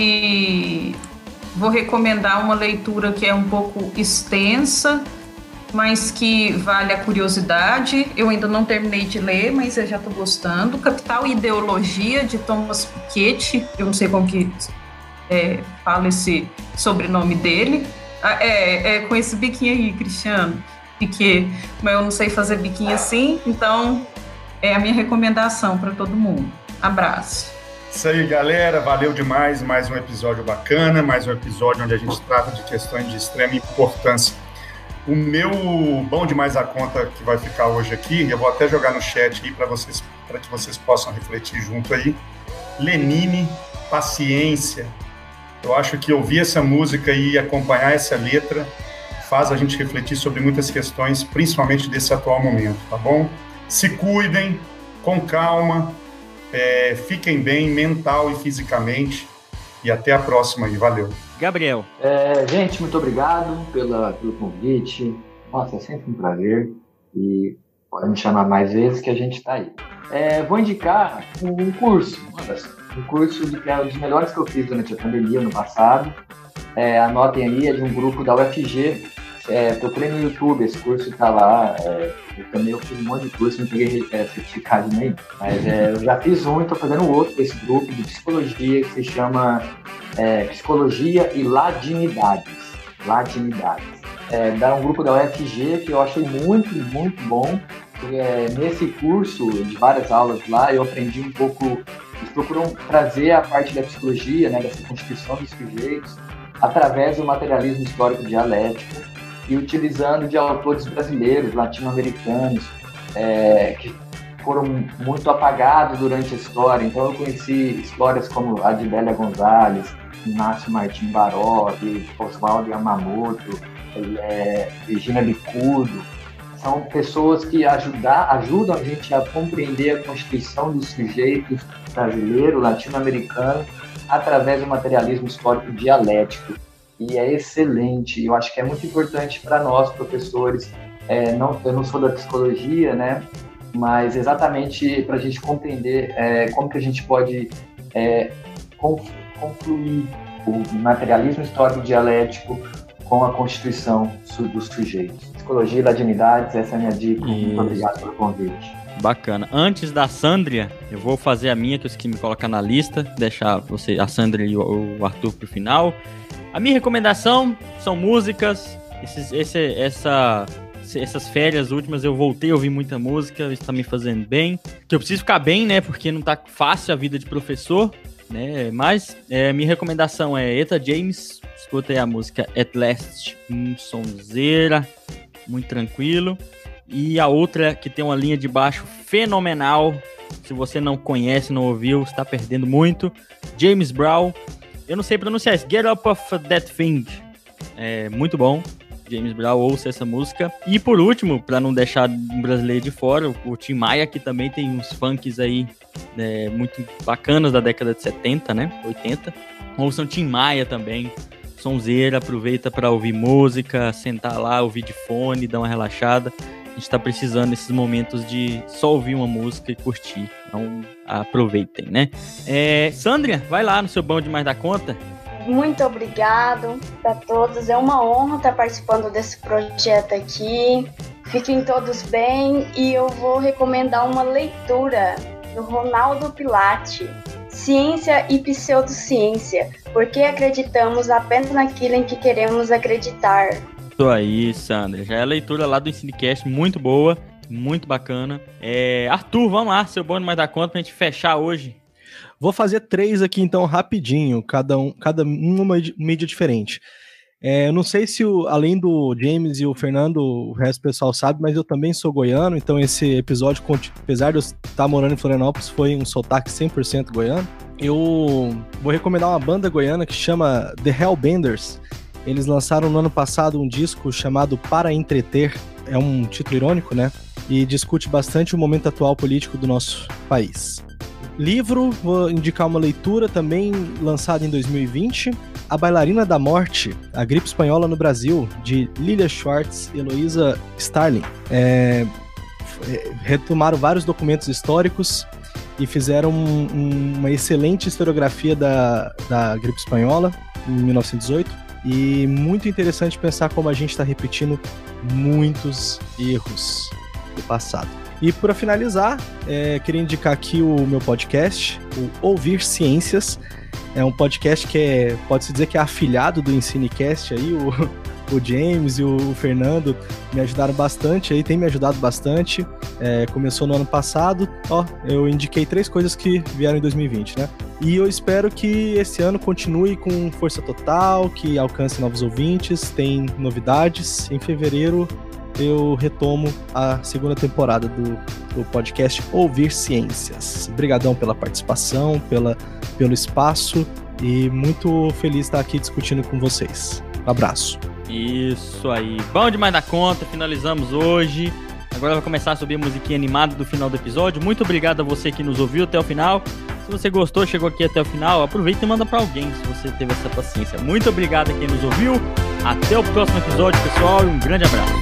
e vou recomendar uma leitura que é um pouco extensa, mas que vale a curiosidade. Eu ainda não terminei de ler, mas eu já estou gostando. Capital e Ideologia, de Thomas Piketty. Eu não sei como que fala esse sobrenome dele. Com esse biquinho aí, Cristiano. Piquet. Mas eu não sei fazer biquinho assim, então é a minha recomendação para todo mundo. Abraço. Isso aí, galera. Valeu demais. Mais um episódio bacana, mais um episódio onde a gente trata de questões de extrema importância. O meu bom demais a conta que vai ficar hoje aqui, eu vou até jogar no chat aí para que vocês possam refletir junto aí. Lenine, Paciência, Eu acho que ouvir essa música e acompanhar essa letra faz a gente refletir sobre muitas questões, principalmente desse atual momento, tá bom? Se cuidem, com calma, fiquem bem mental e fisicamente, e até a próxima aí, valeu. Gabriel. Gente, muito obrigado pelo convite. Nossa, é sempre um prazer, e pode me chamar mais vezes que a gente está aí. Vou indicar um curso que é um dos melhores que eu fiz durante a pandemia, no passado. Anotem aí, é de um grupo da UFG. Procurei no YouTube, esse curso está lá. Eu fiz um monte de curso, não peguei certificado nem, mas eu já fiz um e estou fazendo outro desse grupo de psicologia que se chama Psicologia e Ladinidades. Da um grupo da UFG que eu achei muito, muito bom. Nesse curso, de várias aulas lá, eu aprendi um pouco. Eles procuram trazer a parte da psicologia, né, dessa constituição dos sujeitos, através do materialismo histórico dialético e utilizando de autores brasileiros, latino-americanos, que foram muito apagados durante a história. Então eu conheci histórias como Adélia Gonzalez, Inácio Martim Baró, Oswaldo Yamamoto, Regina Bicudo. São pessoas que ajudam a gente a compreender a constituição dos sujeitos brasileiro, latino-americano, através do materialismo histórico dialético. E é excelente. Eu acho que é muito importante para nós, professores. Eu não sou da psicologia, né? Mas exatamente para a gente compreender como que a gente pode concluir o materialismo histórico dialético com a constituição dos sujeitos. Psicologia e Ladinidades, essa é a minha dica. Muito obrigado pelo convite. Bacana. Antes da Sandria, eu vou fazer a minha, que eu esqueci de me colocar na lista, deixar a Sandria e o Arthur pro final. A minha recomendação são músicas. Essas férias últimas eu voltei a ouvir muita música, isso tá me fazendo bem. Que eu preciso ficar bem, né? Porque não tá fácil a vida de professor, né? Mas minha recomendação é Eta James. Escutei a música At Last, sonzeira, muito tranquilo. E a outra que tem uma linha de baixo fenomenal. Se você não conhece, não ouviu, está perdendo muito. James Brown. Eu não sei pronunciar isso. Get Up Off That Thing. É muito bom. James Brown, ouça essa música. E por último, para não deixar um brasileiro de fora, o Tim Maia, que também tem uns funks aí muito bacanas da década de 70, né? 80. Ouçam Tim Maia também. Sonzeira, aproveita para ouvir música, sentar lá, ouvir de fone, dar uma relaxada. A gente tá precisando nesses momentos de só ouvir uma música e curtir. Então, aproveitem, né? Sandria, vai lá no seu Bom Demais da Conta. Muito obrigado para todos. É uma honra estar participando desse projeto aqui. Fiquem todos bem. E eu vou recomendar uma leitura do Ronaldo Pilate. Ciência e Pseudociência. Por que acreditamos apenas naquilo em que queremos acreditar? Isso aí, Sandra. Já é a leitura lá do Ensinecast, muito boa, muito bacana. Arthur, vamos lá, seu Bom Demais da Conta pra gente fechar hoje. Vou fazer 3 aqui então rapidinho, cada uma mídia diferente. Eu não sei se além do James e o Fernando, o resto do pessoal sabe, mas eu também sou goiano, então esse episódio, apesar de eu estar morando em Florianópolis, foi um sotaque 100% goiano. Eu vou recomendar uma banda goiana que chama The Hellbenders. Eles lançaram no ano passado um disco chamado Para Entreter, é um título irônico, né? E discute bastante o momento atual político do nosso país. Livro, vou indicar uma leitura também lançada em 2020, A Bailarina da Morte, a Gripe Espanhola no Brasil, de Lilia Schwartz e Heloísa Starling. Retomaram vários documentos históricos e fizeram uma excelente historiografia da gripe espanhola, em 1918. E muito interessante pensar como a gente está repetindo muitos erros do passado. E para finalizar, queria indicar aqui o meu podcast, o Ouvir Ciências. É um podcast que pode-se dizer que é afilhado do Ensinecast aí, o James e o Fernando me ajudaram bastante, aí tem me ajudado bastante. Começou no ano passado, eu indiquei 3 coisas que vieram em 2020, né? E eu espero que esse ano continue com força total, que alcance novos ouvintes, tem novidades. Em fevereiro eu retomo a 2ª temporada do podcast Ouvir Ciências. Obrigadão pela participação, pelo espaço E muito feliz de estar aqui discutindo com vocês. Um abraço. Isso aí. Bom demais da conta, finalizamos hoje. Agora vai começar a subir a musiquinha animada do final do episódio. Muito obrigado a você que nos ouviu até o final. Se você gostou, chegou aqui até o final, aproveita e manda pra alguém se você teve essa paciência. Muito obrigado a quem nos ouviu. Até o próximo episódio, pessoal, e um grande abraço.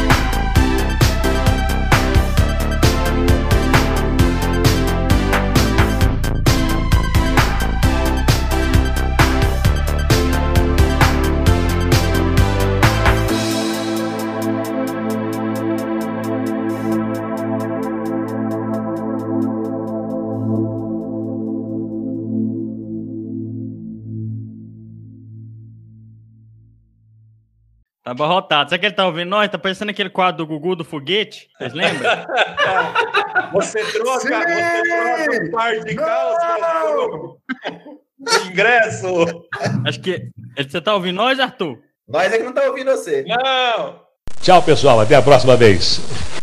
Tá abarrotado. Sabe que ele tá ouvindo nós? Tá parecendo aquele quadro do Gugu do foguete. Vocês lembram? Você troca um par de calças por ingresso. Acho que... Você tá ouvindo nós, Arthur? Nós é que não tá ouvindo você. Não! Tchau, pessoal. Até a próxima vez.